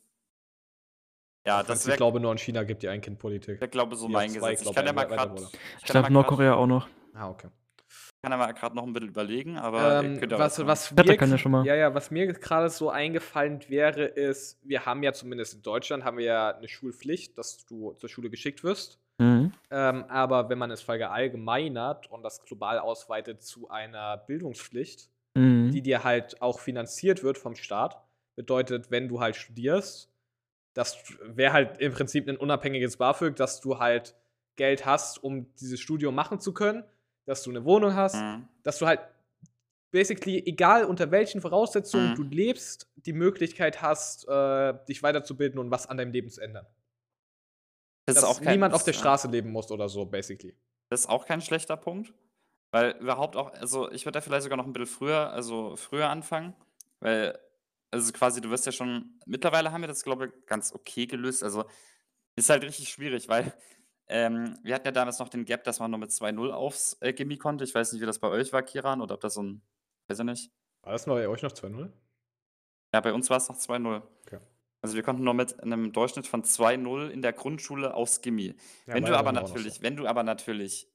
Speaker 1: Ja,
Speaker 2: Auch wenn's,
Speaker 1: das
Speaker 2: ich
Speaker 1: wäre,
Speaker 2: glaube, nur in China gibt die Ein-Kind-Politik.
Speaker 1: glaube so
Speaker 2: Die auf
Speaker 1: mein
Speaker 2: 2,
Speaker 1: Gesetz. Ich
Speaker 2: glaube
Speaker 1: kann ja
Speaker 2: ich,
Speaker 1: mal
Speaker 2: weiter
Speaker 1: gerade,
Speaker 2: wurde.
Speaker 3: Ich glaube, Nordkorea auch noch.
Speaker 2: Ah, okay.
Speaker 1: noch ein bisschen überlegen, aber ihr könnt ja
Speaker 2: Was
Speaker 1: weitermachen.
Speaker 2: was
Speaker 3: Wetter
Speaker 2: mir
Speaker 3: kann ja schon mal.
Speaker 2: ja, was mir gerade so eingefallen wäre, ist, wir haben ja zumindest in Deutschland haben wir ja 'ne Schulpflicht, dass du zur Schule geschickt wirst.
Speaker 3: Mhm.
Speaker 2: Aber wenn man es verallgemeinert und das global ausweitet zu einer Bildungspflicht, die
Speaker 3: Mhm.
Speaker 2: dir halt auch finanziert wird vom Staat, bedeutet, wenn du halt studierst, das wäre halt im Prinzip ein unabhängiges BAföG, dass du halt Geld hast, um dieses Studium machen zu können, dass du eine Wohnung hast,
Speaker 1: Mhm.
Speaker 2: dass du halt basically, egal unter welchen Voraussetzungen du
Speaker 1: Mhm.
Speaker 2: lebst, die Möglichkeit hast, dich weiterzubilden und was an deinem Leben zu ändern.
Speaker 1: Das ist
Speaker 2: Dass
Speaker 1: auch kein
Speaker 2: niemand auf der
Speaker 1: ja.
Speaker 2: Straße leben muss oder so, basically.
Speaker 1: Das ist auch kein schlechter Punkt, weil überhaupt auch also, ich würde da vielleicht sogar noch ein bisschen früher anfangen, weil also, quasi du wirst ja schon mittlerweile haben wir das, glaube ich, ganz okay gelöst. Also, ist halt richtig schwierig, weil, wir hatten ja damals noch den Gap, dass man nur mit 2,0 aufs, Gymi konnte. Ich weiß nicht, wie das bei euch war, Kiran, oder ob das so 'n weiß ich nicht.
Speaker 2: War das bei euch noch 2:0?
Speaker 1: Ja, bei uns war's noch 2,0.
Speaker 2: Okay.
Speaker 1: Also, wir konnten nur mit 'nem Durchschnitt von 2,0 in der Grundschule aufs Gymi.
Speaker 2: Ja, bei uns auch noch so.
Speaker 1: Wenn du aber natürlich,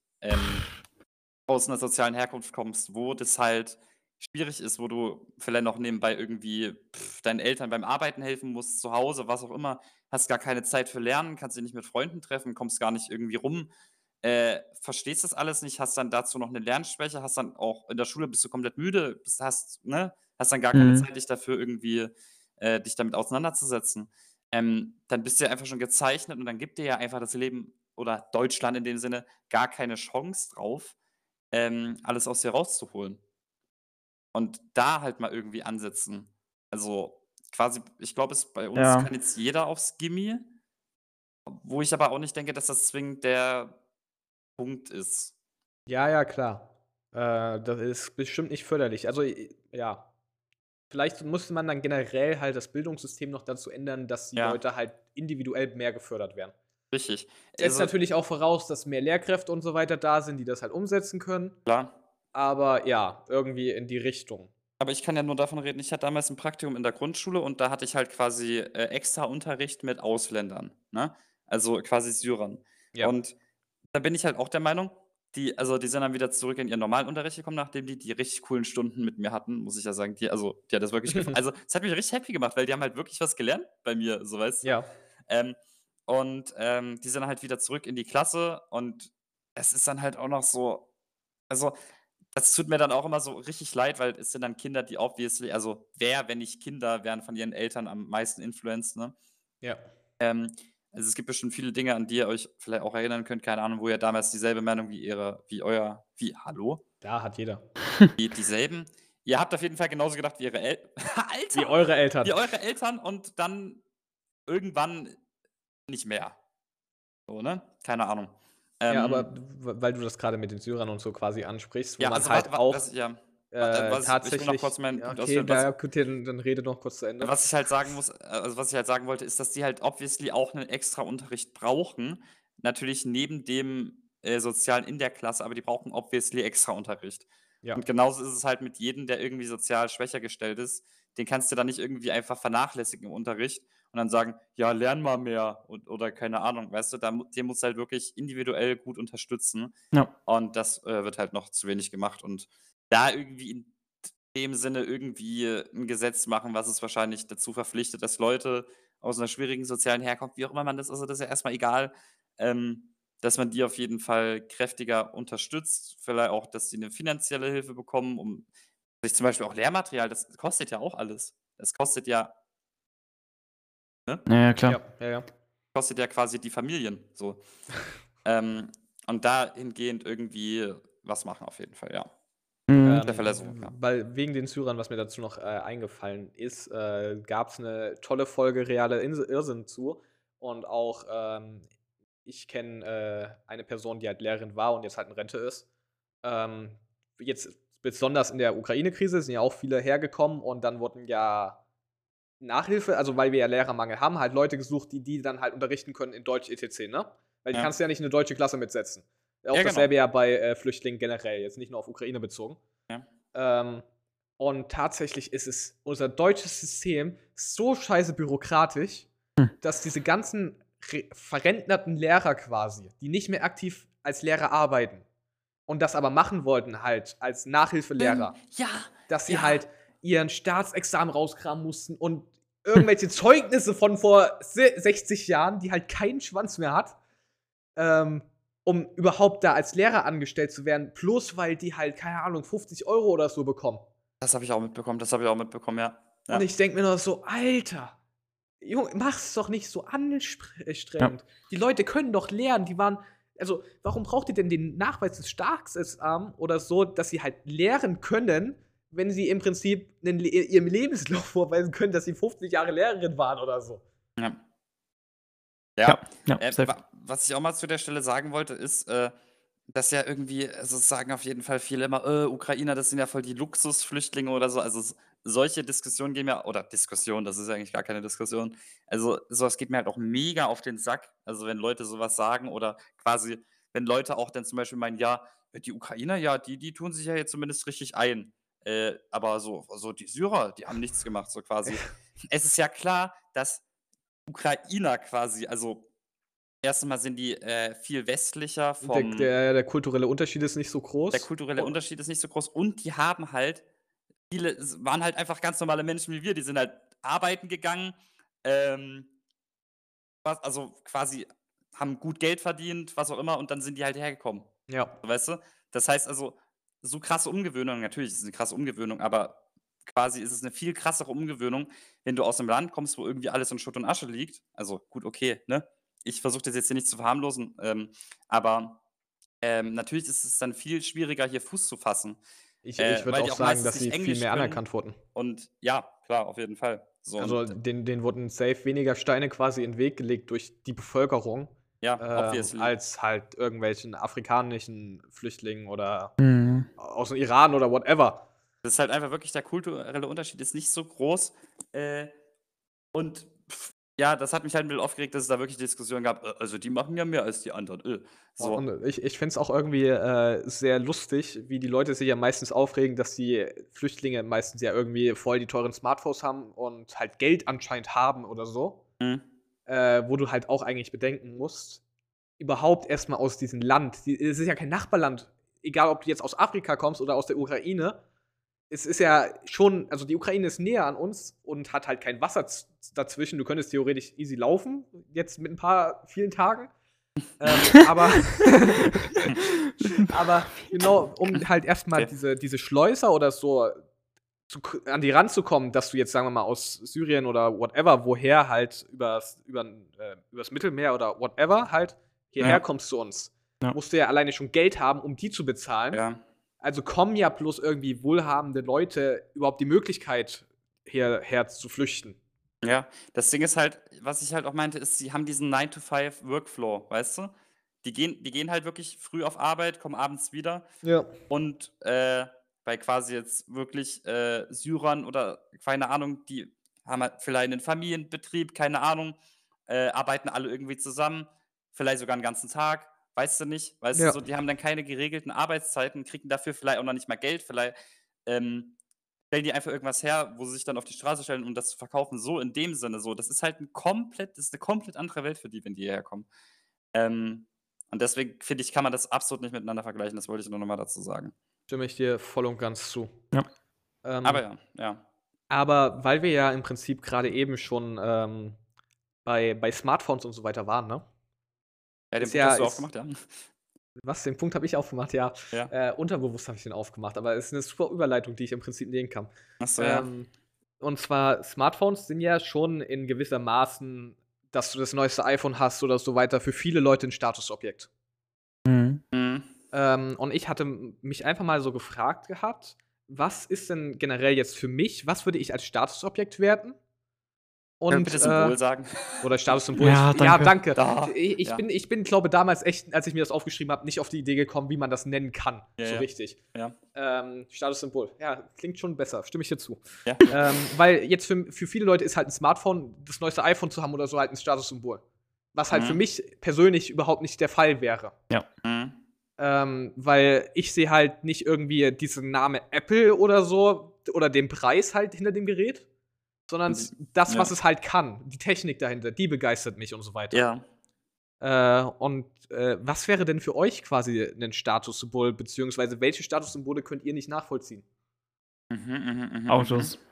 Speaker 1: aus 'ner sozialen Herkunft kommst, wo das halt schwierig ist, wo du vielleicht noch nebenbei irgendwie, deinen Eltern beim Arbeiten helfen musst, zu Hause, was auch immer, hast gar keine Zeit für Lernen, kannst dich nicht mit Freunden treffen, kommst gar nicht irgendwie rum, verstehst das alles nicht, hast dann dazu noch 'ne Lernschwäche, hast dann auch in der Schule bist du komplett müde, hast dann gar keine
Speaker 3: Mhm.
Speaker 1: Zeit, dich dafür irgendwie dich damit auseinanderzusetzen. Dann bist du ja einfach schon gezeichnet und dann gibt dir ja einfach das Leben oder Deutschland in dem Sinne gar keine Chance drauf, alles aus dir rauszuholen. Und da halt mal irgendwie ansetzen. Also, quasi ich glaube, es bei uns
Speaker 3: Ja.
Speaker 1: kann jetzt jeder aufs Gymi, wo ich aber auch nicht denke, dass das zwingend der Punkt ist.
Speaker 2: Ja, ja, klar. Das ist bestimmt nicht förderlich. Also, ja. Vielleicht musste man dann generell halt das Bildungssystem noch dazu ändern, dass die
Speaker 1: Ja,
Speaker 2: Leute halt individuell mehr gefördert werden.
Speaker 1: richtig.
Speaker 2: Setzt
Speaker 1: Also,
Speaker 2: natürlich auch voraus, dass mehr Lehrkräfte und so weiter da sind, die das halt umsetzen können.
Speaker 1: klar.
Speaker 2: Aber ja, irgendwie in die Richtung.
Speaker 1: Aber ich kann ja nur davon reden, ich hatte damals 'n Praktikum in der Grundschule und da hatte ich halt quasi, extra Unterricht mit Ausländern, ne? Also, quasi Syrern.
Speaker 2: Ja.
Speaker 1: Und da bin ich halt auch der Meinung, die sind dann wieder zurück in ihren normalen Unterricht gekommen, nachdem die richtig coolen Stunden mit mir hatten, muss ich ja sagen. Die hat das wirklich also, es hat mich richtig happy gemacht, weil die haben halt wirklich was gelernt bei mir, so, weißt du?
Speaker 2: Ja.
Speaker 1: Ähm, die sind halt wieder zurück in die Klasse und es ist dann halt auch noch so also, das tut mir dann auch immer so richtig leid, weil es sind dann Kinder, die obviously also, wer, wenn nicht Kinder, werden von ihren Eltern am meisten influenced, ne?
Speaker 2: Ja.
Speaker 1: Ähm, also, es gibt bestimmt viele Dinge, an die ihr euch vielleicht auch erinnern könnt, keine Ahnung, wo ihr damals dieselbe Meinung hallo?
Speaker 2: Da hat jeder.
Speaker 1: Dieselben? Ihr habt auf jeden Fall genauso gedacht wie ihre
Speaker 2: Wie
Speaker 1: Alter!
Speaker 2: eure Eltern.
Speaker 1: Wie eure Eltern und dann irgendwann nicht mehr. So, ne? Keine Ahnung.
Speaker 2: Ja, aber
Speaker 1: Ähm,
Speaker 2: weil du das gerade mit den Syrern und so quasi ansprichst, wo
Speaker 1: ja,
Speaker 2: man
Speaker 1: also, wa
Speaker 2: halt
Speaker 1: wa
Speaker 2: auch,
Speaker 1: was ja, was ich will noch kurz
Speaker 2: tatsächlich,
Speaker 1: meinen
Speaker 2: ja,
Speaker 1: Punkt
Speaker 2: okay,
Speaker 1: ausführen.
Speaker 2: ja, gut, dann rede noch kurz zu Ende.
Speaker 1: Was ich halt sagen muss was ich halt sagen wollte, ist, dass die halt obviously auch 'nen Extraunterricht brauchen. Natürlich neben dem, Sozialen in der Klasse, aber die brauchen obviously Extraunterricht.
Speaker 2: Ja.
Speaker 1: Und genauso ist es halt mit jedem, der irgendwie sozial schwächer gestellt ist. Den kannst du dann nicht irgendwie einfach vernachlässigen im Unterricht und dann sagen: „Ja, lern mal mehr“ oder keine Ahnung, weißt du? Den musst du halt wirklich individuell gut unterstützen
Speaker 3: Ja.
Speaker 1: und das, wird halt noch zu wenig gemacht und da irgendwie in dem Sinne irgendwie 'n Gesetz machen, was es wahrscheinlich dazu verpflichtet, dass Leute aus 'ner schwierigen sozialen Herkunft, wie auch immer man das also, das ist ja erst mal egal, dass man die auf jeden Fall kräftiger unterstützt. Vielleicht auch, dass die 'ne finanzielle Hilfe bekommen, um sich zum Beispiel auch Lehrmaterial das kostet ja auch alles. Das kostet ja ne?
Speaker 3: Ja, ja, klar.
Speaker 2: Ja, ja, ja.
Speaker 1: Kostet ja quasi die Familien so. Ähm, und dahingehend irgendwie was machen auf jeden Fall, ja.
Speaker 3: Mhm.
Speaker 1: Der Verlässung, ja.
Speaker 2: Weil wegen den Syrern, was mir dazu noch, eingefallen ist, gab es eine tolle Folge Reale Irrsinn zu und auch, ich kenne, eine Person, die halt Lehrerin war und jetzt halt in Rente ist. Jetzt besonders in der Ukraine-Krise sind ja auch viele hergekommen und dann wurden ja Nachhilfe, also, weil wir ja Lehrermangel haben, halt Leute gesucht, die dann halt unterrichten können in Deutsch et cetera, ne? Weil die
Speaker 1: Ja.
Speaker 2: kannst du ja nicht in eine deutsche Klasse mitsetzen. Auch
Speaker 1: Ja, genau.
Speaker 2: dasselbe ja bei Flüchtlingen generell, jetzt nicht nur auf Ukraine bezogen.
Speaker 1: Ja.
Speaker 2: Und tatsächlich ist es unser deutsches System so scheiße bürokratisch, dass diese ganzen verrentnerten Lehrer quasi, die nicht mehr aktiv als Lehrer arbeiten und das aber machen wollten halt als Nachhilfelehrer,
Speaker 1: Ja,
Speaker 2: dass sie
Speaker 1: ja.
Speaker 2: halt ihren Staatsexamen rauskramen mussten und irgendwelche Zeugnisse von vor 60 Jahren, die halt keinen Schwanz mehr hat, um überhaupt da als Lehrer angestellt zu werden, bloß weil die halt, keine Ahnung, 50 € oder so bekommen.
Speaker 1: Das habe ich auch mitbekommen, ja. Ja.
Speaker 2: Und ich denke mir nur so, Alter, Junge, mach's doch nicht so anstrengend. Die Leute können doch lernen, also, warum braucht ihr denn den Nachweis des Staatsexamens oder so, dass sie halt lehren können, wenn sie im Prinzip ihrem Lebenslauf vorweisen können, dass sie 50 Jahre Lehrerin waren oder so?
Speaker 1: Ja.
Speaker 3: safe.
Speaker 1: Was ich auch mal zu der Stelle sagen wollte, ist, dass ja irgendwie, also es sagen auf jeden Fall viele immer, Ukrainer, das sind ja voll die Luxusflüchtlinge oder so. Also solche Diskussionen gehen mir, oder Diskussion, das ist ja eigentlich gar keine Diskussion. Also sowas geht mir halt auch mega auf den Sack. Also wenn Leute sowas sagen oder quasi, wenn Leute auch dann zum Beispiel meinen, ja, die Ukrainer, ja, die tun sich ja jetzt zumindest richtig ein. Aber so die Syrer, die haben nichts gemacht, so quasi. Es ist ja klar, dass Ukrainer quasi, also erstmal sind die viel westlicher vom.
Speaker 2: Der kulturelle Unterschied ist nicht so groß.
Speaker 1: Der kulturelle Unterschied ist nicht so groß und die haben halt, viele waren halt einfach ganz normale Menschen wie wir, die sind halt arbeiten gegangen, also quasi haben gut Geld verdient, was auch immer, und dann sind die halt hergekommen.
Speaker 2: Ja.
Speaker 1: Weißt du? Das heißt also, so krasse Umgewöhnung, natürlich ist es eine krasse Umgewöhnung, aber quasi ist es eine viel krassere Umgewöhnung, wenn du aus einem Land kommst, wo irgendwie alles in Schutt und Asche liegt. Also gut, okay, ne? Ich versuche das jetzt hier nicht zu verharmlosen, aber natürlich ist es dann viel schwieriger, hier Fuß zu fassen.
Speaker 2: Ich würde
Speaker 1: weil die
Speaker 2: auch
Speaker 1: auch
Speaker 2: sagen,
Speaker 1: meistens
Speaker 2: dass
Speaker 1: nicht
Speaker 2: sie viel
Speaker 1: Englisch
Speaker 2: mehr
Speaker 1: können.
Speaker 2: anerkannt wurden.
Speaker 1: Und ja, klar, auf jeden Fall. So,
Speaker 2: Also
Speaker 1: und,
Speaker 2: denen wurden safe weniger Steine quasi in den Weg gelegt durch die Bevölkerung,
Speaker 1: ja, obviously.
Speaker 2: als halt irgendwelchen afrikanischen Flüchtlingen oder
Speaker 3: Mhm.
Speaker 2: aus dem Iran oder whatever.
Speaker 1: Das ist halt einfach wirklich, der kulturelle Unterschied ist nicht so groß. Und ja, das hat mich halt ein bisschen aufgeregt, dass es da wirklich Diskussionen gab. Also die machen ja mehr als die anderen. So.
Speaker 2: Und ich finde es auch irgendwie sehr lustig, wie die Leute sich ja meistens aufregen, dass die Flüchtlinge meistens ja irgendwie voll die teuren Smartphones haben und halt Geld anscheinend haben oder so.
Speaker 1: Mhm.
Speaker 2: Wo du halt auch eigentlich bedenken musst, überhaupt erstmal aus diesem Land, es ist ja kein Nachbarland, egal ob du jetzt aus Afrika kommst oder aus der Ukraine, es ist ja schon, also die Ukraine ist näher an uns und hat halt kein Wasser dazwischen, du könntest theoretisch easy laufen, jetzt mit vielen Tagen, aber genau, um halt erstmal
Speaker 1: Okay.
Speaker 2: diese Schleuser oder so an die ranzukommen, dass du jetzt, sagen wir mal, aus Syrien oder whatever, woher halt übers Mittelmeer oder whatever halt hierher
Speaker 1: Ja.
Speaker 2: kommst zu uns,
Speaker 3: Ja.
Speaker 2: musst du ja alleine schon Geld haben, um die zu bezahlen.
Speaker 1: Ja.
Speaker 2: Also kommen ja bloß irgendwie wohlhabende Leute überhaupt die Möglichkeit, hierher zu flüchten.
Speaker 1: Ja, das Ding ist halt, was ich halt auch meinte, ist, sie haben diesen 9-to-5-Workflow, weißt du? Die gehen halt wirklich früh auf Arbeit, kommen abends wieder
Speaker 2: Ja.
Speaker 1: und bei quasi jetzt wirklich Syrern oder keine Ahnung, die haben halt vielleicht einen Familienbetrieb, keine Ahnung, arbeiten alle irgendwie zusammen, vielleicht sogar einen ganzen Tag, weißt du nicht, weißt
Speaker 2: Ja.
Speaker 1: du, so, die haben dann keine geregelten Arbeitszeiten, kriegen dafür vielleicht auch noch nicht mal Geld, vielleicht stellen die einfach irgendwas her, wo sie sich dann auf die Straße stellen, um das zu verkaufen, so in dem Sinne so. Das ist halt das ist eine komplett andere Welt für die, wenn die hierher kommen. Und deswegen finde ich, kann man das absolut nicht miteinander vergleichen. Das wollte ich nur noch mal dazu sagen.
Speaker 2: Stimme ich dir voll und ganz zu.
Speaker 3: Ja.
Speaker 1: Aber ja.
Speaker 2: Aber weil wir ja im Prinzip gerade eben schon bei Smartphones und so weiter waren, ne?
Speaker 1: Ja, den
Speaker 2: Ist
Speaker 1: Punkt
Speaker 2: ja-
Speaker 1: hast du
Speaker 2: ist-
Speaker 1: aufgemacht, ja.
Speaker 2: Was, den Punkt habe ich aufgemacht, ja.
Speaker 1: Ja.
Speaker 2: Unterbewusst habe ich den aufgemacht, aber es ist eine super Überleitung, die ich im Prinzip nehmen kann.
Speaker 1: Achso, ja.
Speaker 2: Und zwar, Smartphones sind ja schon in gewisser Maßen, dass du das neueste iPhone hast oder so weiter, für viele Leute ein Statusobjekt.
Speaker 3: Mhm.
Speaker 1: Mhm.
Speaker 2: Und ich hatte mich einfach mal so gefragt gehabt, was ist denn generell jetzt für mich, was würde ich als Statusobjekt werten? Und,
Speaker 1: Bitte Symbol sagen.
Speaker 2: oder Statussymbol.
Speaker 3: Ja,
Speaker 2: Ja,
Speaker 3: danke.
Speaker 2: danke.
Speaker 1: Da,
Speaker 2: Ich
Speaker 1: ja.
Speaker 2: bin, glaube damals echt, als ich mir das aufgeschrieben habe, nicht auf die Idee gekommen, wie man das nennen kann.
Speaker 1: Ja,
Speaker 2: so
Speaker 1: ja.
Speaker 2: richtig.
Speaker 1: Ja.
Speaker 2: Statussymbol. Ja, klingt schon besser. Stimme ich dir zu.
Speaker 1: Ja.
Speaker 2: Weil jetzt für viele Leute ist halt ein Smartphone, das neueste iPhone zu haben oder so, halt ein Statussymbol. Was halt für
Speaker 1: Mhm.
Speaker 2: mich persönlich überhaupt nicht der Fall wäre.
Speaker 1: Mhm.
Speaker 2: Weil ich sehe halt nicht irgendwie diesen Name Apple oder so oder den Preis halt hinter dem Gerät, sondern das, was
Speaker 1: Ja.
Speaker 2: es halt kann, die Technik dahinter, die begeistert mich und so weiter.
Speaker 1: Ja.
Speaker 2: Was wäre denn für euch quasi ein Statussymbol, beziehungsweise welche Statussymbole könnt ihr nicht nachvollziehen?
Speaker 3: Autos.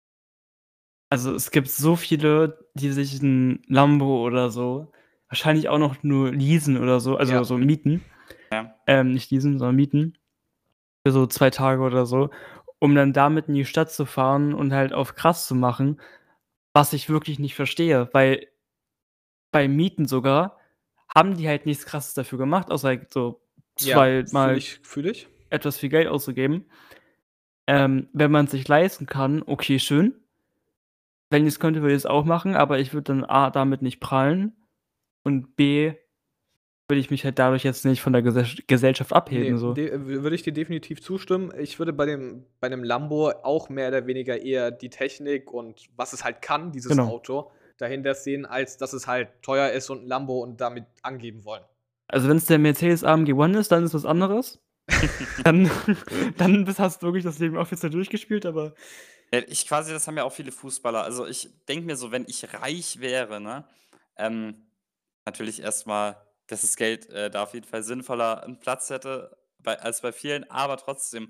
Speaker 3: Also, es gibt so viele, die sich 'n Lambo oder so wahrscheinlich auch noch nur leasen oder so, also
Speaker 2: Ja.
Speaker 3: so mieten.
Speaker 1: Ja.
Speaker 3: Nicht leasen, sondern mieten für so 2 Tage oder so, um dann damit in die Stadt zu fahren und halt auf krass zu machen, was ich wirklich nicht verstehe, weil beim Mieten sogar haben die halt nichts Krasses dafür gemacht, außer halt so
Speaker 2: Ja, fühle
Speaker 3: zweimal
Speaker 2: ich, fühle ich.
Speaker 3: etwas viel Geld auszugeben. Wenn man's sich leisten kann, okay, schön. Wenn ich's könnte, würde ich's auch machen, aber ich würde dann A, damit nicht prahlen und B, würde ich mich halt dadurch jetzt nicht von der Gesellschaft abheben,
Speaker 2: Nee,
Speaker 3: so.
Speaker 2: würde ich dir definitiv zustimmen. Ich würde bei 'nem Lambo auch mehr oder weniger eher die Technik und was es halt kann, dieses
Speaker 3: Genau.
Speaker 2: Auto, dahinter sehen, als dass es halt teuer ist und 'n Lambo und damit angeben wollen.
Speaker 3: Also, wenn's der Mercedes AMG One ist, dann ist was anderes. Dann hast du wirklich das Leben offiziell durchgespielt, aber
Speaker 1: Das haben ja auch viele Fußballer. Also, ich denke mir so, wenn ich reich wäre, ne, ähm, natürlich erstmal, dass das Geld, da auf jeden Fall sinnvoller 'n Platz hätte als bei vielen, aber trotzdem,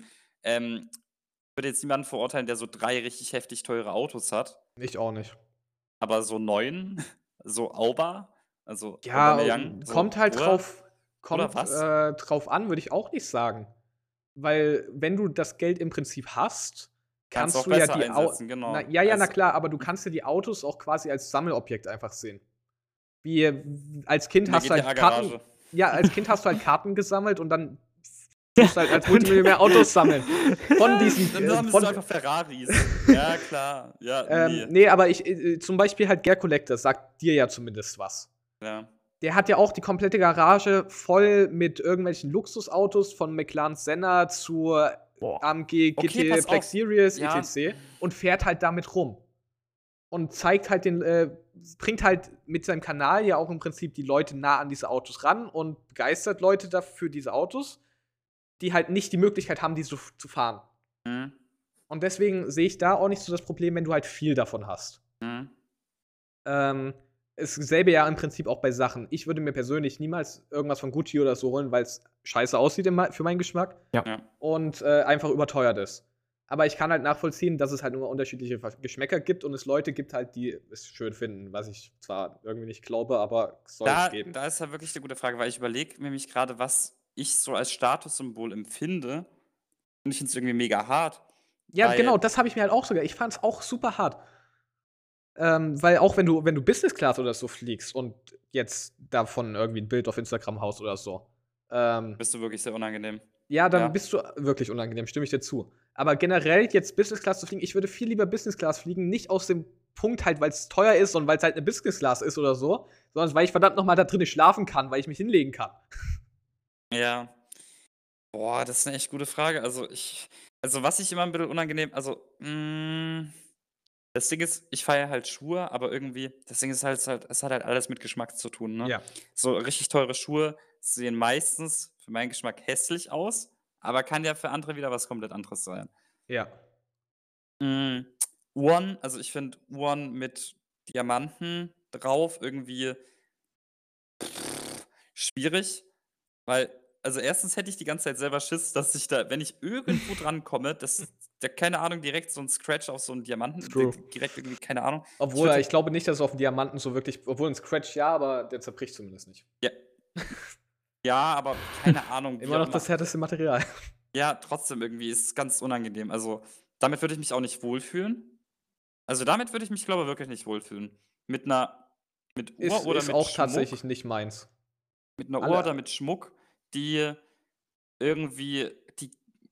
Speaker 1: würde jetzt niemanden verurteilen, der so 3 richtig heftig teure Autos hat,
Speaker 2: Ich auch nicht.
Speaker 1: aber so 9, so Auba, also
Speaker 2: Ja,
Speaker 1: Aubameyang,
Speaker 2: kommt
Speaker 1: so
Speaker 2: halt
Speaker 1: oder was?
Speaker 2: drauf an, würde ich auch nicht sagen. Weil wenn du das Geld im Prinzip hast,
Speaker 1: Kannst du
Speaker 2: kannst
Speaker 1: auch
Speaker 2: du ja
Speaker 1: besser
Speaker 2: die Au
Speaker 1: einsetzen,
Speaker 2: na
Speaker 1: genau.
Speaker 2: ja, ja, na
Speaker 1: Also,
Speaker 2: klar, aber du kannst ja die Autos auch quasi als Sammelobjekt einfach sehen. Wie als Kind
Speaker 1: in der
Speaker 2: hast du halt
Speaker 1: GTA-Garage.
Speaker 2: als Kind hast du halt Karten gesammelt und dann musst du halt als Multimillionär Autos sammeln. Von diesen,
Speaker 1: Dann sammelst du einfach Ferraris. Ja, klar. Ja, ne.
Speaker 2: ne, aber zum Beispiel halt Gare Collector sagt dir ja zumindest was.
Speaker 1: Ja.
Speaker 2: Der hat ja auch die komplette Garage voll mit irgendwelchen Luxusautos von McLaren Senna zu
Speaker 3: boah.
Speaker 2: AMG
Speaker 1: Okay,
Speaker 2: GT
Speaker 1: pass
Speaker 2: Black
Speaker 1: auf.
Speaker 2: Series
Speaker 1: Ja.
Speaker 2: etc. und fährt halt damit rum. Und zeigt halt bringt halt mit seinem Kanal ja auch im Prinzip die Leute nah an diese Autos ran und begeistert Leute dafür diese Autos, die halt nicht die Möglichkeit haben, die zu fahren.
Speaker 1: Mhm.
Speaker 2: Und deswegen sehe ich da auch nicht so das Problem, wenn du halt viel davon hast.
Speaker 1: Mhm.
Speaker 2: Es selbe ja im Prinzip auch bei Sachen. Ich würde mir persönlich niemals irgendwas von Gucci oder so holen, weil es scheiße aussieht für meinen Geschmack
Speaker 1: Ja.
Speaker 2: und einfach überteuert ist. Aber ich kann halt nachvollziehen, dass es halt nur unterschiedliche Geschmäcker gibt und es Leute gibt halt, die es schön finden, was ich zwar irgendwie nicht glaube, aber es soll es geben.
Speaker 1: Da ist ja wirklich 'ne gute Frage, weil ich überlege nämlich grade, was ich so als Statussymbol empfinde, und ich finde es irgendwie mega hart,
Speaker 2: Ja, genau,
Speaker 1: weil
Speaker 2: das habe ich mir halt auch sogar. Ich fand es auch super hart. Weil auch wenn du Business Class oder so fliegst und jetzt davon irgendwie ein Bild auf Instagram haust oder so,
Speaker 1: bist du wirklich sehr unangenehm.
Speaker 2: ja, dann
Speaker 1: Ja.
Speaker 2: bist du wirklich unangenehm, stimme ich dir zu. Aber generell jetzt Business Class zu fliegen, ich würde viel lieber Business Class fliegen, nicht aus dem Punkt halt, weil es teuer ist und weil es halt 'ne Business Class ist oder so, sondern weil ich verdammt noch mal da drinnen schlafen kann, weil ich mich hinlegen kann.
Speaker 1: Ja. Boah, das ist 'ne echt gute Frage. Was ich immer 'n bisschen unangenehm, das Ding ist, ich feiere halt Schuhe, aber irgendwie das Ding ist halt, es hat halt alles mit Geschmack zu tun, ne?
Speaker 2: Ja.
Speaker 1: So richtig teure Schuhe sehen meistens für meinen Geschmack hässlich aus, aber kann ja für andere wieder was komplett anderes sein.
Speaker 2: Ja.
Speaker 1: Hm, One, also ich finde One mit Diamanten drauf irgendwie schwierig, weil, also erstens hätte ich die ganze Zeit selber Schiss, dass ich da, wenn ich irgendwo drankomme, dass da, keine Ahnung, direkt so 'n Scratch auf so 'n Diamanten,
Speaker 2: True.
Speaker 1: direkt irgendwie, keine Ahnung. Ich
Speaker 2: Obwohl,
Speaker 1: würde
Speaker 2: ich glaube nicht, dass es auf 'n Diamanten so wirklich, obwohl 'n Scratch ja, aber der zerbricht zumindest nicht.
Speaker 1: ja, ja, aber keine Ahnung, wie
Speaker 2: Immer
Speaker 1: auch
Speaker 2: noch
Speaker 1: immer.
Speaker 2: das härteste Material.
Speaker 1: Ja, trotzdem irgendwie ist es ganz unangenehm. Also, damit würde ich mich auch nicht wohlfühlen. Also, damit würde ich mich, glaube ich, wirklich nicht wohlfühlen. Mit 'ner mit Uhr oder
Speaker 2: Ist
Speaker 1: mit
Speaker 2: auch tatsächlich
Speaker 1: Schmuck,
Speaker 2: nicht meins.
Speaker 1: mit 'ner Uhr oder
Speaker 2: Alle
Speaker 1: mit Schmuck, die irgendwie die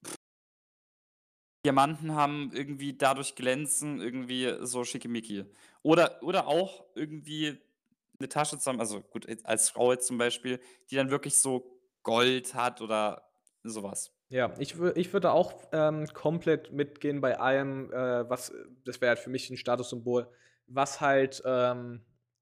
Speaker 1: Diamanten haben, irgendwie dadurch glänzen, irgendwie so schickimicki. Oder auch irgendwie 'ne Tasche zusammen, also gut, jetzt als Frau jetzt zum Beispiel, die dann wirklich so Gold hat oder so was.
Speaker 2: Ja, ich würde auch, komplett mitgehen bei allem, das wäre halt für mich 'n Statussymbol, was halt,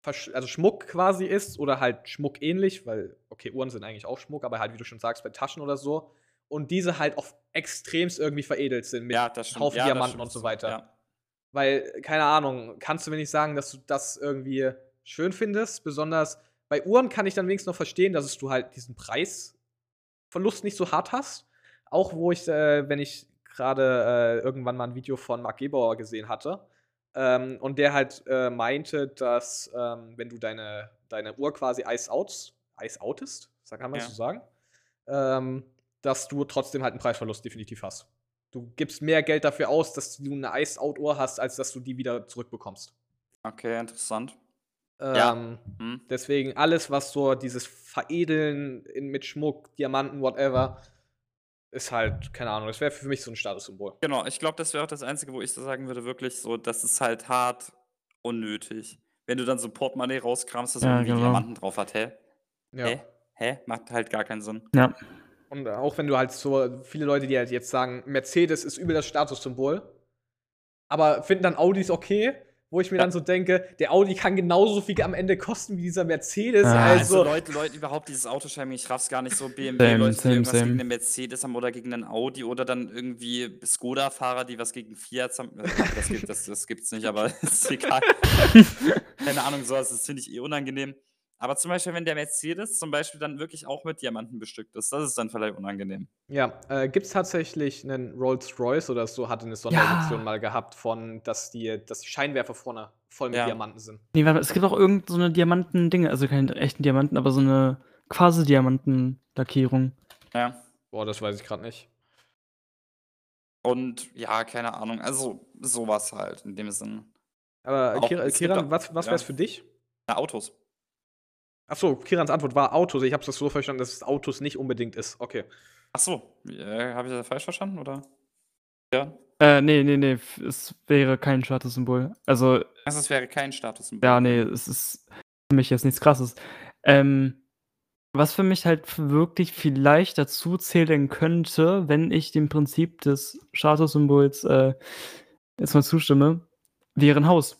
Speaker 2: also Schmuck quasi ist oder halt Schmuck ähnlich, weil, okay, Uhren sind eigentlich auch Schmuck, aber halt, wie du schon sagst, bei Taschen oder so. Und diese halt auch extremst irgendwie veredelt sind mit
Speaker 1: Ja, das stimmt.
Speaker 2: Haufen
Speaker 1: Ja, das
Speaker 2: Diamanten und
Speaker 1: stimmt.
Speaker 2: so weiter.
Speaker 1: Ja.
Speaker 2: Weil, keine Ahnung, kannst du mir nicht sagen, dass du das irgendwie schön findest? Besonders bei Uhren kann ich dann wenigstens noch verstehen, dass du halt diesen Preisverlust nicht so hart hast. Auch wo ich, wenn ich gerade irgendwann mal ein Video von Marc Gebauer gesehen hatte, und der halt meinte, dass wenn du deine Uhr quasi ice-outest, kann man das
Speaker 1: Ja.
Speaker 2: so sagen, dass du trotzdem halt einen Preisverlust definitiv hast. Du gibst mehr Geld dafür aus, dass du eine Ice-Out-Uhr hast, als dass du die wieder zurückbekommst.
Speaker 1: Okay, interessant. Ja.
Speaker 2: Deswegen alles, was so dieses Veredeln mit Schmuck, Diamanten, whatever, ist halt, keine Ahnung, das wäre für mich so ein Statussymbol.
Speaker 1: Genau, ich glaube, das wäre auch das Einzige, wo ich so sagen würde, wirklich so, das ist halt hart unnötig. Wenn du dann so 'n Portemonnaie rauskramst, das
Speaker 3: Ja,
Speaker 1: irgendwie
Speaker 3: genau.
Speaker 1: Diamanten drauf hat, hä?
Speaker 2: Ja.
Speaker 1: Hä? Hä? Macht halt gar keinen Sinn.
Speaker 3: Ja.
Speaker 2: Und auch wenn du halt so viele Leute, die halt jetzt sagen, Mercedes ist übel das Statussymbol, aber finden dann Audis okay, wo ich mir
Speaker 1: Ja.
Speaker 2: dann so denke, der Audi kann genauso viel am Ende kosten wie dieser Mercedes.
Speaker 3: Ah.
Speaker 1: Also
Speaker 2: Also,
Speaker 1: Leute überhaupt dieses Autoshaming, ich raff's gar nicht so. BMW,
Speaker 3: Same,
Speaker 1: Leute, die
Speaker 3: same,
Speaker 1: irgendwas
Speaker 3: same.
Speaker 1: gegen 'nen Mercedes haben oder gegen 'nen Audi oder dann irgendwie Skoda-Fahrer, die was gegen Fiats haben. Das gibt's nicht, aber ist egal. Keine Ahnung, so was, das finde ich unangenehm. Aber zum Beispiel, wenn der Mercedes zum Beispiel dann wirklich auch mit Diamanten bestückt ist, das ist dann vielleicht unangenehm.
Speaker 2: ja, gibt's tatsächlich einen Rolls-Royce oder so, hatte eine Sonderedition
Speaker 3: Ja.
Speaker 2: mal gehabt von, dass die Scheinwerfer vorne voll mit
Speaker 1: Ja.
Speaker 2: Diamanten sind.
Speaker 3: Nee, warte mal, es gibt auch irgend so 'ne Diamanten-Dinge, also keine echten Diamanten, aber so 'ne Quasi-Diamanten-Lackierung.
Speaker 1: Ja.
Speaker 2: Boah, das weiß ich grad nicht.
Speaker 1: Und ja, keine Ahnung, also sowas halt in dem Sinn.
Speaker 2: Aber
Speaker 1: Auch es gibt
Speaker 2: Kiran,
Speaker 1: auch
Speaker 2: was
Speaker 1: ja,
Speaker 2: wär's für dich?
Speaker 1: Autos.
Speaker 2: Ach so, Kirans Antwort war Autos. Ich habe das so verstanden, dass es Autos nicht unbedingt ist. Okay.
Speaker 1: Ach so, habe ich das falsch verstanden, oder? Ja?
Speaker 3: Ne, es wäre kein Statussymbol. Also,
Speaker 1: Also, es wäre kein Statussymbol.
Speaker 3: ja, ne, es ist für mich jetzt nichts Krasses. Was für mich halt wirklich vielleicht dazu zählen könnte, wenn ich dem Prinzip des Statussymbols, jetzt mal zustimme, wäre 'n Haus.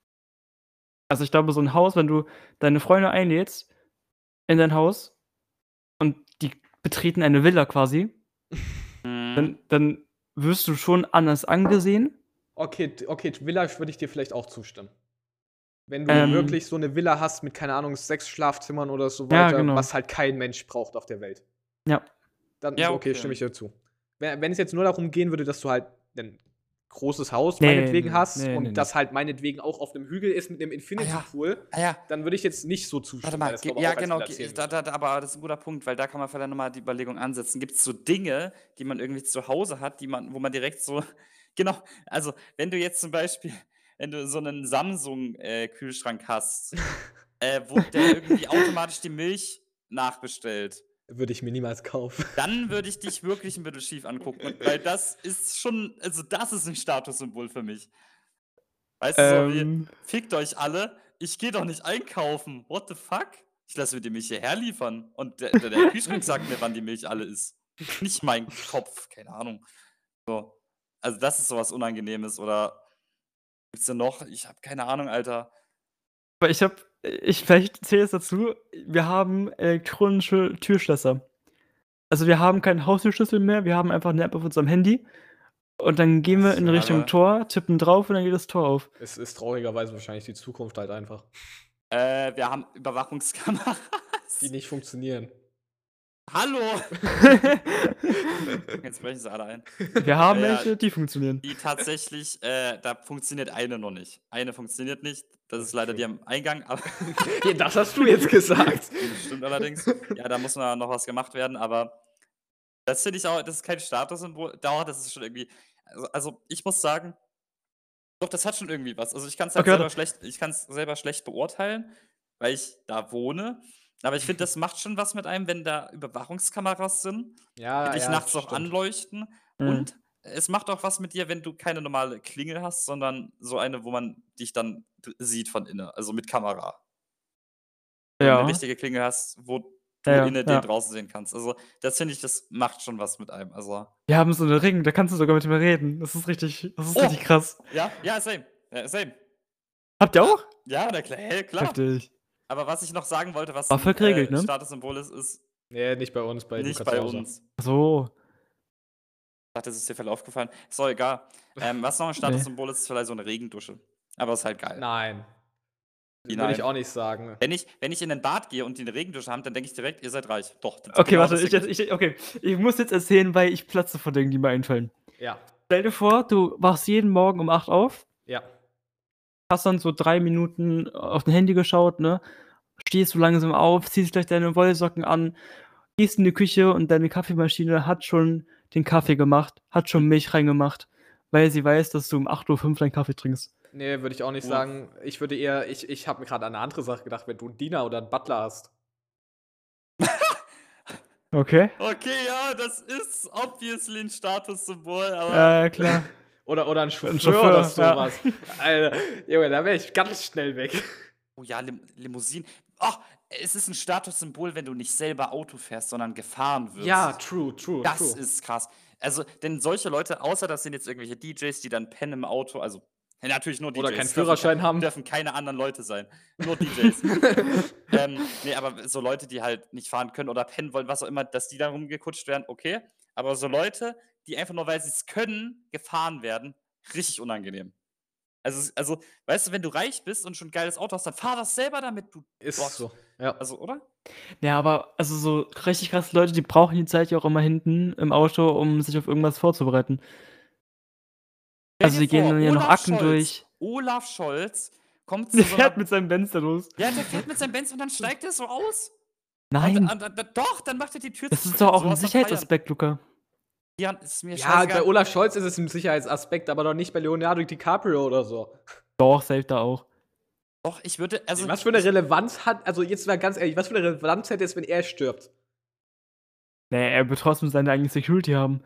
Speaker 3: Also, ich glaube, so 'n Haus, wenn du deine Freunde einlädst in dein Haus und die betreten eine Villa quasi,
Speaker 1: Mhm.
Speaker 3: dann wirst du schon anders angesehen.
Speaker 2: Okay, Villa würde ich dir vielleicht auch zustimmen. Wenn du
Speaker 3: Ähm.
Speaker 2: wirklich so 'ne Villa hast mit, keine Ahnung, 6 Schlafzimmern oder so
Speaker 3: Ja,
Speaker 2: weiter,
Speaker 3: genau.
Speaker 2: was halt kein Mensch braucht auf der Welt.
Speaker 3: Ja.
Speaker 2: Dann
Speaker 1: Ja,
Speaker 2: okay, stimme ich dir zu. Wenn es jetzt nur darum gehen würde, dass du halt 'nen großes Haus meinetwegen hast und
Speaker 3: ne.
Speaker 2: das halt meinetwegen auch auf 'nem Hügel ist mit 'nem Infinity Pool,
Speaker 1: ja.
Speaker 2: dann würde ich jetzt nicht so zustimmen,
Speaker 1: Warte
Speaker 2: weil
Speaker 1: mal,
Speaker 2: das, glaube ich,
Speaker 1: ja,
Speaker 2: auch als
Speaker 1: genau,
Speaker 2: Villa zählen
Speaker 1: da
Speaker 2: würde.
Speaker 1: da aber das ist 'n guter Punkt, weil da kann man vielleicht noch mal die Überlegung ansetzen. Gibt's so Dinge, die man irgendwie zu Hause hat, wo man direkt so genau, also, wenn du jetzt zum Beispiel wenn du so 'nen Samsung, Kühlschrank hast, wo der irgendwie automatisch die Milch nachbestellt,
Speaker 2: Würde ich mir niemals kaufen.
Speaker 1: dann würde ich dich wirklich 'n bisschen schief angucken und weil das ist schon, also, das ist 'n Statussymbol für mich. Weißt du, so wie:
Speaker 3: Ähm.
Speaker 1: „Fickt euch alle, ich gehe doch nicht einkaufen. What the fuck? Ich lasse mir die Milch hierher liefern und der Kühlschrank sagt mir, wann die Milch alle ist. Nicht mein Kopf." Keine Ahnung. So. Also, das ist so was Unangenehmes oder gibt's denn noch? Ich habe keine Ahnung, Alter.
Speaker 3: Aber vielleicht zählt es dazu, wir haben elektronische Türschlösser. Also, wir haben keinen Haustürschlüssel mehr, wir haben einfach 'ne App auf unserem Handy und dann gehen wir
Speaker 1: Ach so,
Speaker 3: in Richtung
Speaker 1: aber
Speaker 3: Tor, tippen drauf und dann geht das Tor auf.
Speaker 2: Es ist traurigerweise wahrscheinlich die Zukunft halt einfach,
Speaker 1: wir haben Überwachungskameras.
Speaker 2: die nicht funktionieren.
Speaker 1: Hallo! Jetzt brechen sie alle ein.
Speaker 3: Wir haben
Speaker 1: Ja,
Speaker 3: welche, die funktionieren.
Speaker 1: die tatsächlich da funktioniert eine noch nicht. Eine funktioniert nicht. Das ist leider die am Eingang, aber
Speaker 2: Ja, das hast du jetzt gesagt.
Speaker 1: das stimmt allerdings. Ja, da muss noch was gemacht werden, aber das finde ich auch, das ist kein Statussymbol. Doch, das ist schon irgendwie, also, ich muss sagen, doch, das hat schon irgendwie was. Also, ich kann's halt
Speaker 3: Okay, warte.
Speaker 1: selber schlecht beurteilen, weil ich da wohne. Aber ich finde, das macht schon was mit einem, wenn da Überwachungskameras sind, die
Speaker 2: Ja,
Speaker 1: dich
Speaker 2: ja,
Speaker 1: nachts auch
Speaker 2: stimmt.
Speaker 1: anleuchten.
Speaker 3: Mhm.
Speaker 1: Und es macht auch was mit dir, wenn du keine normale Klingel hast, sondern so eine, wo man dich dann sieht von innen, also mit Kamera. Wenn du 'ne
Speaker 3: Ja.
Speaker 1: richtige Klingel hast, wo du
Speaker 3: Ja,
Speaker 1: innen
Speaker 3: ja.
Speaker 1: den draußen sehen kannst. Also, das finde ich, das macht schon was mit einem. Also
Speaker 3: Wir haben so 'ne Ring, da kannst du sogar mit dem reden. Das ist richtig
Speaker 1: Oh!
Speaker 3: krass.
Speaker 1: Ja, ja, same. Same.
Speaker 3: Habt ihr auch?
Speaker 1: Ja, na klar, hell, klar.
Speaker 3: Heftig.
Speaker 1: Aber was ich noch sagen wollte, was
Speaker 3: War voll geregelt, ne?
Speaker 1: Statussymbol ist
Speaker 2: Nee, nicht bei uns, bei
Speaker 1: nicht
Speaker 2: Luca zu
Speaker 1: bei
Speaker 2: Hause.
Speaker 1: uns.
Speaker 3: Ach so.
Speaker 1: Ich dachte, das ist dir vielleicht aufgefallen. Ist doch egal. Was noch ein Statussymbol ist, ist vielleicht so eine Regendusche. Aber ist halt geil.
Speaker 2: Nein.
Speaker 1: Wie
Speaker 2: Würde ich
Speaker 1: nein?
Speaker 2: auch nicht sagen.
Speaker 1: Wenn ich in den Bad gehe und die eine Regendusche haben, dann denke ich direkt, ihr seid reich. Doch. das ist
Speaker 3: Okay,
Speaker 1: genau
Speaker 3: warte,
Speaker 1: deswegen.
Speaker 3: okay. Ich muss jetzt erzählen, weil ich platze vor Dingen, die mir einfallen.
Speaker 2: Ja.
Speaker 3: Stell dir vor, du wachst jeden Morgen um 8 auf,
Speaker 2: Ja.
Speaker 3: hast dann so 3 Minuten auf dein Handy geschaut, ne? Stehst so langsam auf, ziehst gleich deine Wollsocken an, gehst in die Küche und deine Kaffeemaschine hat schon den Kaffee gemacht, hat schon Milch reingemacht, weil sie weiß, dass du um 8:05 deinen Kaffee trinkst.
Speaker 2: Nee, würde ich auch nicht
Speaker 1: Uff.
Speaker 2: sagen. Ich würde eher, ich habe mir gerade an eine andere Sache gedacht, wenn du einen Diener oder einen Butler hast.
Speaker 3: Okay.
Speaker 1: Okay, ja, das ist obviously ein Statussymbol, aber
Speaker 3: Ja, klar.
Speaker 2: Oder ein Chauffeur,
Speaker 3: Chauffeur,
Speaker 2: oder
Speaker 3: ja.
Speaker 2: sowas. Alter, Junge, da wäre ich ganz schnell weg.
Speaker 1: oh ja, Limousinen. Ach, es ist ein Statussymbol, wenn du nicht selber Auto fährst, sondern gefahren wirst.
Speaker 2: Ja, true.
Speaker 1: Das ist krass. Also, denn solche Leute, außer das sind jetzt irgendwelche DJs, die dann pennen im Auto, also natürlich nur DJs.
Speaker 2: Oder keinen Führerschein haben.
Speaker 1: Dürfen keine anderen Leute sein. Nur DJs. Nee, aber so Leute, die halt nicht fahren können oder pennen wollen, was auch immer, dass die dann rumgekutscht werden, okay. Aber so Leute, die einfach nur, weil sie es können, gefahren werden, richtig unangenehm. Also, weißt du, wenn du reich bist und schon ein geiles Auto hast, dann fahr das selber damit, du
Speaker 2: Ist
Speaker 1: Gott.
Speaker 2: so. Ja.
Speaker 1: Also, oder?
Speaker 3: Ja, aber also so richtig krasse Leute, die brauchen die Zeit ja auch immer hinten im Auto, um sich auf irgendwas vorzubereiten.
Speaker 1: Stell
Speaker 3: Also
Speaker 1: dir
Speaker 3: die gehen
Speaker 1: vor,
Speaker 3: dann ja noch
Speaker 1: Olaf
Speaker 3: Akten
Speaker 1: Scholz.
Speaker 3: durch.
Speaker 1: Olaf Scholz kommt zu
Speaker 3: Der
Speaker 1: so
Speaker 3: fährt
Speaker 1: einer.
Speaker 3: mit seinem Benz da los.
Speaker 1: Ja, der fährt mit seinem Benz und dann steigt er so aus.
Speaker 3: Nein,
Speaker 1: Doch, dann macht er die Tür
Speaker 3: das
Speaker 1: zu.
Speaker 3: ist doch auch ein
Speaker 1: Sowas von
Speaker 3: Sicherheitsaspekt, Luca.
Speaker 1: feiern. Ja, ist mir
Speaker 2: Ja, bei
Speaker 1: scheißegal.
Speaker 2: Olaf Scholz ist es ein Sicherheitsaspekt, aber doch nicht bei Leonardo DiCaprio oder so.
Speaker 3: Doch, safe da auch.
Speaker 1: Doch, ich würde. Also,
Speaker 2: Was für eine Relevanz hat, also jetzt mal ganz ehrlich, was für eine Relevanz hätte es, wenn er stirbt?
Speaker 3: Nee, er wird trotzdem seine eigene Security haben.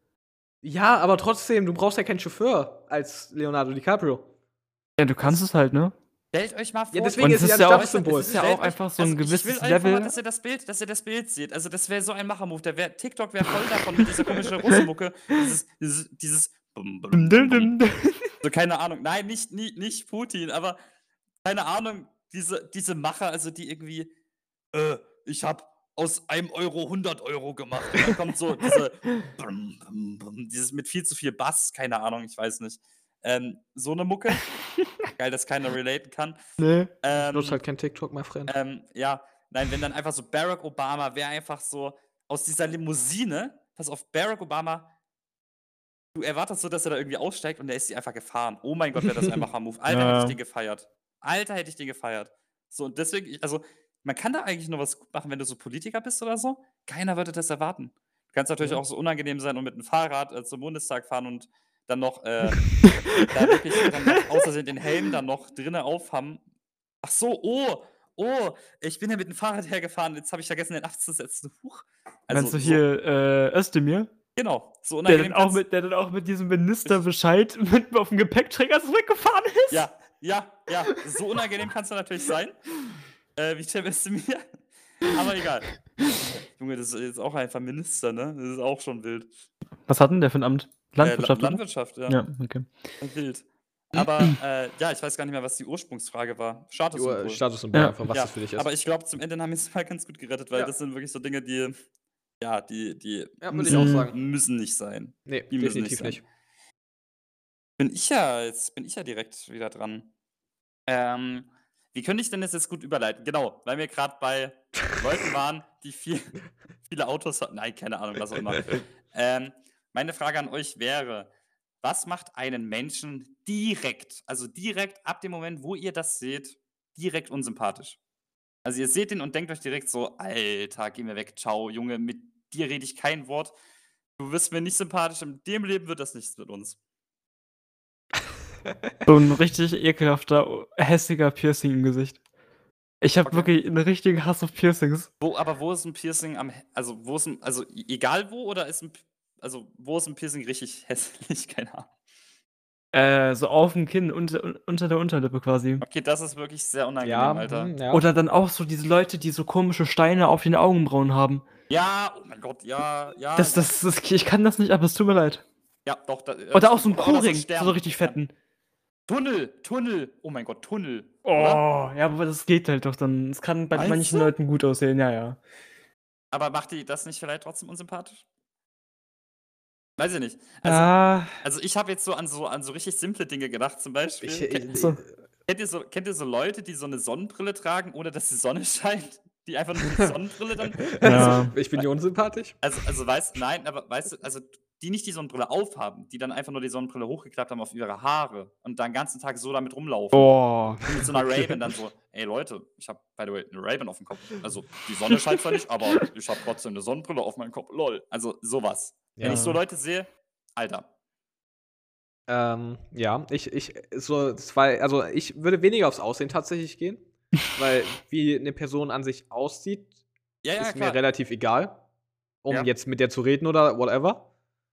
Speaker 2: Ja, aber trotzdem, du brauchst ja keinen Chauffeur als Leonardo DiCaprio.
Speaker 3: Ja, du kannst es halt, ne?
Speaker 1: stellt euch mal vor.
Speaker 2: Ja, deswegen
Speaker 3: Und
Speaker 2: ist
Speaker 3: es
Speaker 2: es
Speaker 3: ist
Speaker 2: ja
Speaker 3: ja
Speaker 2: ein
Speaker 3: auch,
Speaker 2: Statussymbol.
Speaker 3: es ist ja
Speaker 1: Stellt
Speaker 3: auch
Speaker 1: euch-
Speaker 3: einfach so ein
Speaker 1: also
Speaker 3: gewisses
Speaker 1: ich will einfach mal,
Speaker 3: Level.
Speaker 1: dass ihr das Bild seht. Also, das wäre so ein Machermove. TikTok wäre voll davon mit dieser komischen Russenmucke. Dieses bum, bum,
Speaker 3: Dim,
Speaker 1: bum,
Speaker 3: dim,
Speaker 1: bum.
Speaker 3: dim.
Speaker 1: So, keine Ahnung. Nein, nicht Putin, aber keine Ahnung, diese Macher, also die irgendwie, ich habe aus 1 Euro 100 Euro gemacht. Und dann kommt so brum, brum, brum, dieses mit viel zu viel Bass, keine Ahnung, ich weiß nicht. So eine Mucke. Geil, dass keiner relaten kann.
Speaker 3: Nee.
Speaker 2: Nutzt halt kein TikTok, mein Freund.
Speaker 1: Ja, nein, wenn dann einfach so Barack Obama wäre einfach so aus dieser Limousine, pass auf, Barack Obama, du erwartest so, dass er da irgendwie aussteigt und der ist sie einfach gefahren. Oh mein Gott, wäre das ein Macher-Move. Alter, hätte ich
Speaker 3: Ja.
Speaker 1: den gefeiert. Alter, hätte ich den gefeiert. So, und deswegen, also, man kann da eigentlich nur was gut machen, wenn du so Politiker bist oder so. Keiner würde das erwarten. Du kannst natürlich
Speaker 2: Mhm.
Speaker 1: auch so unangenehm sein und mit dem Fahrrad zum Bundestag fahren und dann noch, da wirklich dann noch aus Versehen den Helm dann noch drinnen aufhaben. Ach so, oh, ich bin ja mit dem Fahrrad hergefahren, jetzt habe ich vergessen, den abzusetzen. Huch.
Speaker 3: Meinst du
Speaker 1: so,
Speaker 3: hier Özdemir?
Speaker 1: genau, so
Speaker 3: Der
Speaker 1: unangenehm
Speaker 3: dann, auch
Speaker 1: kann's-
Speaker 3: mit, der dann auch mit diesem Ministerbescheid mitten auf dem Gepäckträger zurückgefahren ist?
Speaker 1: Ja, so unangenehm kannst du natürlich sein. Wie Cem Özdemir. Aber egal. Junge, das ist jetzt auch einfach Minister, ne? Das ist auch schon wild.
Speaker 3: Was hat denn der für ein Amt? Landwirtschaft, oder?
Speaker 1: Landwirtschaft, ja.
Speaker 3: Ja, okay.
Speaker 1: Wild. Aber ja, ich weiß gar nicht mehr, was die Ursprungsfrage war. Statussymbol.
Speaker 2: Statussymbol,
Speaker 3: Ja.
Speaker 2: einfach, was
Speaker 1: Ja,
Speaker 2: das für dich ist.
Speaker 1: aber ich glaube, zum Ende haben wir es mal ganz gut gerettet, weil
Speaker 2: Ja.
Speaker 1: das sind wirklich so Dinge, die
Speaker 2: ja, würde ich
Speaker 1: müssen,
Speaker 2: auch sagen.
Speaker 1: müssen nicht sein.
Speaker 2: Nee,
Speaker 1: Die müssen
Speaker 2: definitiv
Speaker 1: nicht
Speaker 2: nicht.
Speaker 1: Jetzt bin ich ja direkt wieder dran. Wie könnte ich denn das jetzt gut überleiten? Genau, weil wir gerade bei Leuten waren, die viele Autos hatten. Nein, keine Ahnung, was auch immer. Meine Frage an euch wäre, was macht einen Menschen direkt, also direkt ab dem Moment, wo ihr das seht, direkt unsympathisch? Also ihr seht ihn und denkt euch direkt so, Alter, geh mir weg, ciao, Junge, mit dir rede ich kein Wort. Du wirst mir nicht sympathisch, in dem Leben wird das nichts mit uns.
Speaker 3: So ein richtig ekelhafter, hässlicher Piercing im Gesicht. Ich habe
Speaker 1: Okay.
Speaker 3: wirklich einen richtigen Hass auf Piercings.
Speaker 1: Wo ist ein Piercing also egal wo oder wo ist ein Piercing richtig hässlich? Keine Ahnung.
Speaker 3: So auf dem Kinn, unter der Unterlippe quasi.
Speaker 1: Okay, das ist wirklich sehr unangenehm,
Speaker 2: Ja,
Speaker 1: Alter.
Speaker 2: ja.
Speaker 3: Oder dann auch so diese Leute, die so komische Steine auf den Augenbrauen haben.
Speaker 1: Ja, oh mein Gott, ja.
Speaker 3: Ich kann das nicht, aber es tut mir leid.
Speaker 1: Ja, doch.
Speaker 3: Oder auch so ein
Speaker 1: Oder so
Speaker 3: Kuhring,
Speaker 1: Stern.
Speaker 3: so richtig fetten.
Speaker 1: Tunnel. Oh mein Gott, Tunnel.
Speaker 3: Oh,
Speaker 1: Oder?
Speaker 3: ja, aber das geht halt doch dann. Es kann bei
Speaker 1: Meinst
Speaker 3: manchen
Speaker 1: du?
Speaker 3: Leuten gut aussehen, ja.
Speaker 1: Aber macht die das nicht vielleicht trotzdem unsympathisch? Weiß ich nicht.
Speaker 3: Ah,
Speaker 1: Also ich habe jetzt so an so richtig simple Dinge gedacht, zum Beispiel.
Speaker 3: so.
Speaker 1: Kennt ihr so Leute, die so eine Sonnenbrille tragen, ohne dass die Sonne scheint? Die einfach nur die Sonnenbrille dann.
Speaker 3: Ja.
Speaker 2: Ich bin dir unsympathisch?
Speaker 1: Also nein, aber weißt du, also die nicht die Sonnenbrille aufhaben, die dann einfach nur die Sonnenbrille hochgeklappt haben auf ihre Haare und dann den ganzen Tag so damit rumlaufen.
Speaker 3: Oh.
Speaker 1: Und mit so einer Ray-Ban dann so, ey Leute, ich habe by the way eine Ray-Ban auf dem Kopf. Also die Sonne scheint zwar nicht, aber ich habe trotzdem eine Sonnenbrille auf meinem Kopf. Lol. Also sowas. Wenn ich so
Speaker 3: Ja.
Speaker 1: Leute sehe, Alter.
Speaker 2: Ja, also ich würde weniger aufs Aussehen tatsächlich gehen, weil wie eine Person an sich aussieht,
Speaker 1: Ja,
Speaker 2: ist mir
Speaker 1: klar.
Speaker 2: relativ egal, um
Speaker 1: Ja.
Speaker 2: jetzt mit der zu reden oder whatever.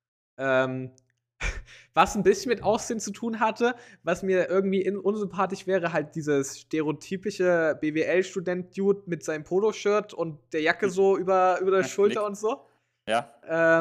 Speaker 2: Was ein bisschen mit Aussehen zu tun hatte, was mir irgendwie unsympathisch wäre, halt dieses stereotypische BWL-Student-Dude mit seinem Poloshirt und der Jacke so über der Schulter
Speaker 1: Nick.
Speaker 2: und so.
Speaker 1: Ja.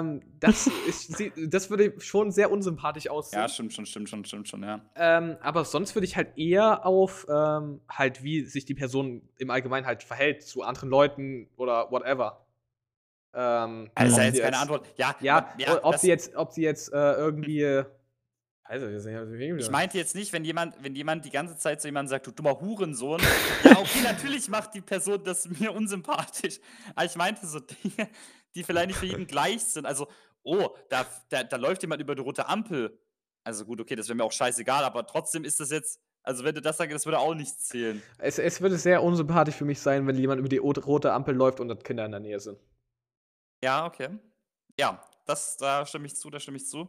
Speaker 2: Das würde schon sehr unsympathisch aussehen.
Speaker 1: Ja, stimmt schon, ja.
Speaker 2: Aber sonst würde ich halt eher auf halt, wie sich die Person im Allgemeinen halt verhält zu anderen Leuten oder whatever.
Speaker 1: Also
Speaker 2: ob
Speaker 1: ist ja
Speaker 2: sie
Speaker 1: jetzt keine Antwort. Ja,
Speaker 2: ob
Speaker 1: das,
Speaker 2: sie jetzt irgendwie. Also,
Speaker 1: ich meinte jetzt nicht, wenn jemand die ganze Zeit zu jemandem sagt, du dummer Hurensohn. Ja, okay, natürlich macht die Person das mir unsympathisch. Aber ich meinte so Dinge, die vielleicht nicht für jeden gleich sind. Also, oh, da läuft jemand über die rote Ampel. Also gut, okay, das wäre mir auch scheißegal, aber trotzdem ist das jetzt, also wenn du das sagst, das würde auch nicht zählen.
Speaker 2: Es würde sehr unsympathisch für mich sein, wenn jemand über die rote Ampel läuft und Kinder in der Nähe sind.
Speaker 1: Ja, okay. Ja, da stimme ich zu.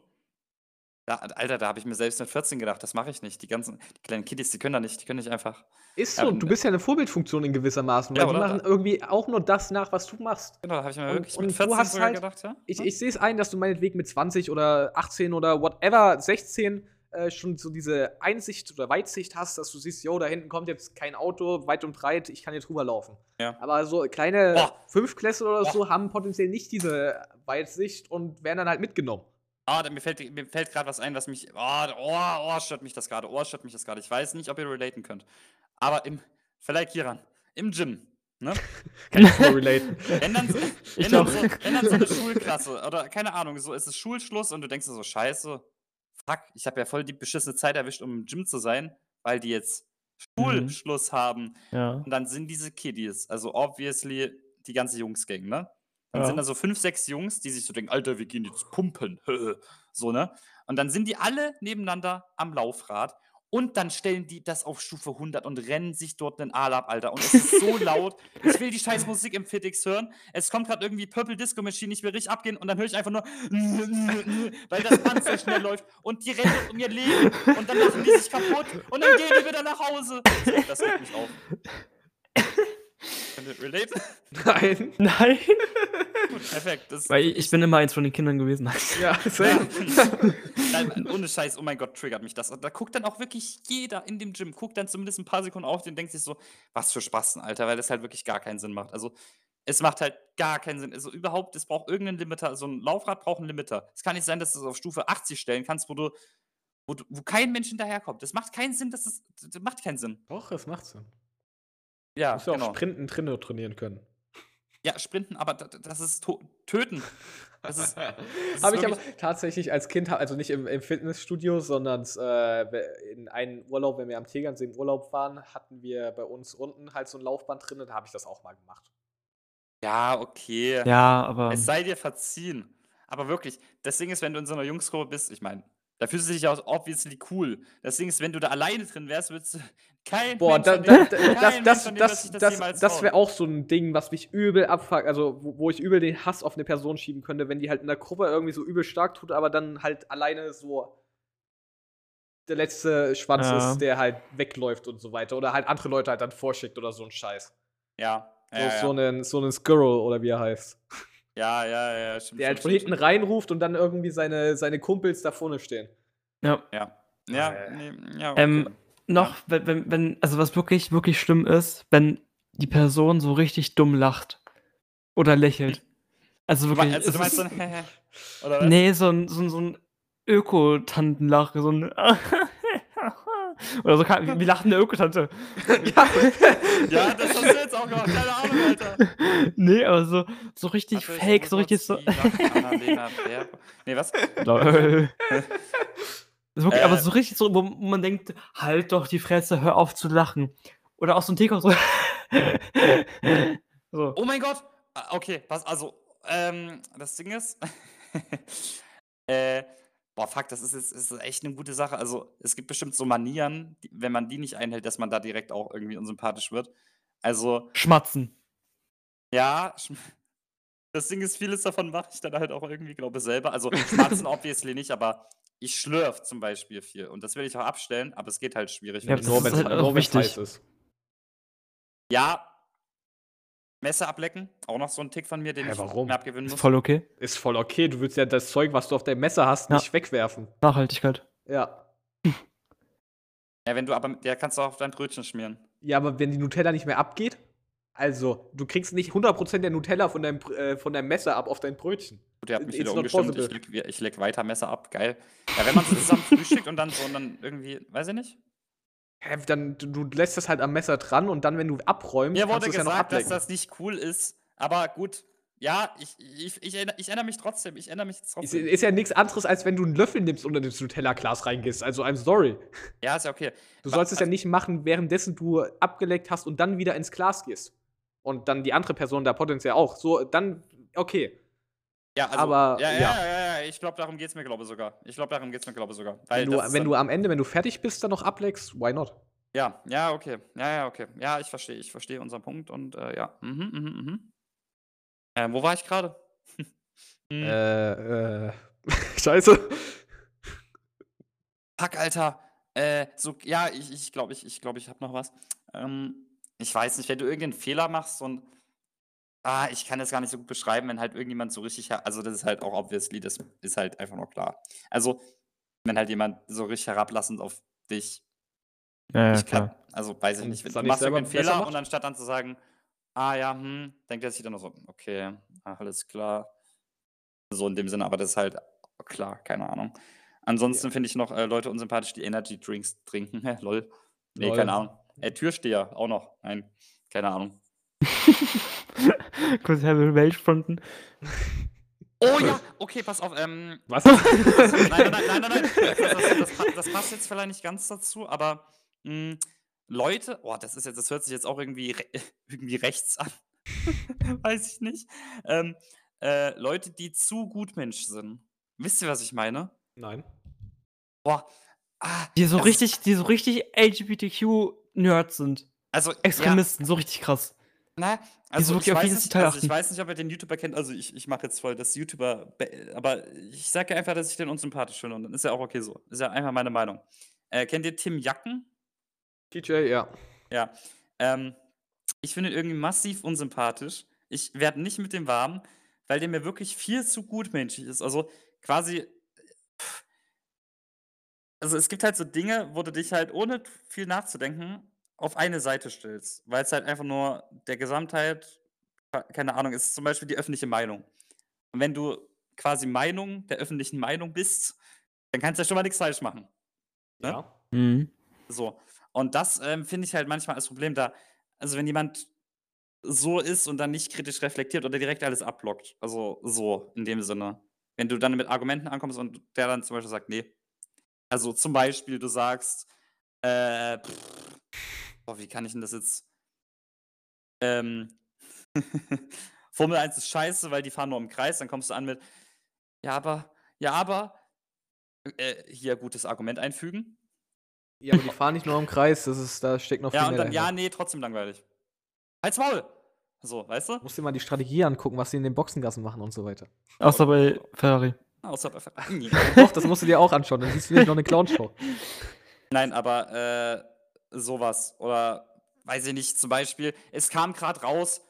Speaker 1: Alter, da habe ich mir selbst mit 14 gedacht, das mache ich nicht. Die kleinen Kiddies, die können nicht einfach.
Speaker 2: Ist
Speaker 1: Ja,
Speaker 2: so, du bist ja eine Vorbildfunktion in gewissermaßen,
Speaker 1: Ja,
Speaker 2: weil die
Speaker 1: oder?
Speaker 2: machen irgendwie auch nur das nach, was du machst.
Speaker 1: Genau, da habe ich mir
Speaker 2: Und-
Speaker 1: wirklich
Speaker 2: und
Speaker 1: mit
Speaker 2: du
Speaker 1: 14
Speaker 2: hast
Speaker 1: sogar
Speaker 2: halt-
Speaker 1: gedacht, ja.
Speaker 2: Ich sehe es ein, dass du meinetwegen mit 20 oder 18 oder whatever, 16 schon so diese Einsicht oder Weitsicht hast, dass du siehst, yo, da hinten kommt jetzt kein Auto, weit und breit, ich kann hier drüber laufen.
Speaker 1: Ja.
Speaker 2: Aber so kleine
Speaker 1: Boah.
Speaker 2: Fünftklässler oder
Speaker 1: Boah.
Speaker 2: so haben potenziell nicht diese Weitsicht und werden dann halt mitgenommen.
Speaker 1: Mir fällt gerade was ein, was mich. Stört mich das gerade. Ich weiß nicht, ob ihr relaten könnt. Aber vielleicht Kiran. Im Gym. Ne?
Speaker 2: Kann ich nur relaten.
Speaker 1: Wenn dann
Speaker 3: Ich
Speaker 1: so
Speaker 3: auch.
Speaker 1: eine Schulklasse oder keine Ahnung, so ist es Schulschluss und du denkst dir so, scheiße, fuck, ich habe ja voll die beschissene Zeit erwischt, um im Gym zu sein, weil die jetzt Schulschluss haben.
Speaker 3: Ja.
Speaker 1: Und dann sind diese Kiddies, also obviously die ganze Jungsgang, ne? Dann
Speaker 3: Ja.
Speaker 1: sind da so 5, 6 Jungs, die sich so denken, Alter, wir gehen jetzt pumpen. So, ne? Und dann sind die alle nebeneinander am Laufrad und dann stellen die das auf Stufe 100 und rennen sich dort einen Aal ab, Alter. Und es ist so laut. Ich will die scheiß Musik im FitX hören. Es kommt gerade irgendwie Purple Disco Machine, ich will richtig abgehen und dann höre ich einfach nur, weil das Band so schnell läuft und die rennen um ihr Leben und dann machen die sich kaputt und dann gehen die wieder nach Hause. So, das regt mich auf. Könnt ihr relate?
Speaker 2: Nein.
Speaker 3: Nein.
Speaker 1: Gut, perfekt. Das
Speaker 3: Weil ich bin immer eins von den Kindern gewesen.
Speaker 2: Ja,
Speaker 1: Ja.
Speaker 2: same.
Speaker 1: Nein, ohne Scheiß, oh mein Gott, triggert mich das. Und da guckt dann auch wirklich jeder in dem Gym, guckt dann zumindest ein paar Sekunden auf den und denkt sich so, was für Spasten, Alter, weil das halt wirklich gar keinen Sinn macht. Also, es macht halt gar keinen Sinn. Also, überhaupt, es braucht irgendeinen Limiter. So ein Laufrad braucht einen Limiter. Es kann nicht sein, dass du es auf Stufe 80 stellen kannst, wo kein Mensch hinterherkommt. Das macht keinen Sinn, das macht keinen Sinn.
Speaker 2: Doch, es macht Sinn.
Speaker 1: Ja,
Speaker 2: Du musst ja auch
Speaker 1: genau.
Speaker 2: Sprinten drinnen trainieren können.
Speaker 1: Ja, Sprinten, aber das ist Töten. Das ist
Speaker 2: Habe ich aber
Speaker 1: wirklich-
Speaker 2: tatsächlich als Kind, also nicht im Fitnessstudio, sondern in einem Urlaub, wenn wir am Tegernsee im Urlaub waren, hatten wir bei uns unten halt so ein Laufband drin, da habe ich das auch mal gemacht.
Speaker 1: Ja, okay.
Speaker 3: Ja, aber.
Speaker 1: Es sei dir verziehen. Aber wirklich, das Ding ist, wenn du in so einer Jungsgruppe bist, ich meine, da fühlst du dich auch obviously cool. Das Ding ist, wenn du da alleine drin wärst, würdest du kein
Speaker 2: Boah,
Speaker 1: Mensch von dem- kein Mensch
Speaker 2: das
Speaker 1: von dem wird sich jemals
Speaker 2: wäre
Speaker 1: trauen.
Speaker 2: auch so ein Ding, was mich übel abfuckt, also wo ich übel den Hass auf eine Person schieben könnte, wenn die halt in der Gruppe irgendwie so übel stark tut, aber dann halt alleine so der letzte Schwanz
Speaker 3: Ja.
Speaker 2: ist, der halt wegläuft und so weiter. Oder halt andere Leute halt dann vorschickt oder so ein Scheiß.
Speaker 1: Ja,
Speaker 2: So einen Squirrel oder wie er heißt.
Speaker 1: ja, stimmt.
Speaker 2: Der halt von
Speaker 1: stimmt,
Speaker 2: hinten reinruft und dann irgendwie seine Kumpels da vorne stehen.
Speaker 3: Ja.
Speaker 1: Ja,
Speaker 2: Ah,
Speaker 1: nee, ja, okay.
Speaker 3: Noch, also was wirklich, wirklich schlimm ist, wenn die Person so richtig dumm lacht. Oder lächelt. Also
Speaker 1: Du
Speaker 3: wirklich.
Speaker 1: meinst
Speaker 3: es
Speaker 1: so
Speaker 3: ist-
Speaker 1: ein Oder was?
Speaker 3: Nee, so ein Öko-Tantenlache, so ein Oder so wie lachende Ökotante.
Speaker 2: Ja.
Speaker 1: Ja, das hast du jetzt auch gemacht. Keine Ahnung, Alter.
Speaker 3: Nee, aber so richtig
Speaker 1: Warte, ich
Speaker 3: fake,
Speaker 1: hol
Speaker 3: so richtig
Speaker 1: kurz
Speaker 3: so.
Speaker 1: die Sachen, Annalena Baerbock. Nee, was?
Speaker 3: Lol. Das ist wirklich, aber
Speaker 1: Äh,
Speaker 3: so richtig so, wo man denkt, halt doch die Fresse, hör auf zu lachen. Oder auch so ein TikTok so. So.
Speaker 1: Oh mein Gott! Okay, also, das Ding ist, äh, boah, fuck, das ist echt eine gute Sache. Also, es gibt bestimmt so Manieren, wenn man die nicht einhält, dass man da direkt auch irgendwie unsympathisch wird. Also,
Speaker 3: Schmatzen.
Speaker 1: ja, das Ding ist, vieles davon mache ich dann halt auch irgendwie, glaube ich, selber. Also, schmatzen obviously nicht, aber ich schlürfe zum Beispiel viel. Und das will ich auch abstellen, aber es geht halt schwierig,
Speaker 3: Ja,
Speaker 1: wenn ich
Speaker 3: das ist halt auch
Speaker 2: nur wenn's
Speaker 3: wichtig.
Speaker 2: heiß ist.
Speaker 1: Ja, Messer ablecken, auch noch so ein Tick von mir, den
Speaker 2: Hä,
Speaker 1: ich
Speaker 2: warum?
Speaker 1: mir abgewöhnen
Speaker 3: Ist
Speaker 1: muss.
Speaker 3: voll okay.
Speaker 2: Ist voll okay. Du willst ja das Zeug, was du auf deinem Messer hast,
Speaker 3: Ja.
Speaker 2: nicht wegwerfen.
Speaker 3: Nachhaltigkeit.
Speaker 2: Ja.
Speaker 1: Ja, wenn du aber der kannst du auch auf dein Brötchen schmieren.
Speaker 2: Ja, aber wenn die Nutella nicht mehr abgeht, also, du kriegst nicht 100% der Nutella von deinem Messer ab auf dein Brötchen.
Speaker 1: Gut, ihr habt mich
Speaker 2: It's
Speaker 1: wieder
Speaker 2: not
Speaker 1: umgestimmt.
Speaker 2: possible.
Speaker 1: Ich leck weiter Messer ab, geil. Ja, wenn man so zusammen frühstückt und dann irgendwie, weiß ich nicht.
Speaker 2: Hä, dann du lässt das halt am Messer dran und dann, wenn du abräumst,
Speaker 1: Mir
Speaker 2: kannst
Speaker 1: wurde
Speaker 2: du es ja noch
Speaker 1: gesagt, dass
Speaker 2: ablecken.
Speaker 1: das nicht cool ist, aber gut. Ja, ich erinnere mich trotzdem. Ich erinnere mich jetzt
Speaker 2: Ist,
Speaker 1: trotzdem.
Speaker 2: ist ja nichts anderes, als wenn du einen Löffel nimmst und in das Nutella-Glas reingehst. Also, I'm sorry.
Speaker 1: Ja, ist ja okay.
Speaker 2: Du
Speaker 1: Wa-
Speaker 2: sollst es ja
Speaker 1: also-
Speaker 2: nicht machen, währenddessen du abgeleckt hast und dann wieder ins Glas gehst. Und dann die andere Person da potenziell auch. So, dann, okay.
Speaker 1: Ja, also,
Speaker 2: aber,
Speaker 1: ja, ich glaube, darum geht's mir, glaube ich, sogar. Weil das ist
Speaker 2: Wenn du
Speaker 1: dann,
Speaker 2: am Ende, wenn du fertig bist, dann noch ableckst, why not?
Speaker 1: ja, okay. Ja, okay. Ja, ich verstehe unseren Punkt und ja. Wo war ich gerade?
Speaker 2: Scheiße.
Speaker 1: Fuck, Alter. Ja, ich glaube, ich habe noch was. Ich weiß nicht, wenn du irgendeinen Fehler machst und ich kann das gar nicht so gut beschreiben, wenn halt irgendjemand so richtig also, das ist halt auch obviously, das ist halt einfach nur klar. Also, wenn halt jemand so richtig herablassend auf dich
Speaker 3: Ja,
Speaker 1: ich
Speaker 3: klar.
Speaker 1: kann also, weiß ich
Speaker 2: Und
Speaker 1: nicht,
Speaker 2: es
Speaker 1: du
Speaker 2: dann nicht
Speaker 1: machst
Speaker 2: selber
Speaker 1: irgendeinen
Speaker 2: besser
Speaker 1: Fehler
Speaker 2: macht?
Speaker 1: und anstatt dann zu sagen: „Ah ja, denkt er sich dann nur so: „Okay, alles klar.“ So in dem Sinne, aber das ist halt klar, keine Ahnung. Ansonsten
Speaker 2: Ja.
Speaker 1: finde ich noch, Leute unsympathisch, die Energy Drinks trinken. Lol. Ne,
Speaker 2: Lol.
Speaker 1: keine Ahnung. Türsteher auch noch. Nein, keine Ahnung.
Speaker 3: Kurz Heavy Rage fronten.
Speaker 1: Oh ja, okay, pass auf,
Speaker 2: Was?
Speaker 1: nein. Das passt jetzt vielleicht nicht ganz dazu, aber, Leute das hört sich jetzt auch irgendwie irgendwie rechts an. Weiß ich nicht. Leute, die zu Gutmensch sind. Wisst ihr, was ich meine?
Speaker 2: Nein.
Speaker 1: Boah,
Speaker 3: Die so
Speaker 1: also
Speaker 3: richtig LGBTQ-Nerds sind.
Speaker 1: also, ja,
Speaker 3: Extremisten, so richtig krass.
Speaker 1: ne,
Speaker 3: Die so
Speaker 1: also,
Speaker 3: wirklich auf jedes Detail
Speaker 1: ich
Speaker 3: achten.
Speaker 1: weiß nicht, ob ihr den YouTuber kennt, also, ich mache jetzt voll das YouTuber aber ich sage ja einfach, dass ich den unsympathisch finde und dann ist ja auch okay so. Ist ja einfach meine Meinung. Kennt ihr Tim Jacken?
Speaker 2: TJ, ja.
Speaker 1: Ja. Ich finde ihn irgendwie massiv unsympathisch. Ich werde nicht mit dem warm, weil der mir wirklich viel zu gutmenschlich ist. Also, quasi also, es gibt halt so Dinge, wo du dich halt, ohne viel nachzudenken, auf eine Seite stellst, weil es halt einfach nur der Gesamtheit keine Ahnung, ist zum Beispiel die öffentliche Meinung. Und wenn du quasi Meinung der öffentlichen Meinung bist, dann kannst du ja schon mal nichts falsch machen, ne?
Speaker 2: Ja.
Speaker 3: Mhm.
Speaker 1: So. Und das, finde ich halt manchmal als Problem da also, wenn jemand so ist und dann nicht kritisch reflektiert oder direkt alles abblockt. Also, so in dem Sinne. Wenn du dann mit Argumenten ankommst und der dann zum Beispiel sagt: „Ne.“ Also, zum Beispiel, du sagst, äh, boah, wie kann ich denn das jetzt ähm, Formel 1 ist scheiße, weil die fahren nur im Kreis. Dann kommst du an mit: ja, aber, hier gutes Argument einfügen.
Speaker 2: Ja, aber die fahren nicht nur im Kreis, da steckt noch viel
Speaker 1: Ja, und
Speaker 2: mehr
Speaker 1: dann:
Speaker 2: dahinter.
Speaker 1: „Ja, ne, trotzdem langweilig. Halt's Maul!“ So, weißt du?
Speaker 2: Du musst dir mal die Strategie angucken, was sie in den Boxengassen machen und so weiter.
Speaker 3: Außer bei Ferrari.
Speaker 1: Außer bei
Speaker 2: Doch, das musst du dir auch anschauen, dann siehst du nicht noch eine Clownshow.
Speaker 1: Nein, aber, so oder weiß ich nicht, zum Beispiel, es kam grad raus,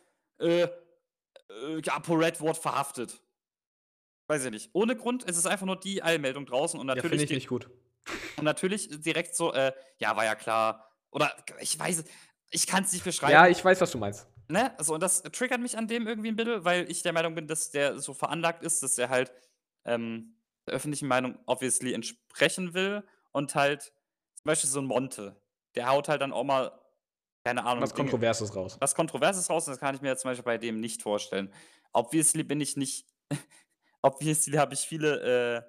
Speaker 1: ApoRed wurde verhaftet. Weiß ich nicht. Ohne Grund, es ist einfach nur die Eilmeldung draußen und
Speaker 2: Ja, finde
Speaker 1: natürlich
Speaker 2: ich nicht gut.
Speaker 1: direkt so, „Ja, war ja klar.“ Oder ich weiß es ich kann's nicht beschreiben.
Speaker 2: Ja, ich weiß, was du meinst.
Speaker 1: Ne? Also, und das triggert mich an dem irgendwie ein bisschen, weil ich der Meinung bin, dass der so veranlagt ist, dass er halt, der öffentlichen Meinung obviously entsprechen will und halt zum Beispiel so ein Monte, der haut halt dann auch mal, keine Ahnung,
Speaker 2: Was
Speaker 1: Dinge
Speaker 2: Kontroverses raus.
Speaker 1: was Kontroverses raus, und das kann ich mir jetzt zum Beispiel bei dem nicht vorstellen. Obviously bin ich nicht obviously habe ich viele,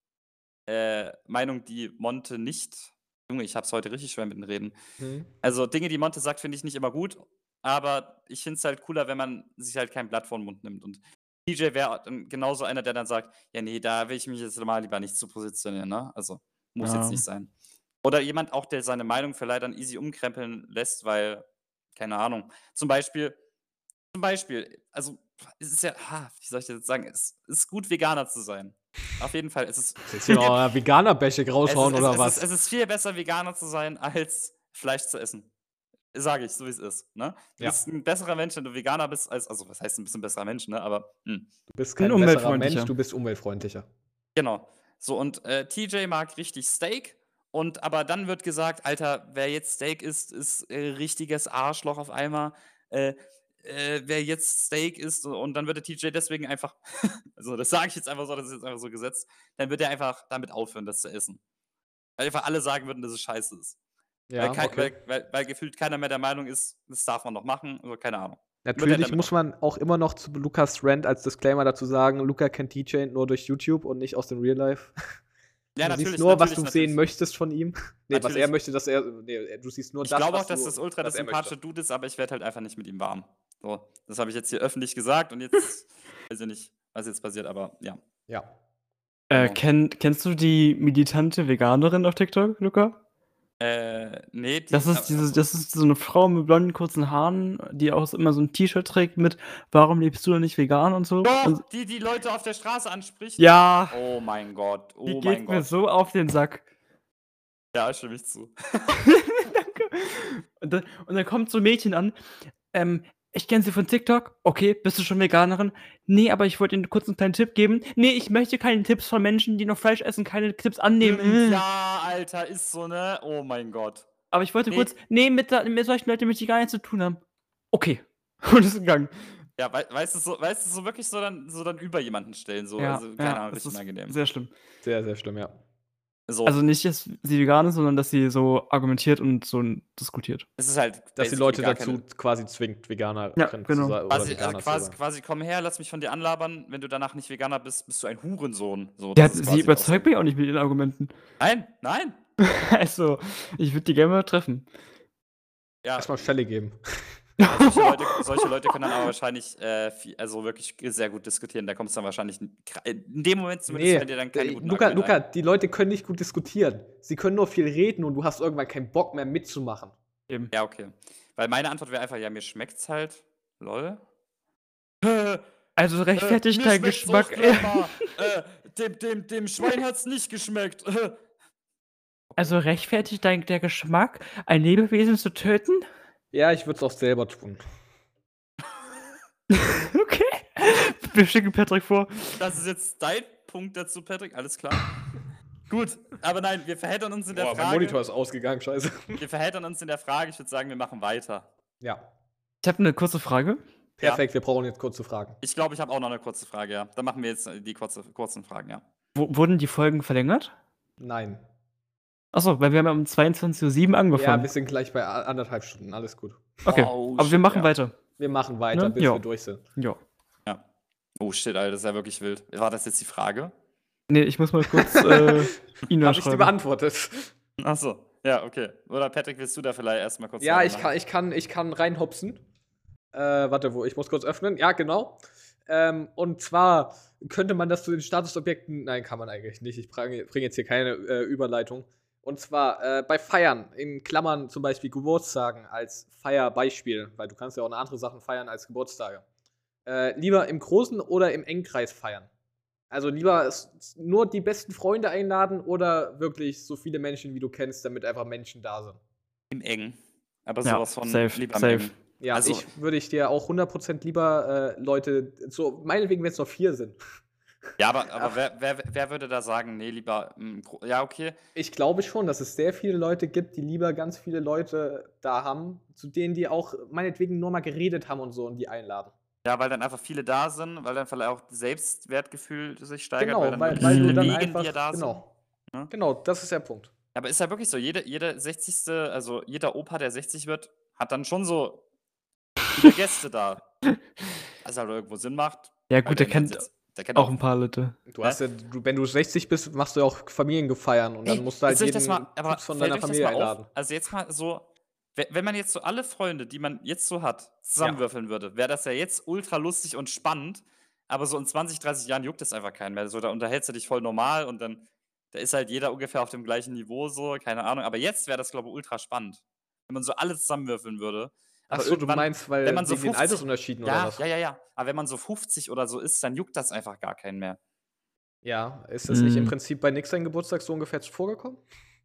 Speaker 1: Meinungen, die Monte nicht Junge, ich habe es heute richtig schwer mit den Reden.
Speaker 2: Mhm.
Speaker 1: Also, Dinge, die Monte sagt, finde ich nicht immer gut, aber ich finde es halt cooler, wenn man sich halt kein Blatt vor den Mund nimmt. Und TJ wäre dann genauso einer, der dann sagt: „Ja, nee, da will ich mich jetzt mal lieber nicht zu positionieren“, ne? Also, muss jetzt
Speaker 3: Ja.
Speaker 1: nicht sein. Oder jemand auch, der seine Meinung vielleicht dann easy umkrempeln lässt, weil keine Ahnung. Zum Beispiel, also, es ist ja wie soll ich das jetzt sagen? Es ist gut, Veganer zu sein. Auf jeden Fall. Es ist
Speaker 2: Jetzt hier noch Veganer-Bashing
Speaker 1: es ist
Speaker 2: raushauen
Speaker 1: es
Speaker 2: oder
Speaker 1: es
Speaker 2: was?
Speaker 1: ist es ist viel besser, Veganer zu sein, als Fleisch zu essen. Sage ich, so wie es ist, ne? Du
Speaker 2: Ja.
Speaker 1: bist 'n besserer Mensch, wenn du Veganer bist, also, was heißt 'n bisschen besserer Mensch, ne, aber,
Speaker 2: Du bist
Speaker 3: Bin
Speaker 2: kein besserer Mensch,
Speaker 3: umweltfreundlicher.
Speaker 2: du bist umweltfreundlicher.
Speaker 1: genau. So und, TJ mag richtig Steak, und aber dann wird gesagt: „Alter, wer jetzt Steak isst, ist, richtiges Arschloch auf einmal. Äh, wer jetzt Steak isst“, und dann wird der TJ deswegen einfach also, das sage ich jetzt einfach so, das ist jetzt einfach so gesetzt, dann wird er einfach damit aufhören, das zu essen. Weil einfach alle sagen würden, dass es scheiße ist. Weil
Speaker 2: Ja,
Speaker 1: kei
Speaker 2: okay.
Speaker 1: weil gefühlt keiner mehr der Meinung ist, das darf man noch machen, also, keine Ahnung. Wird er
Speaker 2: Natürlich
Speaker 1: damit
Speaker 2: muss man auch immer noch zu Lukas Rant als Disclaimer dazu sagen, Luca kennt DJ nur durch YouTube und nicht aus dem Real Life.
Speaker 1: ja,
Speaker 2: Du siehst
Speaker 1: natürlich,
Speaker 2: nur, was
Speaker 1: natürlich,
Speaker 2: du sehen
Speaker 1: natürlich.
Speaker 2: möchtest von ihm. Ne, was er
Speaker 1: Natürlich.
Speaker 2: möchte, dass er ne, du siehst nur
Speaker 1: Ich
Speaker 2: das,
Speaker 1: glaube auch,
Speaker 2: was
Speaker 1: dass
Speaker 2: du
Speaker 1: das ultra der
Speaker 2: was er möchte.
Speaker 1: sympathische Dude ist, aber ich werde halt einfach nicht mit ihm warm. So, das habe ich jetzt hier öffentlich gesagt, und jetzt weiß ich nicht, was jetzt passiert, aber ja.
Speaker 2: Ja.
Speaker 1: Also,
Speaker 3: Kennst du die militante Veganerin auf TikTok, Luca?
Speaker 1: ne,
Speaker 3: Das
Speaker 1: die
Speaker 3: ist so 'ne Frau mit blonden, kurzen Haaren, die auch immer so 'n T-Shirt trägt mit: „Warum lebst du denn nicht vegan?“ und so. Und
Speaker 1: doch, die Leute auf der Straße anspricht.
Speaker 3: ja,
Speaker 1: Oh mein Gott,
Speaker 3: die
Speaker 1: oh mein
Speaker 3: geht mir
Speaker 1: Gott.
Speaker 3: so auf den Sack.
Speaker 1: Ja, stimme ich zu.
Speaker 3: Danke. Und dann kommt so 'n Mädchen an: „Ich kenne Sie von TikTok. Okay, bist du schon Veganerin?“ „Ne, aber ich wollte Ihnen kurz 'n kleinen Tipp geben.“ „Ne, ich möchte keine Tipps von Menschen, die noch Fleisch essen, keine Tipps annehmen.
Speaker 1: Stimmt, ja, Alter, ist so, ne? Oh mein Gott.
Speaker 3: Aber ich wollte
Speaker 1: Ne,
Speaker 3: kurz ne, mit solchen Leuten möchte ich gar nichts zu tun haben.“ „Okay.“ Und ist gegangen.
Speaker 1: ja, weißt du, so wirklich so dann über jemanden stellen, so,
Speaker 3: Ja,
Speaker 1: also, keine
Speaker 3: ja,
Speaker 1: Ahnung,
Speaker 3: das
Speaker 1: richtig
Speaker 3: ist
Speaker 1: unangenehm.
Speaker 3: sehr schlimm.
Speaker 2: Sehr, sehr schlimm, ja.
Speaker 3: Also,
Speaker 1: So,
Speaker 3: nicht, dass sie vegan ist, sondern dass sie so argumentiert und so diskutiert.
Speaker 1: es ist halt
Speaker 2: Dass die
Speaker 1: basically
Speaker 2: Leute
Speaker 1: gar
Speaker 2: dazu
Speaker 1: keine
Speaker 2: quasi zwingt,
Speaker 3: Ja,
Speaker 2: Veganerin zu
Speaker 3: genau.
Speaker 2: sein oder
Speaker 1: quasi also,
Speaker 2: Veganer zu sein.
Speaker 1: quasi: „Komm her, lass mich von dir anlabern. Wenn du danach nicht Veganer bist, bist du ein Hurensohn.“ So,
Speaker 3: Ja,
Speaker 1: das ist
Speaker 3: sie
Speaker 1: quasi die
Speaker 3: überzeugt
Speaker 1: Aussage.
Speaker 3: mich auch nicht mit ihren Argumenten.
Speaker 1: Nein, nein.
Speaker 3: Also, ich würde die gerne mal treffen.
Speaker 1: Ja,
Speaker 2: Erst mal Schelle geben.
Speaker 1: ja, solche Leute können dann aber wahrscheinlich, also, wirklich sehr gut diskutieren. Da kommt's dann wahrscheinlich in dem Moment zumindest,
Speaker 2: Ne,
Speaker 1: fällt dir dann keine guten
Speaker 2: Luca,
Speaker 1: Argumente ein.
Speaker 2: die Leute können nicht gut diskutieren. Sie können nur viel reden und du hast irgendwann keinen Bock mehr mitzumachen.
Speaker 3: Eben.
Speaker 1: Ja, okay. Weil meine Antwort wäre einfach: „Ja, mir schmeckt's halt. Lol.“ Äh,
Speaker 3: Also, rechtfertigt
Speaker 1: mir
Speaker 3: dein
Speaker 1: schmeckt's auch,
Speaker 3: Geschmack
Speaker 1: Grandma. Dem Schwein hat's nicht geschmeckt. Okay.
Speaker 3: also, rechtfertigt der Geschmack, ein Lebewesen zu töten?
Speaker 2: Ja, ich würde es auch selber tun.
Speaker 3: Okay. Wir schicken Patrick vor.
Speaker 1: Das ist jetzt dein Punkt dazu, Patrick, alles klar. Gut, aber nein, wir verheddern uns in der
Speaker 2: Boah, mein
Speaker 1: Frage.
Speaker 2: Monitor ist ausgegangen, scheiße.
Speaker 1: Wir verheddern uns in der Frage. Ich würde sagen, wir machen weiter.
Speaker 2: Ja,
Speaker 3: Ich habe 'ne kurze Frage.
Speaker 1: Ja?
Speaker 2: perfekt, wir brauchen jetzt kurze Fragen.
Speaker 1: Ich glaube, ich habe auch noch eine kurze Frage, ja. Dann machen wir jetzt, die kurzen Fragen, ja.
Speaker 3: Wurden die Folgen verlängert?
Speaker 2: Nein.
Speaker 3: Ach so, weil wir haben ja um 22:07
Speaker 2: Ja,
Speaker 3: angefangen.
Speaker 2: wir sind gleich bei 1,5 Stunden, alles gut.
Speaker 3: Okay,
Speaker 1: Oh,
Speaker 3: aber wir
Speaker 1: shit,
Speaker 3: machen
Speaker 1: ja.
Speaker 3: weiter.
Speaker 2: Wir machen weiter,
Speaker 3: Ne?
Speaker 2: bis
Speaker 3: Ja.
Speaker 2: wir durch sind.
Speaker 3: Ja.
Speaker 1: Ja. Oh shit, Alter, das ist ja wirklich wild. War das jetzt die Frage?
Speaker 3: Ne, ich muss mal kurz, E-Mail
Speaker 2: Habe ich dir
Speaker 3: schreiben.
Speaker 2: beantwortet.
Speaker 1: Ach so, ja, okay. Oder Patrick, willst du da vielleicht erst mal kurz
Speaker 2: Ja,
Speaker 1: weiter
Speaker 2: ich
Speaker 1: machen?
Speaker 2: kann reinhopsen. Warte, ich muss kurz öffnen. Ja, genau. Und zwar könnte man das zu den Statusobjekten. Nein, kann man eigentlich nicht. Ich bringe jetzt hier keine Überleitung. Und zwar bei Feiern, in Klammern zum Beispiel Geburtstagen als Feierbeispiel, weil du kannst ja auch noch andere Sachen feiern als Geburtstage. Lieber im Großen oder im Engkreis feiern? Also lieber nur die besten Freunde einladen oder wirklich so viele Menschen, wie du kennst, damit einfach Menschen da sind?
Speaker 1: Im Engen. Aber
Speaker 3: Ja,
Speaker 1: sowas von
Speaker 3: safe,
Speaker 1: lieber im
Speaker 3: safe.
Speaker 1: Engen.
Speaker 2: Ja,
Speaker 1: Also,
Speaker 2: würde ich dir auch 100% lieber Leute, so meinetwegen, wenn es noch 4 sind.
Speaker 1: ja, aber wer würde da sagen: „Nee, lieber ja, okay.“
Speaker 2: Ich glaube schon, dass es sehr viele Leute gibt, die lieber ganz viele Leute da haben, zu denen die auch meinetwegen nur mal geredet haben und so und die einladen.
Speaker 1: Ja, weil dann einfach viele da sind, weil dann vielleicht auch Selbstwertgefühl sich steigert, weil
Speaker 2: Genau,
Speaker 1: dann
Speaker 2: weil
Speaker 1: wirklich
Speaker 2: weil du
Speaker 1: viele
Speaker 2: dann
Speaker 1: wegen dir
Speaker 2: einfach
Speaker 1: da sind,
Speaker 2: genau.
Speaker 1: ne?
Speaker 2: Genau, das ist der Punkt.
Speaker 1: Aber ist ja wirklich so, jeder 60. Also jeder Opa, der 60 wird, hat dann schon so viele Gäste da. Was halt irgendwo Sinn macht,
Speaker 3: Ja,
Speaker 1: weil
Speaker 3: gut, der kennt
Speaker 1: der kennt
Speaker 3: auch
Speaker 1: auch.
Speaker 3: ein paar Leute.
Speaker 2: Du hast ja, wenn du 60 bist, machst du ja auch Familiengefeiern und dann musst du halt
Speaker 1: soll ich das
Speaker 2: jeden
Speaker 1: mal, aber
Speaker 2: Pups von
Speaker 1: fällt
Speaker 2: deiner
Speaker 1: euch das
Speaker 2: Familie
Speaker 1: mal
Speaker 2: einladen.
Speaker 1: auf? Also jetzt mal so, wenn man jetzt so alle Freunde, die man jetzt so hat, zusammenwürfeln würde, wäre das ja jetzt ultra lustig und spannend, aber so in 20, 30 Jahren juckt das einfach keinen mehr. So, da unterhältst du dich voll normal und dann da ist halt jeder ungefähr auf dem gleichen Niveau so, keine Ahnung. Aber jetzt wäre das, glaube ich, ultra spannend, wenn man so alles zusammenwürfeln würde. Aber
Speaker 2: Achso, du
Speaker 1: irgendwann,
Speaker 2: meinst,
Speaker 1: wenn
Speaker 2: weil
Speaker 1: man so
Speaker 2: wegen den
Speaker 1: 50,
Speaker 2: Altersunterschieden oder
Speaker 1: ja,
Speaker 2: was?
Speaker 1: ja. Aber wenn man so 50 oder so ist, dann juckt das einfach gar keinen mehr.
Speaker 2: Ja, ist das nicht im
Speaker 3: Mhm.
Speaker 2: Prinzip bei Nix sein Geburtstag so ungefähr vorgekommen?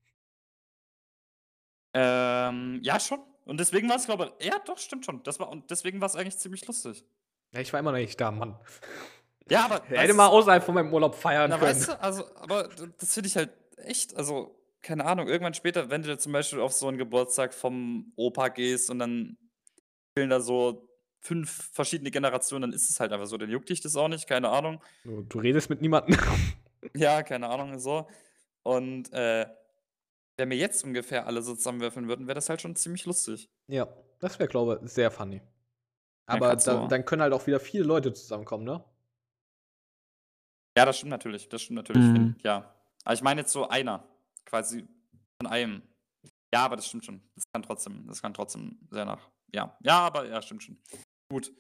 Speaker 1: Ja, schon. Und deswegen war es, glaube ich, ja, doch, stimmt schon. Und deswegen war es eigentlich ziemlich lustig.
Speaker 2: Ja, ich war immer noch nicht da, Mann.
Speaker 1: Ja, aber
Speaker 2: Ich hätte mal außerhalb von meinem Urlaub feiern können.
Speaker 1: weißt du, also, aber das finde ich halt echt, also, keine Ahnung, irgendwann später, wenn du zum Beispiel auf so einen Geburtstag vom Opa gehst und dann spielen da so 5 verschiedene Generationen, dann ist es halt einfach so, dann juckt dich das auch nicht, keine Ahnung.
Speaker 2: Du redest mit niemandem.
Speaker 1: Ja, keine Ahnung, so. Und wenn wir jetzt ungefähr alle so zusammenwürfeln würden, wäre das halt schon ziemlich lustig.
Speaker 2: Ja, das wäre, glaube ich, sehr funny.
Speaker 1: Ja,
Speaker 2: Aber
Speaker 1: grad so.
Speaker 2: dann können halt auch wieder viele Leute zusammenkommen, ne?
Speaker 1: Ja, das stimmt natürlich,
Speaker 3: Mhm.
Speaker 1: ja. Aber ich meine jetzt so einer, quasi von einem. Ja, aber das stimmt schon. Das kann trotzdem sehr nach, ja. Ja, aber ja, stimmt schon. Gut.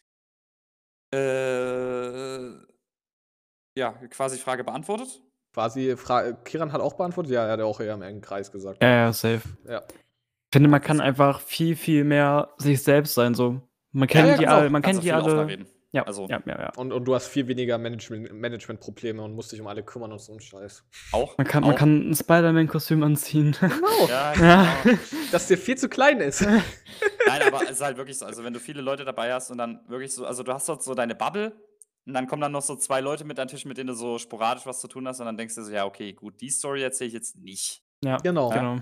Speaker 1: Ja, quasi Frage beantwortet.
Speaker 2: Quasi, Kiran hat auch beantwortet? Ja, er hat ja auch eher im engen Kreis gesagt.
Speaker 3: Ja, safe.
Speaker 2: Ja.
Speaker 3: Ich finde, man
Speaker 1: Okay,
Speaker 3: kann
Speaker 1: so.
Speaker 3: einfach viel, viel mehr sich selbst sein, so. Man
Speaker 2: Ja,
Speaker 3: kennt die
Speaker 2: genau.
Speaker 3: alle, man
Speaker 1: Kannst
Speaker 3: kennt
Speaker 1: auch
Speaker 3: die
Speaker 1: viel offener
Speaker 3: alle.
Speaker 1: reden.
Speaker 3: Ja,
Speaker 1: Also,
Speaker 3: ja.
Speaker 2: Und du hast viel weniger Management-Probleme und musst dich um alle kümmern und so einen Scheiß.
Speaker 1: auch.
Speaker 3: Man kann
Speaker 1: auch.
Speaker 3: ein Spider-Man-Kostüm anziehen.
Speaker 2: Genau.
Speaker 1: Ja,
Speaker 3: Ja.
Speaker 1: genau.
Speaker 2: Dass dir viel zu klein ist.
Speaker 1: Nein, aber es ist halt wirklich so. Also, wenn du viele Leute dabei hast und dann wirklich so, also du hast dort so deine Bubble und dann kommen dann noch so 2 Leute mit an den Tisch, mit denen du so sporadisch was zu tun hast und dann denkst du so, ja, okay, gut, die Story erzähle ich jetzt nicht.
Speaker 3: Ja,
Speaker 2: Genau.
Speaker 3: genau.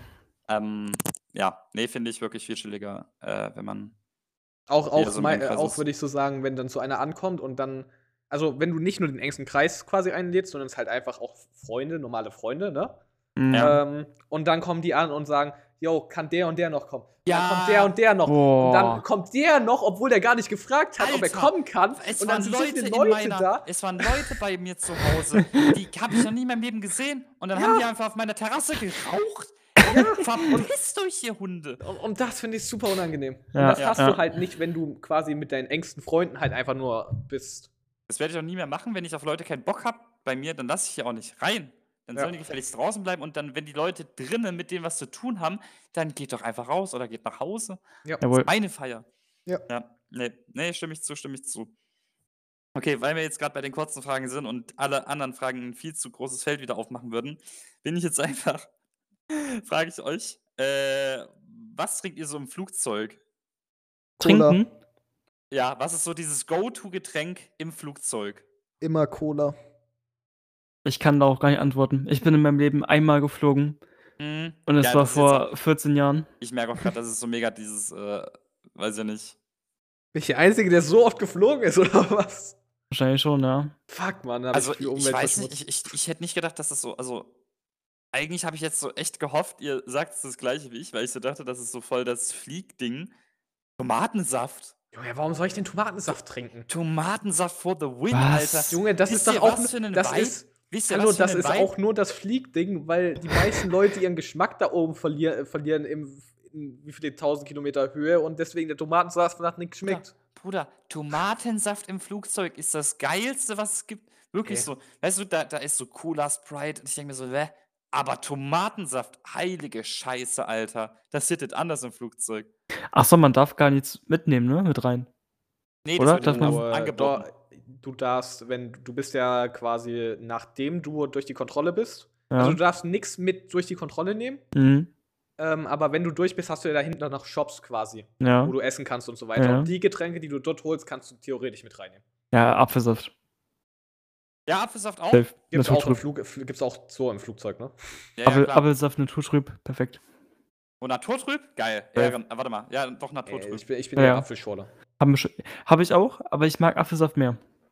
Speaker 1: Ja, nee, finde ich wirklich viel chilliger, wenn man
Speaker 2: Auch,
Speaker 1: eher so im engen Kreis
Speaker 2: auch
Speaker 1: ist.
Speaker 2: würde ich so sagen, wenn dann so einer ankommt und dann, also wenn du nicht nur den engsten Kreis quasi einlädst, sondern es halt einfach auch Freunde, normale Freunde, ne?
Speaker 3: Mhm.
Speaker 1: Ja.
Speaker 2: Und dann kommen die an und sagen, yo, kann der und der noch kommen?
Speaker 1: Ja.
Speaker 2: Dann kommt der und der noch.
Speaker 3: Boah.
Speaker 2: Und dann kommt der noch, obwohl der gar nicht gefragt hat, ob er
Speaker 1: Alter,
Speaker 2: kommen kann.
Speaker 1: Es
Speaker 2: Und dann
Speaker 1: waren
Speaker 2: sind so
Speaker 1: Leute
Speaker 2: viele
Speaker 1: in
Speaker 2: Leute
Speaker 1: meiner,
Speaker 2: da.
Speaker 1: es waren Leute bei mir zu Hause, die habe ich noch nie in meinem Leben gesehen. Und dann haben die einfach auf meiner Terrasse geraucht. Verpisst euch, ihr Hunde.
Speaker 2: Und das finde ich super unangenehm.
Speaker 3: Ja,
Speaker 2: und das
Speaker 3: ja,
Speaker 2: hast
Speaker 3: ja.
Speaker 2: du halt nicht, wenn du quasi mit deinen engsten Freunden halt einfach nur bist.
Speaker 1: Das werde ich auch nie mehr machen, wenn ich auf Leute keinen Bock habe bei mir, dann lasse ich hier auch nicht rein. Dann
Speaker 2: Ja.
Speaker 1: sollen die gefälligst draußen bleiben und dann, wenn die Leute drinnen mit denen was zu tun haben, dann geht doch einfach raus oder geht nach Hause.
Speaker 2: Ja.
Speaker 3: Jawohl.
Speaker 1: Meine Feier.
Speaker 2: Ja.
Speaker 1: Nee, stimme ich zu. Okay, weil wir jetzt gerade bei den kurzen Fragen sind und alle anderen Fragen ein viel zu großes Feld wieder aufmachen würden, bin ich jetzt einfach, frage ich euch, was trinkt ihr so im Flugzeug?
Speaker 2: Cola.
Speaker 3: Trinken?
Speaker 1: Ja, was ist so dieses Go-To-Getränk im Flugzeug?
Speaker 2: Immer Cola.
Speaker 3: Ich kann da auch gar nicht antworten. Ich bin in meinem Leben einmal geflogen
Speaker 1: Mhm.
Speaker 3: und es
Speaker 1: Ja,
Speaker 3: war
Speaker 1: das ist jetzt
Speaker 3: vor 14 Jahren.
Speaker 1: Ich merke auch gerade, das ist so mega dieses, weiß ich nicht.
Speaker 2: Bin ich der Einzige, der so oft geflogen ist, oder was?
Speaker 3: Wahrscheinlich schon, ja.
Speaker 2: Fuck, Mann, da hab
Speaker 1: Also
Speaker 2: ich viel
Speaker 1: ich
Speaker 2: Umwelt
Speaker 1: weiß
Speaker 2: verschmutzt.
Speaker 1: nicht, ich hätte nicht gedacht, dass das so, also eigentlich habe ich jetzt so echt gehofft, ihr sagt es das gleiche wie ich, weil ich so dachte, das ist so voll das Fliegding. Tomatensaft.
Speaker 2: Junge, warum soll ich denn Tomatensaft trinken?
Speaker 1: Tomatensaft for the win,
Speaker 3: Was?
Speaker 1: Alter.
Speaker 2: Junge, das
Speaker 1: Wisst
Speaker 2: ist
Speaker 1: ihr,
Speaker 2: doch auch.
Speaker 1: was für einen
Speaker 2: Das
Speaker 1: Vibe?
Speaker 2: ist.
Speaker 1: Wisst ihr,
Speaker 2: Hallo,
Speaker 1: was für
Speaker 2: das
Speaker 1: einen
Speaker 2: ist
Speaker 1: Vibe?
Speaker 2: auch nur das Fliegding, weil die meisten Leute ihren Geschmack da oben verlieren in wie viele 1000 Kilometer Höhe und deswegen der Tomatensaft nach nichts schmeckt.
Speaker 1: Bruder, Tomatensaft im Flugzeug ist das Geilste, was es gibt. Wirklich
Speaker 2: Okay.
Speaker 1: so. Weißt du, da ist so Cola, Sprite und ich denke mir so, aber Tomatensaft, heilige Scheiße, Alter. Das hittet anders im Flugzeug.
Speaker 3: Achso, man darf gar nichts mitnehmen, ne? Mit rein.
Speaker 1: Nee,
Speaker 3: Oder?
Speaker 1: das wird
Speaker 3: Darf man-
Speaker 1: nur angeboten.
Speaker 2: Du darfst, wenn du bist ja quasi, nachdem du durch die Kontrolle bist,
Speaker 3: Ja.
Speaker 2: also du darfst nichts mit durch die Kontrolle nehmen,
Speaker 3: Mhm.
Speaker 2: aber wenn du durch bist, hast du ja da hinten noch Shops quasi,
Speaker 3: Ja.
Speaker 2: wo du essen kannst und so weiter.
Speaker 3: Ja.
Speaker 2: Und die Getränke, die du dort holst, kannst du theoretisch mit reinnehmen.
Speaker 3: Ja, Apfelsaft.
Speaker 1: Ja, Apfelsaft auch?
Speaker 3: Safe.
Speaker 2: Gibt's auch,
Speaker 3: Naturtrüb.
Speaker 2: gibt's auch so im Flugzeug, ne?
Speaker 1: Ja, klar.
Speaker 3: Apfelsaft, Naturtrüb. Perfekt.
Speaker 1: Und Naturtrüb? Geil.
Speaker 3: Ja.
Speaker 1: Warte mal. Ja, doch Naturtrüb.
Speaker 2: Ich bin
Speaker 3: Ja,
Speaker 2: der
Speaker 3: ja.
Speaker 2: Apfelschorle.
Speaker 3: Hab ich auch, aber ich mag Apfelsaft mehr.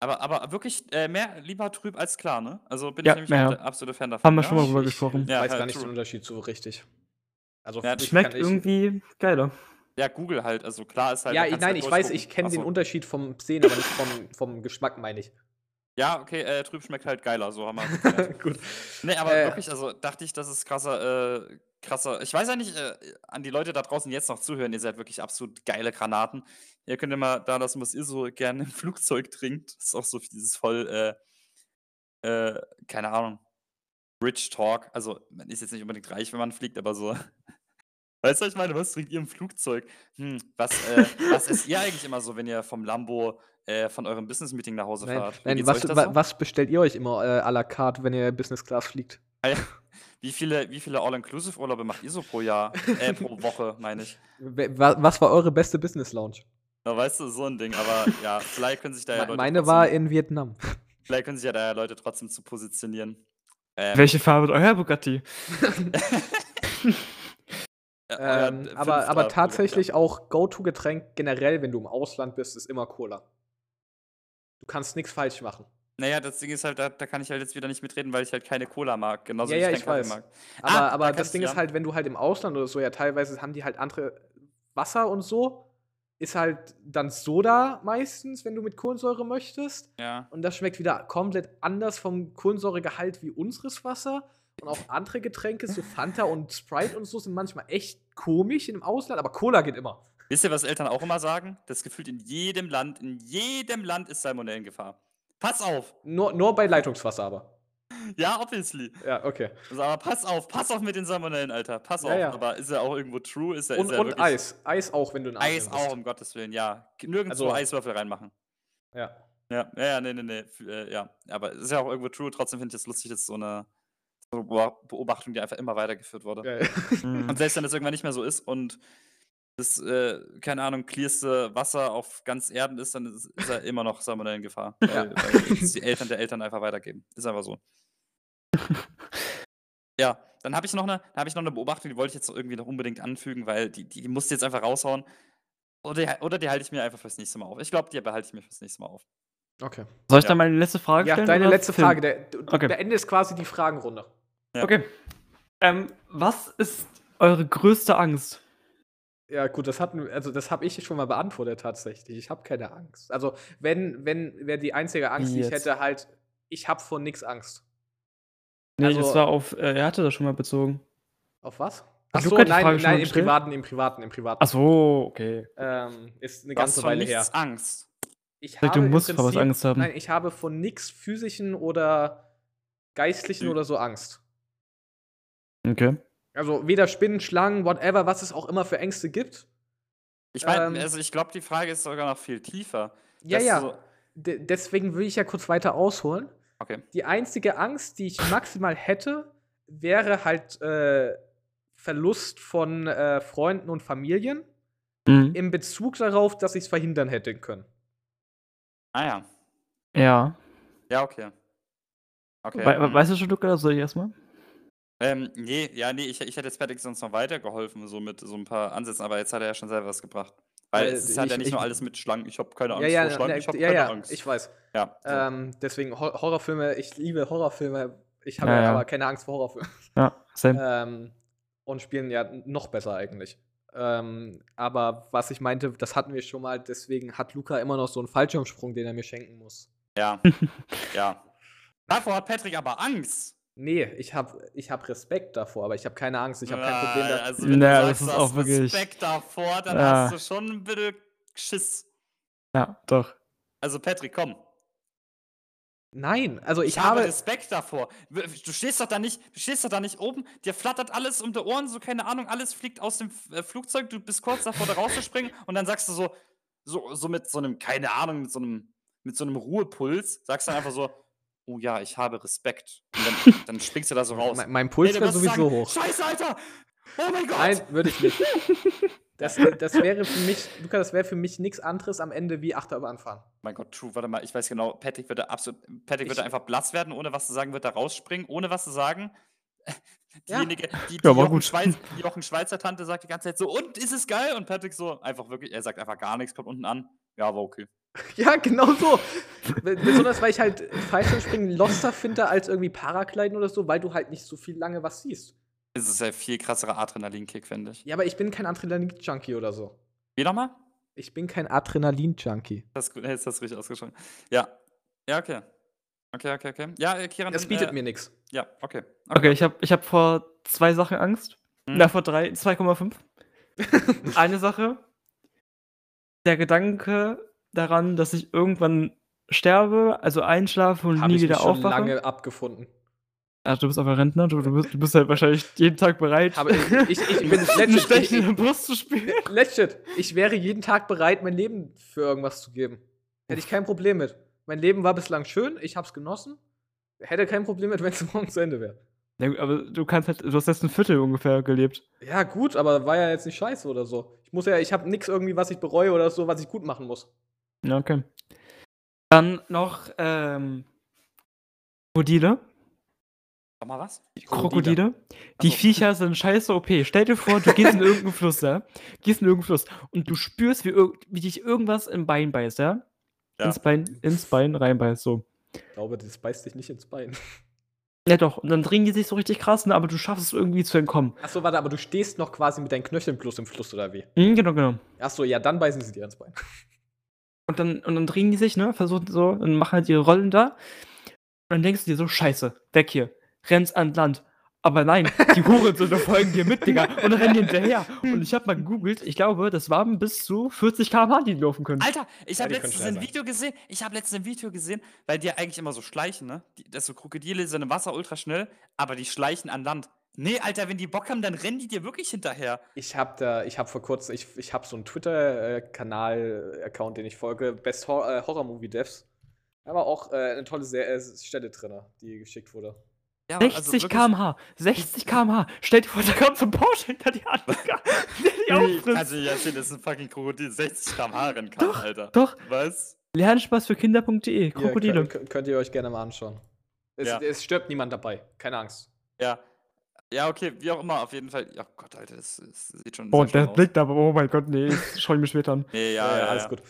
Speaker 1: Aber wirklich, mehr lieber trüb als klar, ne? Also, bin ich
Speaker 3: Ja,
Speaker 1: nämlich auch
Speaker 3: ja.
Speaker 1: der absolute Fan davon,
Speaker 3: Haben wir schon mal
Speaker 1: ja.
Speaker 3: drüber
Speaker 2: Ich
Speaker 3: gesprochen.
Speaker 1: Ja,
Speaker 2: weiß
Speaker 1: ja,
Speaker 2: gar nicht den
Speaker 1: true.
Speaker 2: Unterschied so richtig. Also
Speaker 1: Ja,
Speaker 2: ich
Speaker 3: Schmeckt
Speaker 2: kann ich
Speaker 3: irgendwie geiler.
Speaker 1: Ja, Google halt. Also, klar ist halt,
Speaker 2: Ja,
Speaker 1: da kannst du
Speaker 2: nein,
Speaker 1: halt
Speaker 2: ich weiß,
Speaker 1: durchgucken.
Speaker 2: ich kenne
Speaker 1: Ach
Speaker 2: den
Speaker 1: so.
Speaker 2: Unterschied vom Sehen, aber nicht vom Geschmack, meine ich.
Speaker 1: Ja, okay, trüb schmeckt halt geiler, so haben wir geklärt.
Speaker 2: Gut.
Speaker 1: Ne, aber
Speaker 2: Äh,
Speaker 1: wirklich, also, dachte ich, das ist krasser ich weiß ja nicht, an die Leute da draußen, die jetzt noch zuhören, ihr seid wirklich absolut geile Granaten. Ihr könnt ja mal da lassen, was ihr so gerne im Flugzeug trinkt. Das ist auch so dieses voll, keine Ahnung, Rich Talk. Also, man ist jetzt nicht unbedingt reich, wenn man fliegt, aber so weißt du, was ich meine? Was trinkt ihr im Flugzeug? Was esst ihr eigentlich immer so, wenn ihr vom Lambo, von eurem Business-Meeting nach Hause
Speaker 2: nein,
Speaker 1: fahrt? Wie
Speaker 2: nein,
Speaker 1: geht's euch da so?
Speaker 2: was bestellt ihr euch immer à la carte, wenn ihr Business Class fliegt?
Speaker 1: Ah ja, wie viele All-Inclusive-Urlaube macht ihr so pro Jahr? Pro Woche, meine ich.
Speaker 2: Was war eure beste Business Lounge?
Speaker 1: Ja, weißt du, so ein Ding. Aber ja, vielleicht können sich da ja Leute
Speaker 2: Meine war
Speaker 1: trotzdem
Speaker 2: in Vietnam.
Speaker 1: vielleicht können sich ja da ja Leute trotzdem zu positionieren.
Speaker 3: Welche Farbe hat euer Bugatti?
Speaker 1: Euer
Speaker 2: Aber
Speaker 1: Fünfter, ja.
Speaker 2: tatsächlich auch Go-To-Getränk generell, wenn du im Ausland bist, ist immer Cola. Du kannst nichts falsch machen.
Speaker 1: Naja, das Ding ist halt, da kann ich halt jetzt wieder nicht mitreden, weil ich halt keine Cola mag, genauso
Speaker 2: Ja,
Speaker 1: wie
Speaker 2: ja,
Speaker 1: ich
Speaker 2: ich
Speaker 1: keinen Kaffee
Speaker 2: weiß.
Speaker 1: mag.
Speaker 2: Aber
Speaker 1: da
Speaker 2: das
Speaker 1: kannst
Speaker 2: Ding
Speaker 1: du
Speaker 2: ist halt, wenn du halt im Ausland oder so, ja, teilweise haben die halt andere Wasser und so. Ist halt dann Soda meistens, wenn du mit Kohlensäure möchtest.
Speaker 1: Ja.
Speaker 2: Und das schmeckt wieder komplett anders vom Kohlensäuregehalt wie unseres Wasser. Und auch andere Getränke, so Fanta und Sprite und so, sind manchmal echt komisch im Ausland, aber Cola geht immer.
Speaker 1: Wisst ihr, was Eltern auch immer sagen? Das gefühlt in jedem Land ist Salmonellengefahr. Pass auf!
Speaker 2: Nur bei Leitungswasser aber.
Speaker 1: Ja, obviously.
Speaker 2: Ja, okay.
Speaker 1: Also, aber pass auf mit den Salmonellen, Alter. Pass
Speaker 2: Ja,
Speaker 1: auf.
Speaker 2: ja.
Speaker 1: Aber ist er auch irgendwo true? Ist er
Speaker 2: Und
Speaker 1: wirklich
Speaker 2: Eis. Eis auch, wenn du in Asien
Speaker 1: Eis
Speaker 2: bist.
Speaker 1: auch, um Gottes Willen, ja. Nirgendwo
Speaker 2: Also-
Speaker 1: Eiswürfel reinmachen.
Speaker 2: Ja.
Speaker 1: Ja, nee. Ja. Aber ist ja auch irgendwo true. Trotzdem finde ich es lustig, dass so eine Beobachtung, die einfach immer weitergeführt wurde.
Speaker 2: Ja, ja.
Speaker 1: Und selbst wenn das irgendwann nicht mehr so ist und das, keine Ahnung, clearste Wasser auf ganz Erden ist, dann ist er immer noch Salmonellengefahr.
Speaker 2: Ja.
Speaker 1: Weil es die Eltern der Eltern einfach weitergeben. Ist einfach so. Ja, dann habe ich noch eine Beobachtung, die wollte ich jetzt irgendwie noch unbedingt anfügen, weil die musst du jetzt einfach raushauen. Oder die halte ich mir einfach fürs nächste Mal auf. Ich glaube, die behalte ich mir fürs nächste Mal auf.
Speaker 2: Okay.
Speaker 3: Soll ich
Speaker 1: Ja.
Speaker 3: dann meine letzte Frage
Speaker 2: Ja,
Speaker 3: stellen?
Speaker 2: deine
Speaker 3: oder
Speaker 2: letzte
Speaker 3: Film?
Speaker 2: Frage. Du
Speaker 3: Okay.
Speaker 2: beendest quasi die Fragenrunde.
Speaker 1: Ja.
Speaker 3: Okay. Was ist eure größte Angst?
Speaker 2: Ja, gut, das habe ich schon mal beantwortet tatsächlich. Ich habe keine Angst. Also, wenn wäre die einzige Angst,
Speaker 3: Wie
Speaker 2: die ich
Speaker 3: jetzt?
Speaker 2: hätte, halt, ich habe vor nix Angst.
Speaker 3: Nee,
Speaker 2: Also-
Speaker 3: das war auf, er hatte das schon mal bezogen.
Speaker 2: Auf was?
Speaker 3: Hat
Speaker 2: Ach so,
Speaker 3: Luca die Frage
Speaker 2: nein,
Speaker 3: schon mal
Speaker 2: im
Speaker 3: gestellt?
Speaker 2: Privaten.
Speaker 3: Ach so, okay.
Speaker 2: Ist eine
Speaker 1: Du hast
Speaker 2: ganze
Speaker 1: vor
Speaker 2: Weile
Speaker 1: nichts
Speaker 2: her.
Speaker 1: Angst.
Speaker 2: Ich
Speaker 3: Du
Speaker 2: habe im
Speaker 3: musst vor was
Speaker 2: Prinzip-
Speaker 3: Angst haben.
Speaker 2: Nein, ich habe vor nix physischen oder geistlichen
Speaker 1: Hm.
Speaker 2: oder so Angst.
Speaker 3: Okay.
Speaker 2: Also weder Spinnen, Schlangen, whatever, was es auch immer für Ängste gibt.
Speaker 1: Ich meine,
Speaker 2: Ähm.
Speaker 1: also ich glaube, die Frage ist sogar noch viel tiefer.
Speaker 2: Ja,
Speaker 1: dass
Speaker 2: ja.
Speaker 1: du so-
Speaker 2: Deswegen will ich ja kurz weiter ausholen.
Speaker 1: Okay.
Speaker 2: Die einzige Angst, die ich maximal hätte, wäre halt Verlust von Freunden und Familien
Speaker 3: Mhm.
Speaker 2: in Bezug darauf, dass ich es verhindern hätte können.
Speaker 1: Ah ja.
Speaker 3: Ja.
Speaker 1: Ja, okay. Okay.
Speaker 3: Weißt du schon, Luca, das soll ich erstmal?
Speaker 1: Nee, ich hätte jetzt Patrick sonst noch weitergeholfen, so mit so ein paar Ansätzen, aber jetzt hat er ja schon selber was gebracht. Weil es ist halt ja nicht nur alles mit Schlangen. Ich habe keine Angst vor Schlangen, ich habe keine Angst.
Speaker 2: ich weiß.
Speaker 1: Ja, so.
Speaker 2: Deswegen Horrorfilme, ich liebe Horrorfilme. Ich habe
Speaker 3: Ja.
Speaker 2: aber keine Angst vor Horrorfilmen.
Speaker 3: Ja, same.
Speaker 2: Und spielen ja noch besser eigentlich. Aber was ich meinte, das hatten wir schon mal, deswegen hat Luca immer noch so einen Fallschirmsprung, den er mir schenken muss.
Speaker 1: Ja. Ja. Davor hat Patrick aber Angst.
Speaker 2: Nee, ich hab Respekt davor, aber ich habe keine Angst, ich habe kein Problem da.
Speaker 1: Also, wenn
Speaker 3: Ja,
Speaker 1: du
Speaker 3: das
Speaker 1: sagst,
Speaker 3: ist
Speaker 1: du hast
Speaker 3: auch wirklich-
Speaker 1: Respekt davor, dann
Speaker 3: Ja.
Speaker 1: hast du schon ein bisschen Schiss.
Speaker 3: Ja, doch.
Speaker 1: Also, Patrick, komm.
Speaker 2: Nein, also
Speaker 1: Ich habe Respekt davor. Du stehst doch da nicht oben, dir flattert alles um die Ohren, so keine Ahnung, alles fliegt aus dem Flugzeug, du bist kurz davor, da rauszuspringen und dann sagst du so mit so einem, keine Ahnung, mit so einem Ruhepuls, sagst dann einfach so, oh ja, ich habe Respekt. Und dann springst du da so raus.
Speaker 2: Mein Puls
Speaker 1: Nee, du
Speaker 2: wäre
Speaker 1: wirst
Speaker 2: sowieso
Speaker 1: sagen,
Speaker 2: hoch.
Speaker 1: Scheiße, Alter! Oh mein Gott!
Speaker 2: Nein, würde ich nicht. Das wäre für mich, Luca, das wäre für mich nichts anderes am Ende wie Achterbahn fahren.
Speaker 1: Mein Gott, true, warte mal, ich weiß genau, Patrick würde einfach blass werden, ohne was zu sagen, wird da rausspringen, ohne was zu sagen.
Speaker 2: Ja.
Speaker 1: Diejenige, die
Speaker 3: Ja, war
Speaker 1: Jochen,
Speaker 3: gut.
Speaker 1: die Jochen Schweizer Tante sagt die ganze Zeit so, und ist es geil? Und Patrick so, einfach wirklich, er sagt einfach gar nichts, kommt unten an. Ja, war okay.
Speaker 2: Ja, genau so. Besonders, weil ich halt Fallschirmspringen loster finde als irgendwie Paragliden oder so, weil du halt nicht so viel lange was siehst.
Speaker 1: Es ist ja viel krasserer Adrenalinkick, finde ich.
Speaker 2: Ja, aber ich bin kein Adrenalin-Junkie oder so.
Speaker 1: Wie nochmal?
Speaker 2: Ich bin kein Adrenalin-Junkie.
Speaker 1: Jetzt hast du richtig ausgesprochen. Ja. Ja, okay. Okay. Ja, Kieran,
Speaker 2: Das bietet mir nichts.
Speaker 1: Ja, okay.
Speaker 3: Okay, ich hab vor 2 Sachen Angst.
Speaker 1: Mhm.
Speaker 3: Na, vor 3, 2,5. Eine Sache, der Gedanke daran, dass ich irgendwann sterbe, also einschlafe und
Speaker 2: Habe
Speaker 3: nie
Speaker 2: ich
Speaker 3: wieder
Speaker 2: mich schon
Speaker 3: aufwache.
Speaker 2: lange abgefunden.
Speaker 3: Also, du bist aber Rentner, du bist halt wahrscheinlich jeden Tag bereit,
Speaker 2: Ich bin
Speaker 3: eine
Speaker 2: legit,
Speaker 3: stechende Brust zu spielen.
Speaker 2: legit. Ich wäre jeden Tag bereit, mein Leben für irgendwas zu geben. Hätte ich kein Problem mit. Mein Leben war bislang schön, ich hab's genossen. Hätte kein Problem mit, wenn es morgen zu Ende wäre.
Speaker 3: Ja, gut, aber du hast jetzt ein Viertel ungefähr gelebt.
Speaker 2: Ja, gut, aber war ja jetzt nicht scheiße oder so. Ich habe nichts irgendwie, was ich bereue oder so, was ich gut machen muss.
Speaker 3: Ja, okay. Dann noch, Krokodile.
Speaker 1: Sag mal was?
Speaker 3: Krokodile. Die
Speaker 1: Ach so.
Speaker 3: Viecher sind scheiße OP. Stell dir vor, du gehst in irgendeinen Fluss, ja? Gehst in irgendeinen Fluss und du spürst, wie dich irgendwas im Bein beißt, ja?
Speaker 1: Ja.
Speaker 3: Ins Bein reinbeißt, so.
Speaker 2: Ich glaube, das beißt dich nicht ins Bein.
Speaker 3: Ja doch, und dann drehen die sich so richtig krass, ne, aber du schaffst es irgendwie zu entkommen.
Speaker 2: Achso, warte, aber du stehst noch quasi mit deinen Knöcheln plus im Fluss oder wie?
Speaker 3: Genau.
Speaker 2: Achso, ja, dann beißen sie dir ins Bein.
Speaker 3: Und dann drehen die sich, ne, versuchen so und machen halt ihre Rollen da. Und dann denkst du dir so, scheiße, weg hier. Rennst an Land. Aber nein, die Hurensöhne folgen dir mit, Digga, und rennen hinterher. Und ich hab mal gegoogelt, ich glaube, das waren bis zu 40 km/h, die laufen können.
Speaker 1: Alter, ich
Speaker 2: Ja,
Speaker 1: habe
Speaker 2: die können
Speaker 1: letztens
Speaker 2: schnell
Speaker 1: ein
Speaker 2: sein.
Speaker 1: Video gesehen. Weil die ja eigentlich immer so schleichen, ne? So Krokodile sind im Wasser ultra schnell, aber die schleichen an Land. Nee, Alter, wenn die Bock haben, dann rennen die dir wirklich hinterher.
Speaker 2: Ich hab vor kurzem, ich hab so einen Twitter-Kanal-Account, den ich folge, Best Horror Movie Devs. Aber auch eine tolle Stelle drin, die geschickt wurde.
Speaker 1: Ja,
Speaker 3: 60 km/h. 60 km/h. Stell dir vor, da kommt so ein Porsche hinter dir an, Digga. Der die auffrisst.
Speaker 1: Kannst du nicht erzählen, dass ein fucking Krokodil 60 km/h rennen kann,
Speaker 3: Doch,
Speaker 1: Alter.
Speaker 3: doch.
Speaker 1: Was?
Speaker 3: Lernspaßfürkinder.de. Krokodile.
Speaker 2: Hier, könnt ihr euch gerne mal anschauen.
Speaker 1: Ja.
Speaker 2: Es stirbt niemand dabei, keine Angst.
Speaker 1: Ja. Ja, okay, wie auch immer, auf jeden Fall. Ja, Gott, Alter, das sieht schon
Speaker 3: Oh,
Speaker 1: sehr schlimm
Speaker 3: der
Speaker 1: aus.
Speaker 3: Blick da, oh mein Gott, nee, das schau ich mir später an.
Speaker 1: Nee,
Speaker 2: Alles gut.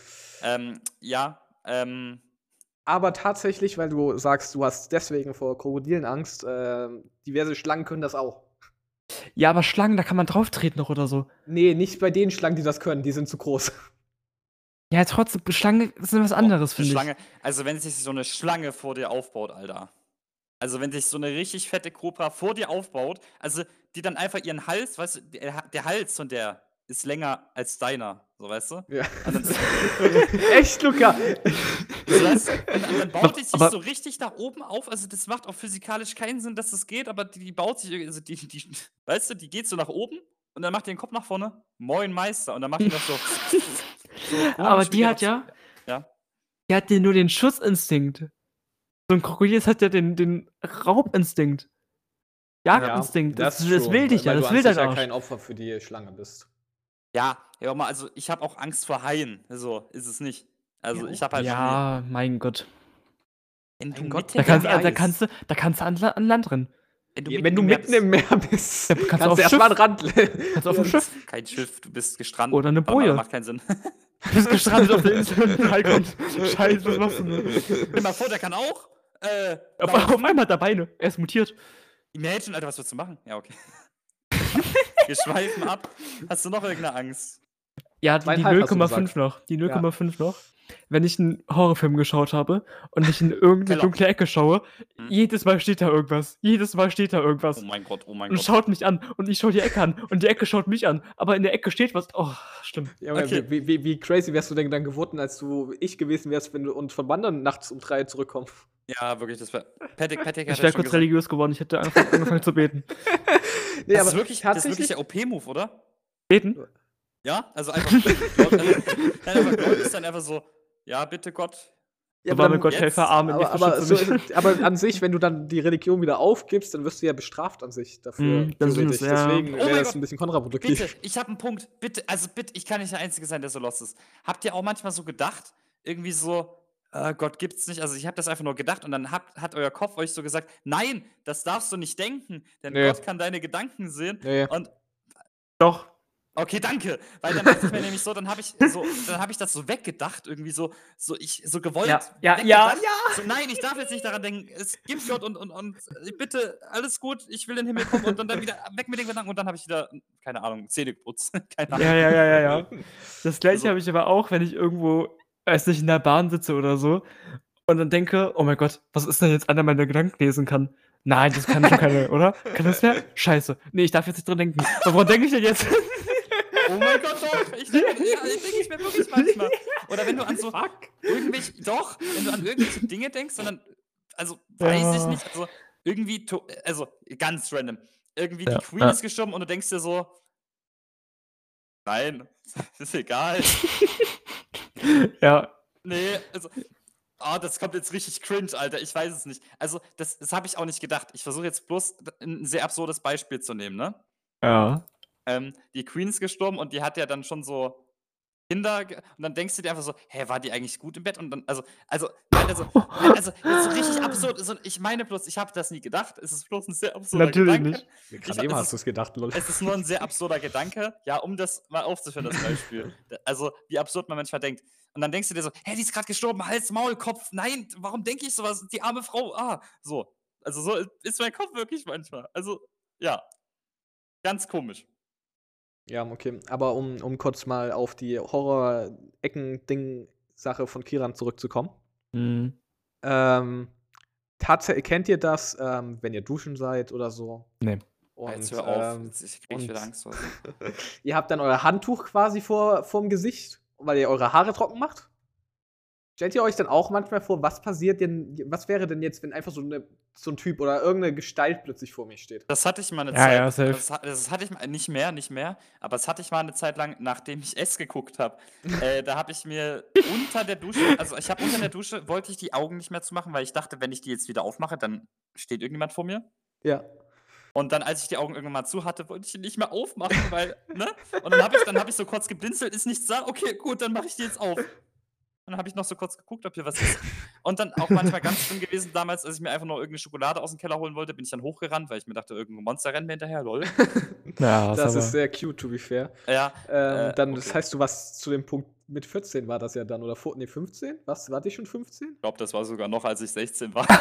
Speaker 2: Aber tatsächlich, weil du sagst, du hast deswegen vor Krokodilen Angst, diverse Schlangen können das auch.
Speaker 3: Ja, aber Schlangen, da kann man drauf treten noch oder so.
Speaker 2: Nee, nicht bei den Schlangen, die das können, die sind zu groß.
Speaker 3: Ja, trotzdem, Schlangen sind was anderes,
Speaker 1: eine
Speaker 3: finde ich.
Speaker 1: Schlange, also wenn sich so eine Schlange vor dir aufbaut, Alter. Also wenn sich so eine richtig fette Kobra vor dir aufbaut, also die dann einfach ihren Hals, weißt du, der Hals von der ist länger als deiner, so weißt du?
Speaker 2: Ja.
Speaker 1: Und dann,
Speaker 2: Echt, Luca?
Speaker 1: so, weißt du? Und dann baut die sich
Speaker 3: Aber-
Speaker 1: so richtig nach oben auf, also das macht auch physikalisch keinen Sinn, dass das geht, aber die baut sich, also weißt du, die geht so nach oben und dann macht die den Kopf nach vorne, moin Meister, und dann macht die das so.
Speaker 3: Aber
Speaker 1: komisch, wie
Speaker 3: die hat
Speaker 1: das-
Speaker 3: ja,
Speaker 1: Ja.
Speaker 3: die hat ja nur den Schutzinstinkt. So ein Krokodil hat ja den Raubinstinkt. Jagdinstinkt. Das will
Speaker 2: schon,
Speaker 3: dich ja,
Speaker 2: weil
Speaker 3: das
Speaker 2: du
Speaker 3: will
Speaker 2: an
Speaker 3: dein
Speaker 2: sich ja
Speaker 3: Arsch.
Speaker 2: kein Opfer für die Schlange bist.
Speaker 1: Ja, mal, also ich habe auch Angst vor Haien. So ist es nicht. Also ich habe halt
Speaker 3: Ja, mein Gott.
Speaker 1: wenn
Speaker 2: Mein
Speaker 1: du
Speaker 2: Gott,
Speaker 1: mitten
Speaker 3: Da
Speaker 1: im
Speaker 3: kannst,
Speaker 1: Meer
Speaker 3: da kannst du an Land rennen.
Speaker 2: Wenn du mitten im Meer bist,
Speaker 3: Ja, kannst du
Speaker 2: kannst
Speaker 3: auf
Speaker 2: du erstmal ein Rand.
Speaker 3: Kannst du auf dem Schiff.
Speaker 1: kein Schiff, du bist gestrandet.
Speaker 3: Oder eine
Speaker 1: Aber
Speaker 3: Boje.
Speaker 1: macht keinen Sinn.
Speaker 3: Du bist gestrandet auf der Insel und Hai kommt. Scheiße, was machst du denn?
Speaker 1: Stell dir mal vor, der kann auch.
Speaker 3: Auf einmal hat er Beine. Er ist mutiert.
Speaker 1: Imagine, Alter, was willst du machen? Ja, okay. Wir schweifen ab. Hast du noch irgendeine Angst?
Speaker 3: Ja, die
Speaker 2: 2,5 hast du
Speaker 3: 0,5
Speaker 2: gesagt.
Speaker 3: noch. Die 0,5 noch. Wenn ich einen Horrorfilm geschaut habe und ich in irgendeine
Speaker 1: Keller.
Speaker 3: dunkle Ecke schaue,
Speaker 1: Hm.
Speaker 3: jedes Mal steht da irgendwas. Jedes Mal steht da irgendwas.
Speaker 1: Oh mein Gott, oh mein
Speaker 3: Und
Speaker 1: Gott.
Speaker 3: schaut mich an. Und ich schaue die Ecke an. Und die Ecke schaut mich an. Aber in der Ecke steht was. Oh, stimmt.
Speaker 2: Ja,
Speaker 1: Okay.
Speaker 2: wie crazy wärst du denn dann geworden, als du ich gewesen wärst, wenn du und von Wandern nachts um 3 zurückkommen?
Speaker 1: Ja, wirklich, das wäre. Patrick hat
Speaker 3: Ich
Speaker 1: das
Speaker 3: wäre
Speaker 1: schon
Speaker 3: kurz
Speaker 1: gesagt.
Speaker 3: religiös geworden. Ich hätte einfach angefangen zu beten.
Speaker 2: Nee,
Speaker 1: Das ist wirklich der OP-Move, oder?
Speaker 3: Beten?
Speaker 1: Ja, also einfach. Gott ist dann einfach so, ja, bitte Gott.
Speaker 2: Ja,
Speaker 3: Aber
Speaker 2: aber,
Speaker 3: mit Gott
Speaker 1: jetzt-
Speaker 3: helfe, Amen.
Speaker 2: aber,
Speaker 3: nicht
Speaker 2: aber,
Speaker 3: beschütze
Speaker 2: so,
Speaker 3: mich.
Speaker 2: aber an sich, wenn du dann die Religion wieder aufgibst, dann wirst du ja bestraft an sich dafür.
Speaker 3: Mhm, das ist
Speaker 2: theoretisch.
Speaker 3: es, ja.
Speaker 2: Deswegen
Speaker 1: Oh
Speaker 2: wäre
Speaker 1: mein
Speaker 2: das
Speaker 1: Gott.
Speaker 2: ein bisschen kontraproduktiv.
Speaker 1: Bitte, ich habe einen Punkt. Bitte, ich kann nicht der Einzige sein, der so lost ist. Habt ihr auch manchmal so gedacht, irgendwie so, Gott gibt's nicht? Also ich habe das einfach nur gedacht und dann hat euer Kopf euch so gesagt, nein, das darfst du nicht denken, denn
Speaker 2: Nee.
Speaker 1: Gott kann deine Gedanken sehen.
Speaker 2: Nee.
Speaker 1: Und
Speaker 3: Doch.
Speaker 1: Okay, danke. Weil dann dachte ich mir nämlich so, dann habe ich das so weggedacht, irgendwie so gewollt
Speaker 3: Ja, ja,
Speaker 1: weggedacht.
Speaker 3: ja,
Speaker 1: So, nein, ich darf jetzt nicht daran denken, es gibt Gott und bitte, alles gut, ich will in den Himmel kommen und dann wieder weg mit den Gedanken und dann habe ich wieder, keine Ahnung, Zähne geputzt. Keine Ahnung.
Speaker 3: Ja. Das Gleiche
Speaker 1: Also-
Speaker 3: habe ich aber auch, wenn ich irgendwo, weiß nicht, in der Bahn sitze oder so und dann denke, oh mein Gott, was ist denn jetzt einer meiner Gedanken lesen kann? Nein, das kann schon keine, oder? Kann das wer? Scheiße. Nee, ich darf jetzt nicht dran denken. Woran denke ich denn jetzt?
Speaker 1: Oh mein Gott, doch. Ich denke ich mir wirklich manchmal. Oder wenn du an so wenn du an irgendwelche Dinge denkst, sondern, also weiß ich nicht, also irgendwie, also ganz random. Irgendwie die Queen ist gestorben und du denkst dir so, nein, ist egal.
Speaker 3: Ja.
Speaker 1: Nee, also, das kommt jetzt richtig cringe, Alter. Ich weiß es nicht. Also, das habe ich auch nicht gedacht. Ich versuche jetzt bloß ein sehr absurdes Beispiel zu nehmen, ne?
Speaker 3: Ja.
Speaker 1: Die Queen ist gestorben und die hat ja dann schon so Kinder und dann denkst du dir einfach so: „Hä, war die eigentlich gut im Bett?“ Und dann nein, das ist so richtig absurd. So, ich meine bloß, ich habe das nie gedacht. Es ist bloß ein sehr absurder
Speaker 3: Natürlich
Speaker 1: Gedanke.
Speaker 3: nicht.
Speaker 2: Gerade eben hast du es gedacht, lol.
Speaker 1: Es ist nur ein sehr absurder Gedanke, ja, um das mal aufzuführen, das Beispiel. Also, wie absurd man manchmal denkt. Und dann denkst du dir so: „Hä, die ist gerade gestorben, Hals, Maul, Kopf. Nein, warum denke ich so was? Die arme Frau, so. Also, so ist mein Kopf wirklich manchmal. Also, ja, ganz komisch.
Speaker 2: Ja, okay. Aber um kurz mal auf die Horror-Ecken-Ding-Sache von Kiran zurückzukommen.
Speaker 3: Mhm.
Speaker 2: Kennt ihr das, wenn ihr duschen seid oder so?
Speaker 3: Nee.
Speaker 1: Jetzt
Speaker 2: Und,
Speaker 1: hör auf, ich krieg
Speaker 2: und
Speaker 1: wieder Angst vor.
Speaker 2: ihr habt dann euer Handtuch quasi vorm Gesicht, weil ihr eure Haare trocken macht? Stellt ihr euch dann auch manchmal vor, was wäre denn jetzt, wenn einfach so ein Typ oder irgendeine Gestalt plötzlich vor mir steht?
Speaker 1: Das hatte ich mal eine
Speaker 3: Ja,
Speaker 1: Zeit.
Speaker 3: ja, safe.
Speaker 1: Das hatte ich mal, nicht mehr, aber das hatte ich mal eine Zeit lang, nachdem ich es geguckt habe. Da habe ich mir unter der Dusche, wollte ich die Augen nicht mehr zumachen, weil ich dachte, wenn ich die jetzt wieder aufmache, dann steht irgendjemand vor mir.
Speaker 2: Ja.
Speaker 1: Und dann, als ich die Augen irgendwann mal zu hatte, wollte ich die nicht mehr aufmachen, weil, ne? Und dann habe ich so kurz geblinzelt, ist nichts da, okay, gut, dann mache ich die jetzt auf. Und dann habe ich noch so kurz geguckt, ob hier was ist. Und dann auch manchmal ganz schlimm gewesen damals, als ich mir einfach nur irgendeine Schokolade aus dem Keller holen wollte, bin ich dann hochgerannt, weil ich mir dachte, irgendein Monster rennt mir hinterher, lol.
Speaker 3: Ja,
Speaker 2: Das
Speaker 3: aber-
Speaker 2: ist sehr cute, to be fair.
Speaker 1: Ja,
Speaker 2: Das
Speaker 1: okay.
Speaker 2: heißt, du warst zu dem Punkt mit 14 war das ja dann, oder 15? Was, wart ihr schon 15?
Speaker 1: Ich glaube, das war sogar noch, als ich 16 war.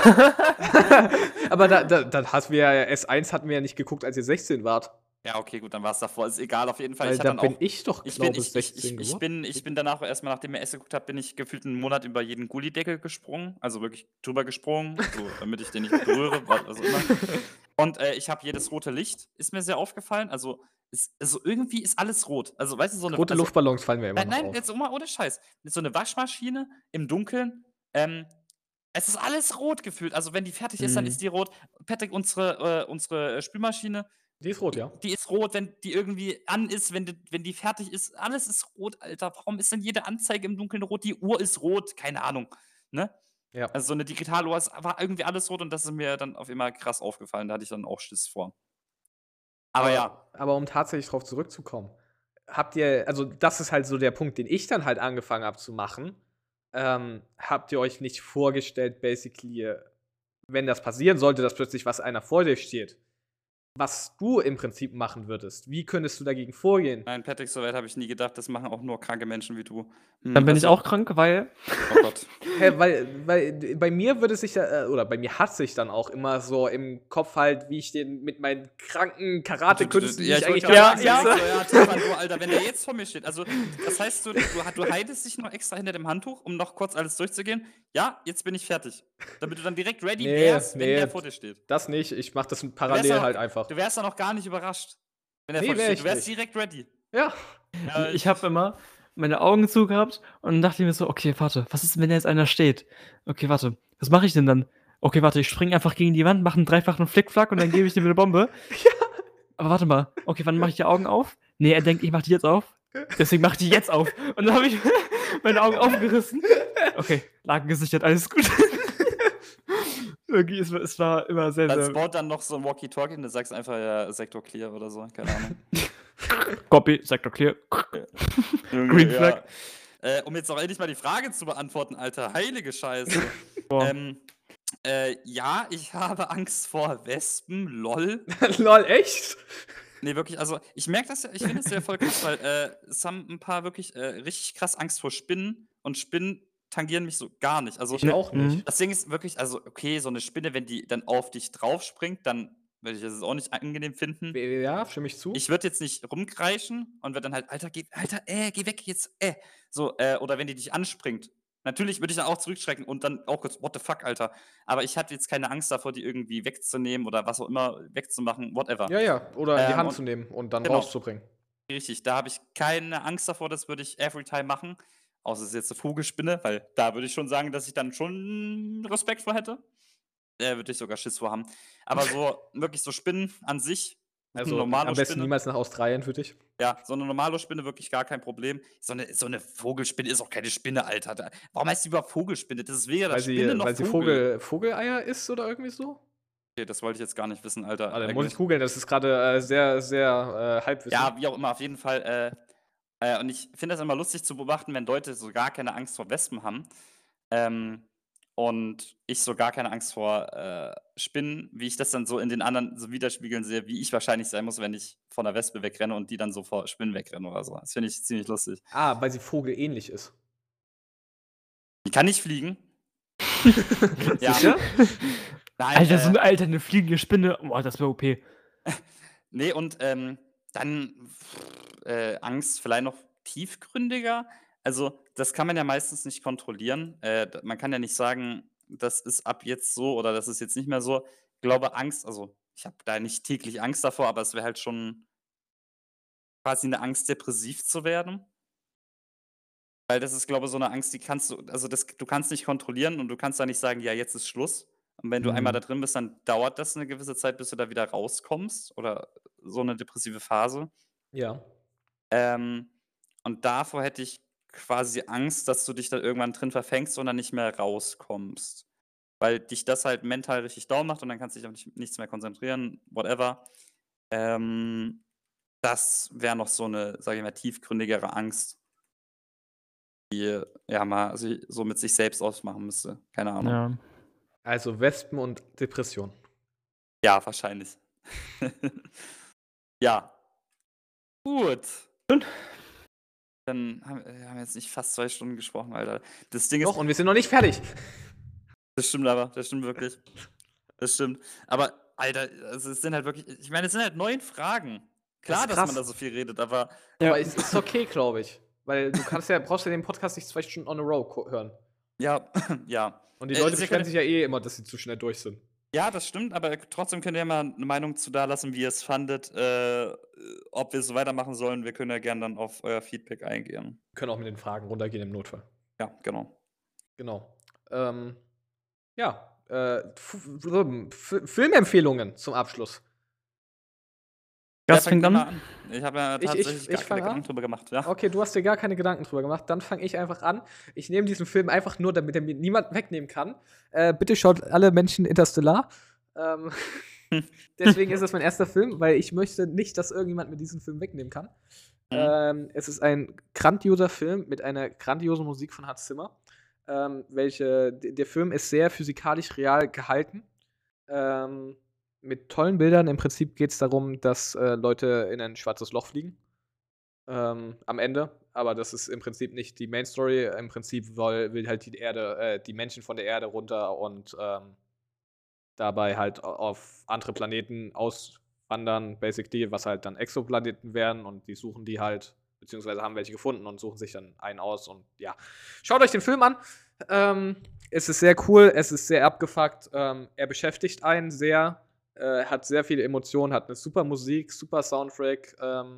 Speaker 2: Aber dann hatten wir ja, S1 hatten wir ja nicht geguckt, als ihr 16 wart.
Speaker 1: Ja, okay, gut, dann war es davor. Ist egal, auf jeden Fall.
Speaker 2: Weil
Speaker 1: Ich
Speaker 2: da
Speaker 1: hatte dann
Speaker 2: bin
Speaker 1: auch.
Speaker 2: ich doch,
Speaker 1: Ich
Speaker 2: glaube
Speaker 1: bin,
Speaker 2: ich,
Speaker 1: ich,
Speaker 2: 16
Speaker 1: ich, ich,
Speaker 2: geworden.
Speaker 1: ich bin danach erstmal, nachdem wir Essen geguckt habe, bin ich gefühlt einen Monat über jeden Gullideckel gesprungen. Also wirklich drüber gesprungen, so, damit ich den nicht berühre, was auch immer. Und ich habe jedes rote Licht, ist mir sehr aufgefallen. Also irgendwie ist alles rot. Also, weißt du, so eine.
Speaker 2: Rote
Speaker 1: Also,
Speaker 2: Luftballons fallen mir immer
Speaker 1: nein,
Speaker 2: noch auf.
Speaker 1: jetzt mal ohne Scheiß. So eine Waschmaschine im Dunkeln. Es ist alles rot gefühlt. Also, wenn die fertig ist, dann
Speaker 3: Mhm.
Speaker 1: ist die rot. Patrick, unsere Spülmaschine,
Speaker 2: Die ist rot, ja.
Speaker 1: die ist rot, wenn die irgendwie an ist, wenn die fertig ist. Alles ist rot, Alter. Warum ist denn jede Anzeige im Dunkeln rot? Die Uhr ist rot, keine Ahnung. Ne?
Speaker 2: Ja.
Speaker 1: Also so eine Digitaluhr war irgendwie alles rot und das ist mir dann auf immer krass aufgefallen. Da hatte ich dann auch Schiss vor. Aber ja,
Speaker 2: Aber um tatsächlich drauf zurückzukommen, also das ist halt so der Punkt, den ich dann halt angefangen habe zu machen. Habt ihr euch nicht vorgestellt, basically, wenn das passieren sollte, dass plötzlich einer vor dir steht, was du im Prinzip machen würdest? Wie könntest du dagegen vorgehen?
Speaker 1: nein, Patrick, so weit habe ich nie gedacht. Das machen auch nur kranke Menschen wie du.
Speaker 3: Dann bin
Speaker 1: was
Speaker 3: ich auch krank, weil.
Speaker 1: Oh Gott.
Speaker 2: Hä, weil bei mir würde sich oder bei mir hat sich dann auch immer so im Kopf halt, wie ich den mit meinen kranken Karate-Künsten, die
Speaker 1: Ja,
Speaker 2: ich
Speaker 1: ich
Speaker 2: eigentlich
Speaker 1: wollte
Speaker 2: gar
Speaker 1: gerade
Speaker 2: nicht
Speaker 1: sagen,
Speaker 2: sitze.
Speaker 1: ja, Tiefan, du, Alter, wenn der jetzt vor mir steht, also das heißt, du heidest dich noch extra hinter dem Handtuch, um noch kurz alles durchzugehen. Ja, jetzt bin ich fertig. Damit du dann direkt ready wärst, wenn der vor dir steht.
Speaker 2: Das nicht. Ich mach das
Speaker 1: Du wärst
Speaker 2: parallel
Speaker 1: ja noch-
Speaker 2: halt einfach.
Speaker 1: Du wärst dann noch gar nicht überrascht, wenn der
Speaker 2: Nee,
Speaker 1: vor dir
Speaker 2: wär
Speaker 1: steht.
Speaker 2: ich
Speaker 1: Du wärst
Speaker 2: nicht.
Speaker 1: direkt ready.
Speaker 2: Ja.
Speaker 1: Ja,
Speaker 3: Ich habe immer meine Augen zugehabt und dann dachte ich mir so, okay, warte, was ist, wenn da jetzt einer steht? Okay, warte, was mache ich denn dann? Okay, warte, ich springe einfach gegen die Wand, mache einen dreifachen Flickflack und dann gebe ich dem eine Bombe. Aber warte mal, okay, wann mache ich die Augen auf? Nee, er denkt, ich mache die jetzt auf. Deswegen mache ich die jetzt auf. Und dann habe ich meine Augen aufgerissen. Okay, Laken gesichert, alles gut. Irgendwie, es war immer sehr,
Speaker 1: Dann
Speaker 3: sehr.
Speaker 1: spawnt dann noch so ein Walkie-Talkie und du sagst einfach, ja, Sektor Clear oder so, keine Ahnung.
Speaker 3: Copy, Sektor clear. Green Flag.
Speaker 1: Um jetzt auch endlich mal die Frage zu beantworten, Alter, heilige Scheiße.
Speaker 3: Boah.
Speaker 1: Ja, ich habe Angst vor Wespen, lol.
Speaker 2: Lol, echt?
Speaker 1: Ne, wirklich, also, ich merke das ja, ich finde es ja voll krass, weil, es haben ein paar wirklich, richtig krass Angst vor Spinnen und Spinnen tangieren mich so gar nicht. Also,
Speaker 2: Ich auch nicht.
Speaker 1: das Ding ist wirklich, also, okay, so eine Spinne, wenn die dann auf dich drauf springt, dann würde ich das auch nicht angenehm finden.
Speaker 2: Ja, stimme ich zu.
Speaker 1: Ich würde jetzt nicht rumkreischen und würde dann halt: Alter, geh weg jetzt, So, oder wenn die dich anspringt. Natürlich würde ich dann auch zurückschrecken und dann auch kurz: „What the fuck, Alter?“ Aber ich hatte jetzt keine Angst davor, die irgendwie wegzunehmen oder was auch immer wegzumachen, whatever.
Speaker 2: Ja, ja, oder in die Hand
Speaker 1: Und
Speaker 2: zu nehmen und dann
Speaker 1: genau,
Speaker 2: rauszubringen.
Speaker 1: richtig, da habe ich keine Angst davor, das würde ich every time machen. Außer es ist jetzt 'ne Vogelspinne, weil da würde ich schon sagen, dass ich dann schon Respekt vor hätte. Würde ich sogar Schiss vor haben. Aber so wirklich so Spinnen an sich,
Speaker 2: Also, am
Speaker 1: normale
Speaker 2: besten
Speaker 1: Spinne,
Speaker 2: niemals nach Australien für dich.
Speaker 1: ja, so 'ne normale Spinne wirklich gar kein Problem. So 'ne Vogelspinne ist auch keine Spinne, Alter. Warum heißt die überhaupt Vogelspinne? Das ist weder
Speaker 2: Weil
Speaker 1: das Spinne noch
Speaker 2: sie
Speaker 1: Vogel.
Speaker 2: Vogeleier isst oder irgendwie so?
Speaker 1: Okay, das wollte ich jetzt gar nicht wissen, Alter,
Speaker 2: Ah, dann muss ich
Speaker 1: eigentlich.
Speaker 2: googeln, das ist grade, sehr, sehr, Halbwissen.
Speaker 1: Ja, wie auch immer, auf jeden Fall, und ich finde das immer lustig zu beobachten, wenn Leute so gar keine Angst vor Wespen haben, ähm, und ich so gar keine Angst vor, Spinnen, wie ich das dann so in den anderen so widerspiegeln sehe, wie ich wahrscheinlich sein muss, wenn ich vor 'ner Wespe wegrenne und die dann so vor Spinnen wegrennen oder so. Das finde ich ziemlich lustig.
Speaker 2: Ah, weil sie vogelähnlich ist.
Speaker 1: Die kann nicht fliegen. Ja.
Speaker 2: Sicher?
Speaker 1: Nein,
Speaker 3: Alter, 'ne fliegende Spinne. Boah, das wäre OP.
Speaker 1: ne, und, dann Angst vielleicht noch tiefgründiger. Also, das kann man ja meistens nicht kontrollieren. D Man kann ja nicht sagen, das ist ab jetzt so oder das ist jetzt nicht mehr so. Ich glaube, Angst, also, ich habe da nicht täglich Angst davor, aber es wäre halt schon quasi 'ne Angst, depressiv zu werden. Weil das ist, glaube ich, so 'ne Angst, die kannst du, also, das du kannst nicht kontrollieren und du kannst da nicht sagen: „Ja, jetzt ist Schluss.“ Und wenn du einmal da
Speaker 3: Mhm.
Speaker 1: drin bist, dann dauert das 'ne gewisse Zeit, bis du da wieder rauskommst oder so 'ne depressive Phase.
Speaker 2: Ja.
Speaker 1: Ähm, und davor hätte ich quasi Angst, dass du dich da irgendwann drin verfängst und dann nicht mehr rauskommst, weil dich das halt mental richtig down macht und dann kannst du dich auf nichts mehr konzentrieren, whatever. Ähm, Das wäre noch so 'ne, sage ich mal, tiefgründigere Angst, ja, mal so mit sich selbst ausmachen müsste. Keine Ahnung.
Speaker 3: Ja.
Speaker 2: Also, Wespen und Depression.
Speaker 1: Ja, wahrscheinlich. Ja, gut. Dann haben wir jetzt nicht fast 2 Stunden gesprochen, Alter. Das Ding ist,
Speaker 2: Doch, und wir sind noch nicht fertig.
Speaker 1: das stimmt aber, das stimmt wirklich. Das stimmt. Aber, Alter, also, es sind halt wirklich, ich meine, es sind halt 9 Fragen.
Speaker 2: Das
Speaker 1: Klar,
Speaker 2: ist
Speaker 1: dass man
Speaker 2: krass.
Speaker 1: da so viel redet, aber
Speaker 3: Ja.
Speaker 2: Aber es ist okay, glaube ich. Weil du brauchst ja den Podcast nicht 2 Stunden on a row hören.
Speaker 1: ja, ja.
Speaker 2: Und die Leute
Speaker 1: Ist ja
Speaker 2: beschweren
Speaker 1: keine,
Speaker 2: sich ja eh immer, dass sie zu schnell durch sind.
Speaker 1: ja, das stimmt, aber trotzdem könnt ihr ja mal 'ne Meinung zu dalassen, wie ihr es fandet, ob wir so weitermachen sollen. Wir können ja gern dann auf euer Feedback eingehen.
Speaker 2: Wir können auch mit den Fragen runtergehen im Notfall.
Speaker 1: Ja, genau.
Speaker 2: Genau. Ja, Filmempfehlungen zum Abschluss.
Speaker 1: Wer
Speaker 3: Gast
Speaker 1: fängt
Speaker 3: fängt
Speaker 1: denn mal
Speaker 3: an.
Speaker 1: an? Ich habe ja
Speaker 2: Ich
Speaker 1: tatsächlich gar keine
Speaker 2: fange
Speaker 1: Gedanken
Speaker 2: an.
Speaker 1: drüber gemacht, ja.
Speaker 2: Okay, du hast dir gar keine Gedanken drüber gemacht. Dann fange ich einfach an. Ich nehme diesen Film einfach nur, damit er mir niemand wegnehmen kann. Bitte schaut alle Menschen Interstellar. Ähm, deswegen ist es mein erster Film, weil ich möchte nicht, dass irgendjemand mir diesen Film wegnehmen kann. Es ist ein grandioser Film mit einer grandiosen Musik von Hans Zimmer. Der Film ist sehr physikalisch real gehalten. Mit tollen Bildern. Im Prinzip geht es darum, dass Leute in ein schwarzes Loch fliegen. Am Ende. Aber das ist im Prinzip nicht die Main Story. Im Prinzip will halt die Menschen von der Erde runter und dabei halt auf andere Planeten auswandern, basically, was halt dann Exoplaneten wären und die suchen die halt, beziehungsweise haben welche gefunden und suchen sich dann einen aus und ja. Schaut euch den Film an. Es ist sehr cool, es ist sehr abgefuckt. Er beschäftigt einen sehr, hat sehr viele Emotionen, hat eine super Musik, super Soundtrack.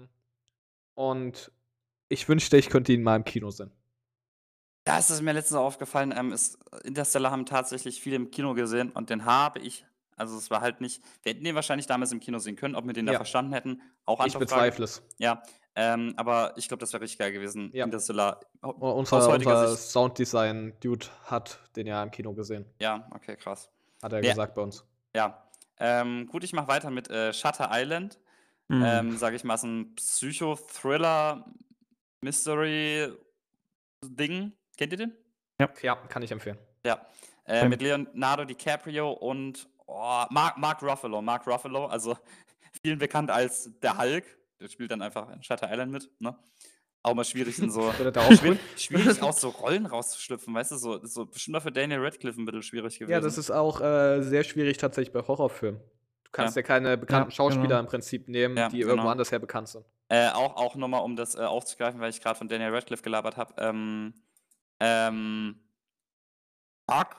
Speaker 2: Und ich wünschte, ich könnte ihn mal im Kino sehen.
Speaker 1: Ja, es ist mir letztens auch aufgefallen, Interstellar haben tatsächlich viele im Kino gesehen und den habe ich, also, es war halt nicht, wir hätten den wahrscheinlich damals im Kino sehen können, ob wir den da
Speaker 2: Ja.
Speaker 1: verstanden hätten, auch
Speaker 2: Ich
Speaker 1: andere Frage.
Speaker 2: bezweifle es.
Speaker 1: Ja, aber ich glaube, das wäre richtig geil gewesen,
Speaker 2: Ja.
Speaker 1: Interstellar, aus
Speaker 2: Unser
Speaker 1: heutiger Sicht.
Speaker 2: Sounddesign-Dude hat den ja im Kino gesehen,
Speaker 1: Ja, okay, krass.
Speaker 2: hat er
Speaker 1: Ja,
Speaker 2: gesagt bei uns.
Speaker 1: ja. Gut, ich mache weiter mit, Shutter Island.
Speaker 3: Mhm.
Speaker 1: Sage ich mal, ist 'n Psycho-Thriller-Mystery-Ding. Kennt ihr den?
Speaker 2: Ja, kann ich empfehlen.
Speaker 1: Ja,
Speaker 3: Same.
Speaker 1: mit Leonardo DiCaprio und, Mark Ruffalo. Mark Ruffalo, also, vielen bekannt als der Hulk. Der spielt dann einfach in Shutter Island mit, ne? Auch mal schwierig in so
Speaker 2: Wird er da auch
Speaker 1: schwierig aus so Rollen rauszuschlüpfen, weißt du, so bestimmt auch für Daniel Radcliffe ein bisschen schwierig
Speaker 2: Ja, das
Speaker 1: gewesen.
Speaker 2: ist auch sehr schwierig tatsächlich bei Horrorfilmen. Du kannst
Speaker 1: Ja.
Speaker 2: ja keine bekannten
Speaker 3: Ja,
Speaker 2: Schauspieler
Speaker 3: genau.
Speaker 2: im Prinzip nehmen,
Speaker 1: Ja,
Speaker 2: die irgendwo
Speaker 1: genau.
Speaker 2: anders her bekannt sind.
Speaker 1: Auch nochmal, um das aufzugreifen, weil ich gerade von Daniel Radcliffe gelabert habe. Mark,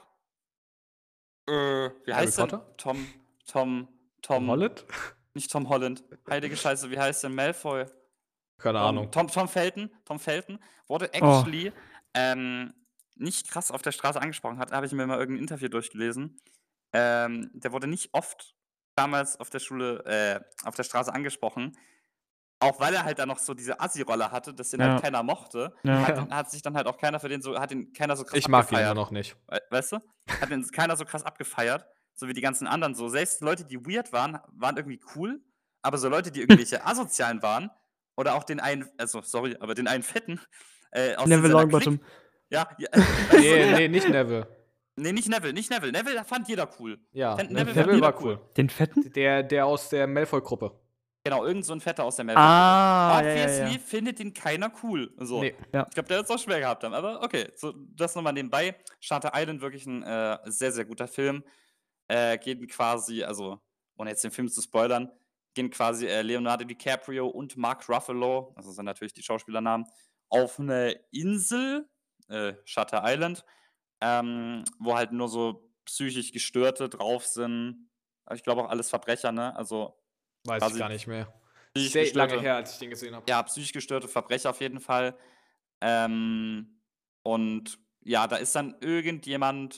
Speaker 1: wie
Speaker 2: Harry
Speaker 1: heißt denn?
Speaker 2: Potter?
Speaker 1: Tom
Speaker 2: Holland?
Speaker 1: nicht Tom Holland. Heilige Scheiße, wie heißt denn Malfoy?
Speaker 2: Keine Ahnung.
Speaker 1: Tom Felton wurde
Speaker 3: Oh.
Speaker 1: actually nicht krass auf der Straße angesprochen. Habe ich mir mal irgendein Interview durchgelesen. Der wurde nicht oft damals auf der Schule, auf der Straße angesprochen. Auch weil er halt dann noch so diese Assi-Rolle hatte, dass den
Speaker 3: Ja.
Speaker 1: halt keiner mochte,
Speaker 3: Ja.
Speaker 1: hat sich dann halt auch keiner hat ihn keiner so krass
Speaker 2: Ich mag ihn immer
Speaker 1: abgefeiert.
Speaker 2: noch nicht.
Speaker 1: Weißt du? Hat den keiner so krass abgefeiert, so wie die ganzen anderen so. Selbst Leute, die weird waren irgendwie cool, aber so Leute, die irgendwelche Asozialen waren oder auch den einen Fetten aus
Speaker 3: Neville
Speaker 1: seiner
Speaker 3: Longbottom.
Speaker 1: Clique. Ja, weißt du,
Speaker 2: Nee, nicht Neville.
Speaker 1: nee, nicht Neville. Neville fand jeder cool.
Speaker 2: Ja,
Speaker 1: Neville fand
Speaker 2: Neville
Speaker 1: jeder
Speaker 2: war cool.
Speaker 3: Den Fetten?
Speaker 2: Der aus der Malfoy-Gruppe.
Speaker 1: Genau, irgend so ein Fetter aus der Malfoy.
Speaker 3: Ah, ja,
Speaker 1: Obviously
Speaker 3: ja.
Speaker 1: findet ihn keiner cool. So.
Speaker 2: Nee.
Speaker 3: Ja.
Speaker 1: Ich glaube, der wird es auch schwer gehabt haben. Aber okay, so, das nochmal nebenbei. Shutter Island, wirklich ein sehr, sehr guter Film. Gehen quasi, also ohne jetzt den Film zu spoilern, gehen quasi Leonardo DiCaprio und Mark Ruffalo, also sind natürlich die Schauspielernamen, auf eine Insel, Shutter Island, wo halt nur so psychisch Gestörte drauf sind. Ich glaube auch alles Verbrecher, ne? Also
Speaker 2: Weiß
Speaker 1: Quasi
Speaker 2: ich gar nicht mehr.
Speaker 1: psychisch
Speaker 2: Sehr lange
Speaker 1: gestörte,
Speaker 2: her, als ich den gesehen habe.
Speaker 1: ja, psychisch gestörte Verbrecher auf jeden Fall. Und ja, da ist dann irgendjemand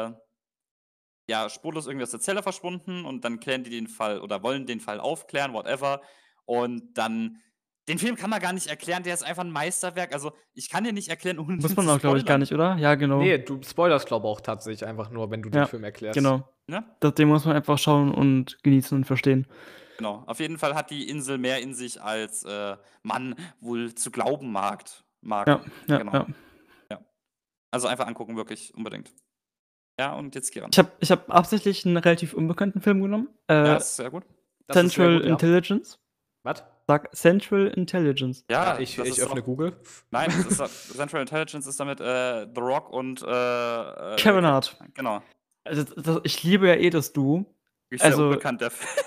Speaker 1: ja, spurlos irgendwie aus der Zelle verschwunden und dann klären die den Fall oder wollen den Fall aufklären, whatever. Und dann den Film kann man gar nicht erklären, der ist einfach ein Meisterwerk. Also, ich kann dir nicht erklären, ohne
Speaker 3: Muss
Speaker 1: den
Speaker 3: man
Speaker 1: zu
Speaker 3: auch, glaube ich, gar
Speaker 1: spoilern,
Speaker 3: nicht, oder? Ja, genau.
Speaker 2: Nee, du spoilerst, glaube ich, auch tatsächlich einfach nur, wenn du den
Speaker 3: Ja,
Speaker 2: Film erklärst.
Speaker 3: Genau.
Speaker 1: ne?
Speaker 3: Den muss man einfach schauen und genießen und verstehen.
Speaker 1: Genau. Auf jeden Fall hat die Insel mehr in sich, als man wohl zu glauben mag.
Speaker 3: Ja, ja,
Speaker 1: Genau.
Speaker 3: ja.
Speaker 1: Also einfach angucken, wirklich unbedingt. Ja, und jetzt Kieran.
Speaker 3: Ich hab absichtlich einen relativ unbekannten Film genommen.
Speaker 1: Ja, das ist sehr gut.
Speaker 2: Das ist sehr
Speaker 3: Central
Speaker 2: gut, ja.
Speaker 3: Intelligence.
Speaker 2: Was?
Speaker 3: Sag Central Intelligence.
Speaker 1: Ja,
Speaker 2: Ja, ich
Speaker 1: das ist
Speaker 2: öffne
Speaker 1: doch,
Speaker 2: Google.
Speaker 1: nein, das ist Central Intelligence ist damit The Rock und
Speaker 3: Kevin Hart.
Speaker 1: Genau.
Speaker 3: Also, ich liebe ja eh das Duo.
Speaker 1: Ist sehr
Speaker 3: Also,
Speaker 1: unbekannt, der Film.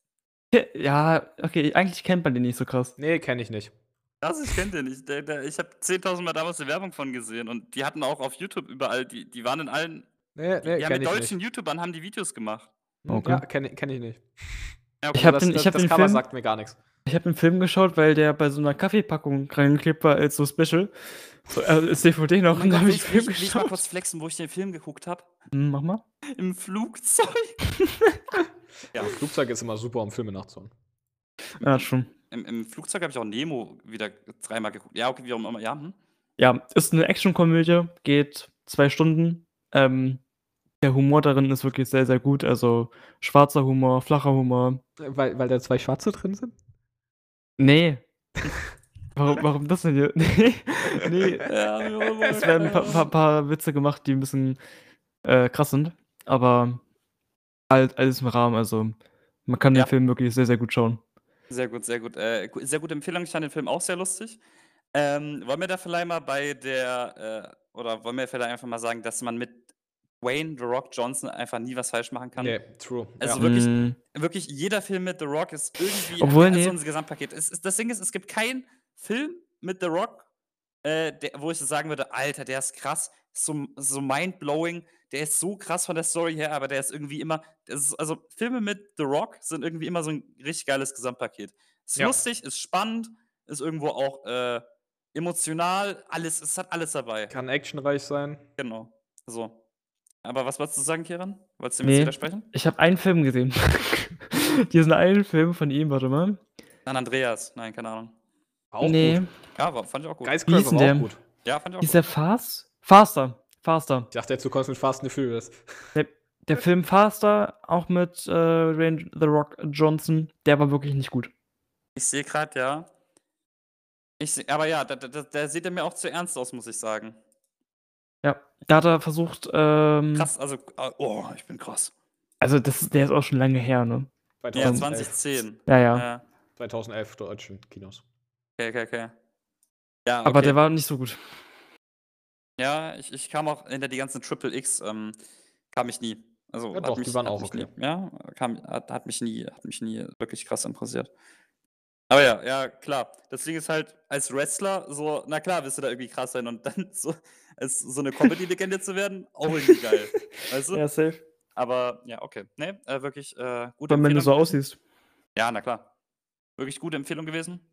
Speaker 3: ja, okay, eigentlich kennt man den nicht so krass.
Speaker 2: Nee, kenne ich nicht.
Speaker 1: Also ich kenne den nicht. Ich habe 10.000 Mal damals die Werbung von gesehen und die hatten auch auf YouTube überall, die waren in allen,
Speaker 2: Nee,
Speaker 1: die haben
Speaker 2: kenne
Speaker 1: mit
Speaker 2: ich
Speaker 1: deutschen
Speaker 2: nicht.
Speaker 1: YouTubern haben die Videos gemacht.
Speaker 3: Okay.
Speaker 2: Ja, kenn ich nicht.
Speaker 1: Ja,
Speaker 3: Ich hab
Speaker 2: Also
Speaker 3: den-
Speaker 2: das Cover
Speaker 3: Film-
Speaker 2: sagt mir gar nichts.
Speaker 3: Ich habe den Film geschaut, weil der bei so einer Kaffeepackung reingeklebt war als so Special. So, als DVD noch.
Speaker 1: Oh mein
Speaker 3: Und
Speaker 1: Gott,
Speaker 3: dann hab
Speaker 1: will
Speaker 3: ich den Film
Speaker 1: ich mal
Speaker 3: geschaut.
Speaker 1: kurz flexen, wo ich den Film geguckt habe?
Speaker 3: Mach mal.
Speaker 1: Im Flugzeug. Ja,
Speaker 2: Das Flugzeug ist immer super, um Filme nachzuholen.
Speaker 3: Ja, schon.
Speaker 1: im Flugzeug habe ich auch Nemo wieder 3-mal geguckt. Ja, okay, wie auch immer. Ja,
Speaker 3: Ja, ist eine Actionkomödie, geht 2 Stunden. Der Humor darin ist wirklich sehr, sehr gut. Also schwarzer Humor, flacher Humor.
Speaker 2: Weil da 2 Schwarze drin sind?
Speaker 3: Nee. Warum das denn hier? Nee.
Speaker 1: Ja,
Speaker 3: Es werden ein paar Witze gemacht, die ein bisschen krass sind. Aber alles im Rahmen. Also man kann den
Speaker 1: Ja.
Speaker 3: Film wirklich sehr, sehr gut schauen.
Speaker 1: Sehr gut, sehr gut. Sehr gute Empfehlung. Ich fand den Film auch sehr lustig. Wollen wir da vielleicht mal oder wollen wir vielleicht einfach mal sagen, dass man mit Dwayne The Rock Johnson einfach nie was falsch machen kann?
Speaker 2: Nee, true.
Speaker 1: Also
Speaker 2: ja.
Speaker 1: wirklich,
Speaker 3: Mm,
Speaker 1: wirklich jeder Film mit The Rock ist irgendwie
Speaker 3: Obwohl,
Speaker 1: so
Speaker 3: nee.
Speaker 1: ein Gesamtpaket. Das Ding ist, es gibt keinen Film mit The Rock, wo ich so sagen würde, Alter, der ist krass, so mind-blowing, der ist so krass von der Story her, aber der ist irgendwie immer, also Filme mit The Rock sind irgendwie immer so ein richtig geiles Gesamtpaket. Ist
Speaker 2: Ja.
Speaker 1: lustig, ist spannend, ist irgendwo auch emotional, es hat alles dabei.
Speaker 2: Kann actionreich sein.
Speaker 1: Genau. So. Aber was wolltest du sagen, Kieran? Wolltest du mir jetzt
Speaker 3: Nee.
Speaker 1: widersprechen?
Speaker 3: Ich habe einen Film gesehen. Diesen einen Film von ihm, warte mal.
Speaker 1: San Andreas. Nein, keine Ahnung.
Speaker 2: Auch
Speaker 3: Nee.
Speaker 2: gut.
Speaker 1: Ja, fand ich auch gut.
Speaker 3: Wie hieß
Speaker 2: Skyscraper
Speaker 3: denn
Speaker 2: war
Speaker 3: der?
Speaker 2: auch gut.
Speaker 1: Ja, fand ich auch
Speaker 3: Ist
Speaker 1: gut.
Speaker 3: der Faster? Faster.
Speaker 2: Ich dachte jetzt, du kommst mit Fast and the Furious.
Speaker 3: Der Film Faster, auch mit Dwayne The Rock Johnson, der war wirklich nicht gut.
Speaker 1: Ich sehe gerade, ja. Aber ja, da sieht er mir auch zu ernst aus, muss ich sagen.
Speaker 3: Ja, da hat er versucht,
Speaker 1: Krass, also, oh, ich bin krass.
Speaker 3: also der ist auch schon lange her, ne?
Speaker 1: Ja,
Speaker 2: 2011.
Speaker 1: 2010.
Speaker 3: Ja, ja.
Speaker 1: Ja.
Speaker 2: 2011 deutschen Kinos.
Speaker 1: Okay. Ja,
Speaker 3: Aber der
Speaker 1: okay.
Speaker 3: war nicht so gut.
Speaker 1: Ja, ich kam auch hinter die ganzen Triple X, kam ich nie. Also,
Speaker 2: Ja, doch, die waren auch
Speaker 1: nie,
Speaker 2: okay.
Speaker 1: ja, hat mich nie wirklich krass interessiert. Aber ja, klar. Das Ding ist halt, als Wrestler so, na klar, wirst du da irgendwie krass sein und dann so als so 'ne Comedy-Legende zu werden, auch irgendwie geil, weißt du?
Speaker 3: Ja, safe.
Speaker 1: Aber ja, okay. Ne, wirklich, gute
Speaker 3: Vor allem, wenn du
Speaker 1: Empfehlung
Speaker 3: so
Speaker 1: gewesen.
Speaker 3: aussiehst.
Speaker 1: Ja, na klar. Wirklich gute Empfehlung gewesen.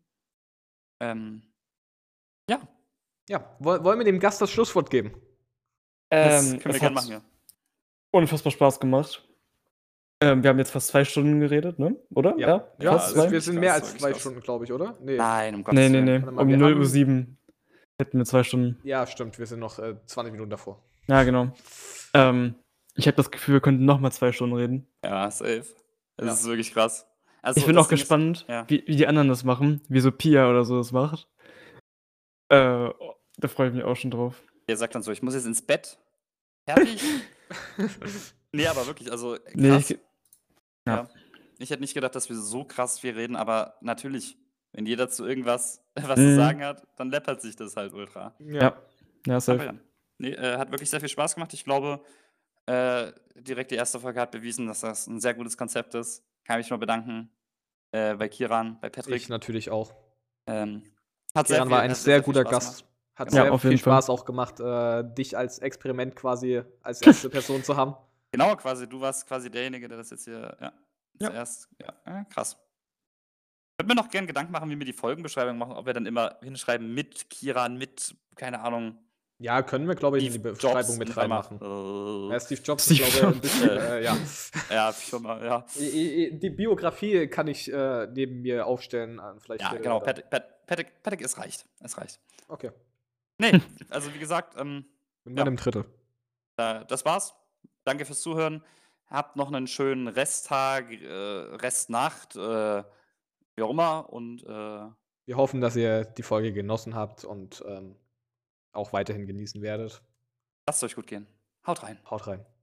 Speaker 1: Ja,
Speaker 2: Ja, wollen wir dem Gast das Schlusswort geben?
Speaker 1: das können wir
Speaker 3: Es
Speaker 1: gern
Speaker 3: hat
Speaker 1: machen, ja.
Speaker 3: unfassbar Spaß gemacht. Wir haben jetzt fast 2 Stunden geredet, ne? Oder?
Speaker 2: Ja,
Speaker 3: fast
Speaker 1: also
Speaker 3: 2?
Speaker 2: wir sind mehr
Speaker 1: krass,
Speaker 2: als
Speaker 1: wirklich
Speaker 2: 2
Speaker 1: krass.
Speaker 2: Stunden, glaube ich, oder? Nee.
Speaker 1: Nein, um Gottes
Speaker 3: Nee.
Speaker 1: Willen.
Speaker 2: Warte mal,
Speaker 3: Um
Speaker 2: wir
Speaker 3: 0:07 hätten wir 2 Stunden.
Speaker 2: Ja, stimmt, wir sind noch 20 Minuten davor.
Speaker 3: Ja, genau. Ich habe das Gefühl, wir könnten noch mal 2 Stunden reden.
Speaker 1: Ja, safe. Das
Speaker 2: Ja.
Speaker 1: ist wirklich krass. Also,
Speaker 3: Ich bin
Speaker 1: das
Speaker 3: auch
Speaker 1: Ding ist-
Speaker 3: gespannt,
Speaker 1: ja.
Speaker 3: wie die anderen das machen, wie so Pia oder so das macht. Da freue ich mich auch schon drauf.
Speaker 1: Der sagt dann so: „Ich muss jetzt ins Bett. Fertig?“ Ne, aber wirklich, also
Speaker 3: Nee,
Speaker 1: krass.
Speaker 3: ja.
Speaker 1: Ja. Ich hätte nicht gedacht, dass wir so krass viel reden, aber natürlich, wenn jeder zu irgendwas was zu sagen hat, dann läppert sich das halt ultra.
Speaker 3: Ja,
Speaker 1: Aber
Speaker 3: safe.
Speaker 1: ja. Ne, hat wirklich sehr viel Spaß gemacht. Ich glaube, direkt die erste Folge hat bewiesen, dass das 'n sehr gutes Konzept ist. Kann mich mal bedanken, bei Kiran, bei Patrick.
Speaker 2: Ich natürlich auch.
Speaker 1: Hat
Speaker 2: Kiran war ein sehr
Speaker 1: viel
Speaker 2: guter
Speaker 1: Spaß
Speaker 2: Gast.
Speaker 1: gemacht.
Speaker 2: Hat
Speaker 1: Genau.
Speaker 2: sehr
Speaker 3: auf
Speaker 2: viel
Speaker 3: jeden Fall.
Speaker 2: Spaß auch gemacht, dich als Experiment quasi als erste Person zu haben.
Speaker 1: Genau, quasi, du warst quasi derjenige, der das jetzt hier,
Speaker 3: Ja.
Speaker 1: zuerst krass. Ich würde mir noch gern Gedanken machen, wie wir die Folgenbeschreibung machen, ob wir dann immer hinschreiben mit Kiran, mit, keine Ahnung,
Speaker 2: Ja, können wir, glaube ich, in die
Speaker 1: Steve
Speaker 2: Beschreibung
Speaker 1: Jobs
Speaker 2: mit
Speaker 1: und dann
Speaker 2: reinmachen.
Speaker 1: mal,
Speaker 2: Ja, Steve Jobs
Speaker 3: Steve
Speaker 2: ist, glaube ich, ein
Speaker 3: Jobs.
Speaker 2: bisschen, ja.
Speaker 1: ja, schon mal, ja.
Speaker 2: Die Biografie kann ich neben mir aufstellen an vielleicht
Speaker 1: Ja,
Speaker 2: Stelle
Speaker 1: genau,
Speaker 2: oder-
Speaker 1: Patrick, es reicht. Es reicht.
Speaker 2: Okay.
Speaker 1: Nee, also wie gesagt,
Speaker 2: Mit
Speaker 1: Ja.
Speaker 2: meinem Drittel.
Speaker 1: das war's. Danke fürs Zuhören. Habt noch einen schönen Resttag, Restnacht, wie auch immer und
Speaker 2: Wir hoffen, dass ihr die Folge genossen habt und auch weiterhin genießen werdet.
Speaker 1: lasst es euch gut gehen. Haut rein.
Speaker 2: Haut rein.